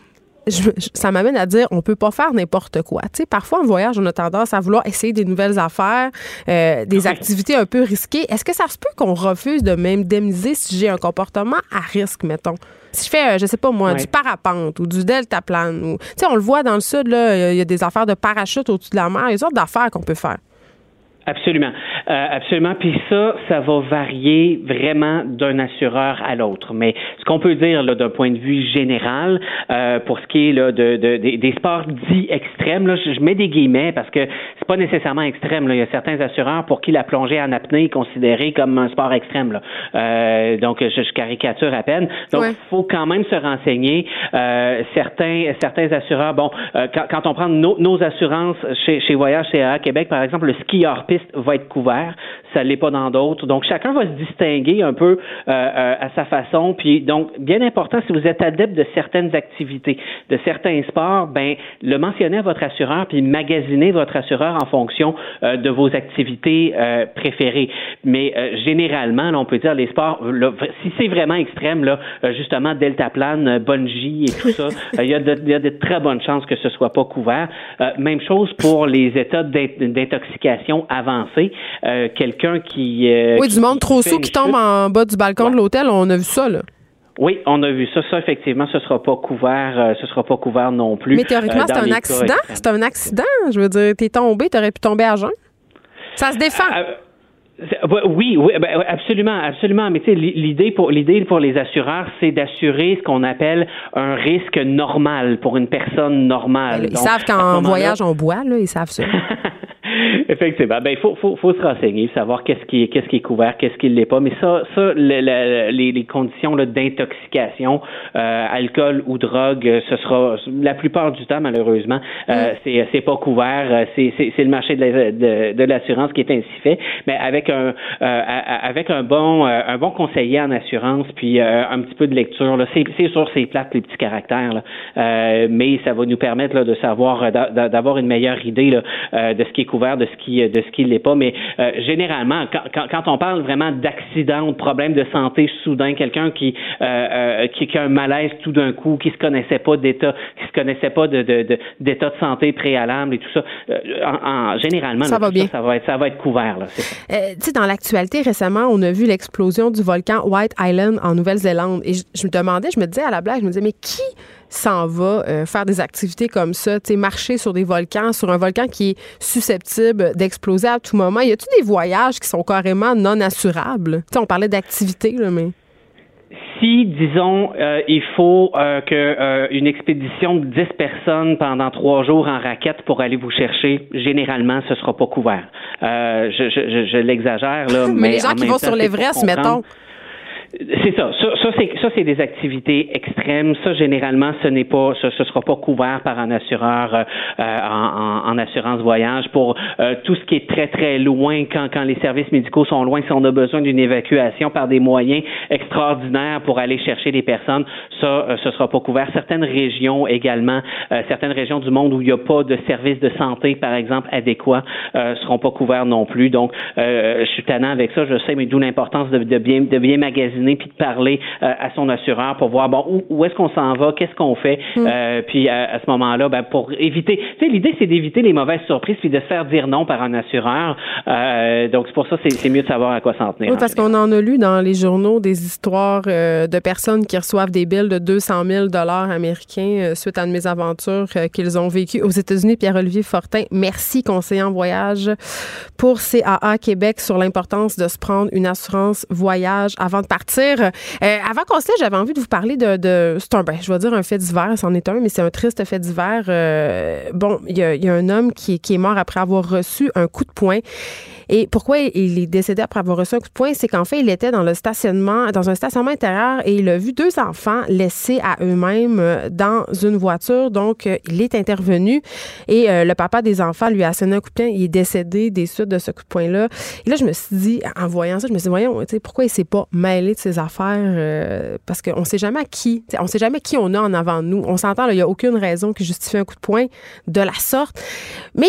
ça m'amène à dire, on peut pas faire n'importe quoi. Tu sais, parfois, en voyage, on a tendance à vouloir essayer des nouvelles affaires, des activités un peu risquées. Est-ce que ça se peut qu'on refuse de m'indemniser si j'ai un comportement à risque, mettons? Si je fais, je sais pas moi, du parapente ou du deltaplane, ou, tu sais, on le voit dans le sud, là, il y a des affaires de parachute au-dessus de la mer, il y a des sortes d'affaires qu'on peut faire. Absolument. Absolument. Puis ça va varier vraiment d'un assureur à l'autre. Mais ce qu'on peut dire là, d'un point de vue général, pour ce qui est là, des sports dits extrêmes, là, je mets des guillemets parce que c'est pas nécessairement extrême. Là. Il y a certains assureurs pour qui la plongée en apnée est considérée comme un sport extrême. Là. Donc, je caricature à peine. Donc, faut quand même se renseigner. Certains assureurs, quand on prend nos assurances chez Voyage CAA Québec, par exemple, le ski hors piste va être couvert, ça l'est pas dans d'autres. Donc, chacun va se distinguer un peu à sa façon. Puis, donc, bien important, si vous êtes adepte de certaines activités, de certains sports, le mentionner à votre assureur, puis magasiner votre assureur en fonction de vos activités préférées. Mais généralement, là, on peut dire les sports, là, si c'est vraiment extrême, là, justement, deltaplane, bungee et tout ça, il y a de très bonnes chances que ce soit pas couvert. Même chose pour les états d'intoxication avancée. Quelqu'un qui... du monde trop sous qui tombe en bas du balcon de l'hôtel, on a vu ça, là. Oui, on a vu ça. Ça, effectivement, ce sera pas couvert non plus. Mais théoriquement, c'est un accident. C'est un accident. Je veux dire, t'es tombé, t'aurais pu tomber à jeun. Ça se défend. Oui, absolument. Mais tu sais, l'idée pour les assureurs, c'est d'assurer ce qu'on appelle un risque normal pour une personne normale. Ils savent qu'en voyage, on boit, là, ils savent ça. Effectivement. Ben, il faut se renseigner, savoir qu'est-ce qui est couvert, qu'est-ce qui ne l'est pas. Mais les conditions là, d'intoxication, alcool ou drogue, ce sera la plupart du temps, malheureusement, c'est pas couvert. C'est le marché de l'assurance qui est ainsi fait. Mais avec un bon conseiller en assurance, puis un petit peu de lecture, là, c'est sûr, c'est plate les petits caractères, là, mais ça va nous permettre là, de savoir, d'avoir une meilleure idée là, de ce qui est couvert, de ce qui l'est pas. Mais généralement, quand on parle vraiment d'accident, de problème de santé soudain, quelqu'un qui a un malaise tout d'un coup, qui se connaissait pas d'état de santé préalable et tout ça, généralement, ça va bien. Ça va être couvert. Là, tu sais, dans l'actualité récemment, on a vu l'explosion du volcan White Island en Nouvelle-Zélande et je me disais à la blague, mais qui s'en va faire des activités comme ça, tu sais, marcher sur des volcans, sur un volcan qui est susceptible d'exploser à tout moment? Y a-t-il des voyages qui sont carrément non assurables? Tu sais, on parlait d'activités, là, mais... Si, disons, il faut une expédition de 10 personnes pendant 3 jours en raquette pour aller vous chercher, généralement, ce sera pas couvert. Je l'exagère, là, mais les gens qui vont sur l'Everest, mettons... C'est ça. Ça, c'est des activités extrêmes. Ça, généralement, ce sera pas couvert par un assureur en assurance voyage. Pour tout ce qui est très, très loin, quand les services médicaux sont loin, si on a besoin d'une évacuation par des moyens extraordinaires pour aller chercher des personnes, ça, ce sera pas couvert. Certaines régions également, certaines régions du monde où il n'y a pas de services de santé, par exemple, adéquats, seront pas couverts non plus. Donc, je suis tannant avec ça, je sais, mais d'où l'importance de bien magasiner puis de parler à son assureur pour voir où est-ce qu'on s'en va, qu'est-ce qu'on fait, puis à ce moment-là, pour éviter, tu sais, l'idée c'est d'éviter les mauvaises surprises puis de se faire dire non par un assureur. Donc c'est pour ça c'est mieux de savoir à quoi s'en tenir. Oui, parce qu'on en a lu dans les journaux des histoires de personnes qui reçoivent des billes de 200 000 $ américains suite à une mésaventure qu'ils ont vécue aux États-Unis. Pierre-Olivier Fortin, merci, conseiller en voyage pour CAA Québec, sur l'importance de se prendre une assurance voyage avant de partir. Avant qu'on se laisse, j'avais envie de vous parler je vais dire un fait divers, c'en est un, mais c'est un triste fait divers. Il y a un homme qui est mort après avoir reçu un coup de poing. Et pourquoi il est décédé après avoir reçu un coup de poing? C'est qu'en fait, il était dans un stationnement intérieur et il a vu 2 enfants laissés à eux-mêmes dans une voiture. Donc, il est intervenu et le papa des enfants lui a sonné un coup de poing. Il est décédé des suites de ce coup de poing-là. Et là, je me suis dit, en voyant ça, voyons, pourquoi il s'est pas mêlé de ses affaires? Parce qu'on sait jamais qui on a en avant de nous. On s'entend, il n'y a aucune raison qui justifie un coup de poing de la sorte. Mais...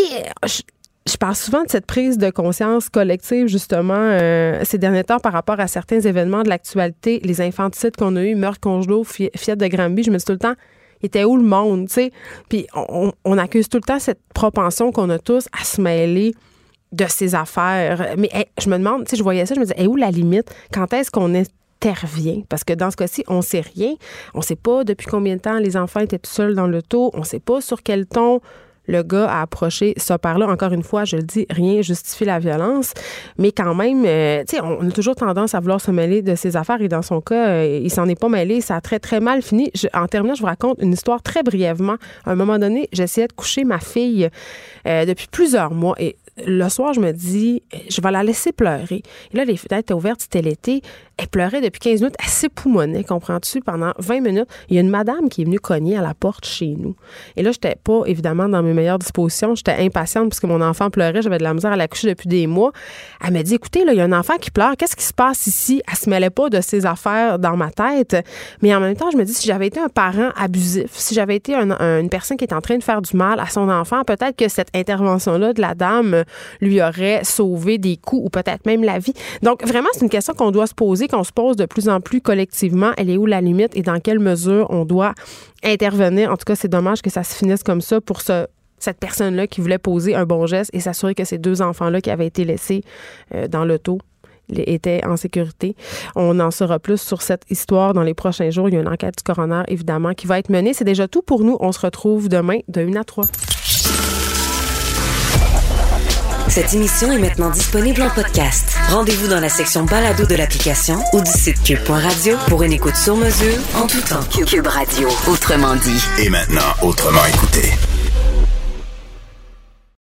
Je parle souvent de cette prise de conscience collective, justement, ces derniers temps par rapport à certains événements de l'actualité, les infanticides qu'on a eu, meurtres conjugaux, fillette de Granby. Je me dis tout le temps, il était où le monde, tu sais? Puis on accuse tout le temps cette propension qu'on a tous à se mêler de ces affaires. Mais je me demande, tu sais, je voyais ça, je me disais, où la limite? Quand est-ce qu'on intervient? Parce que dans ce cas-ci, on sait rien. On sait pas depuis combien de temps les enfants étaient tout seuls dans l'auto. On sait pas sur quel ton le gars a approché ce père-là. Encore une fois, je le dis, rien justifie la violence. Mais quand même, tu sais, on a toujours tendance à vouloir se mêler de ses affaires. Et dans son cas, il s'en est pas mêlé. Ça a très, très mal fini. En terminant, je vous raconte une histoire très brièvement. À un moment donné, j'essayais de coucher ma fille depuis plusieurs mois. Et le soir, je me dis, je vais la laisser pleurer. Et là, les fenêtres étaient ouvertes, c'était l'été. Elle pleurait depuis 15 minutes. Elle s'époumonnait, comprends-tu, pendant 20 minutes. Il y a une madame qui est venue cogner à la porte chez nous. Et là, j'étais pas, évidemment, dans mes meilleures dispositions. J'étais impatiente parce que mon enfant pleurait. J'avais de la misère à la coucher depuis des mois. Elle m'a dit, écoutez, là, il y a un enfant qui pleure. Qu'est-ce qui se passe ici? Elle se mêlait pas de ses affaires dans ma tête. Mais en même temps, je me dis, si j'avais été un parent abusif, si j'avais été une personne qui est en train de faire du mal à son enfant, peut-être que cette intervention-là de la dame lui aurait sauvé des coups ou peut-être même la vie. Donc, vraiment, c'est une question qu'on doit se poser, qu'on se pose de plus en plus collectivement. Elle est où la limite et dans quelle mesure on doit intervenir? En tout cas, c'est dommage que ça se finisse comme ça pour cette personne-là qui voulait poser un bon geste et s'assurer que ces 2 enfants-là qui avaient été laissés dans l'auto étaient en sécurité. On en saura plus sur cette histoire dans les prochains jours. Il y a une enquête du coroner, évidemment, qui va être menée. C'est déjà tout pour nous. On se retrouve demain de 1 à 3. Cette émission est maintenant disponible en podcast. Rendez-vous dans la section balado de l'application ou du site cube.radio pour une écoute sur mesure en tout temps. Cube Radio, autrement dit. Et maintenant, autrement écouté.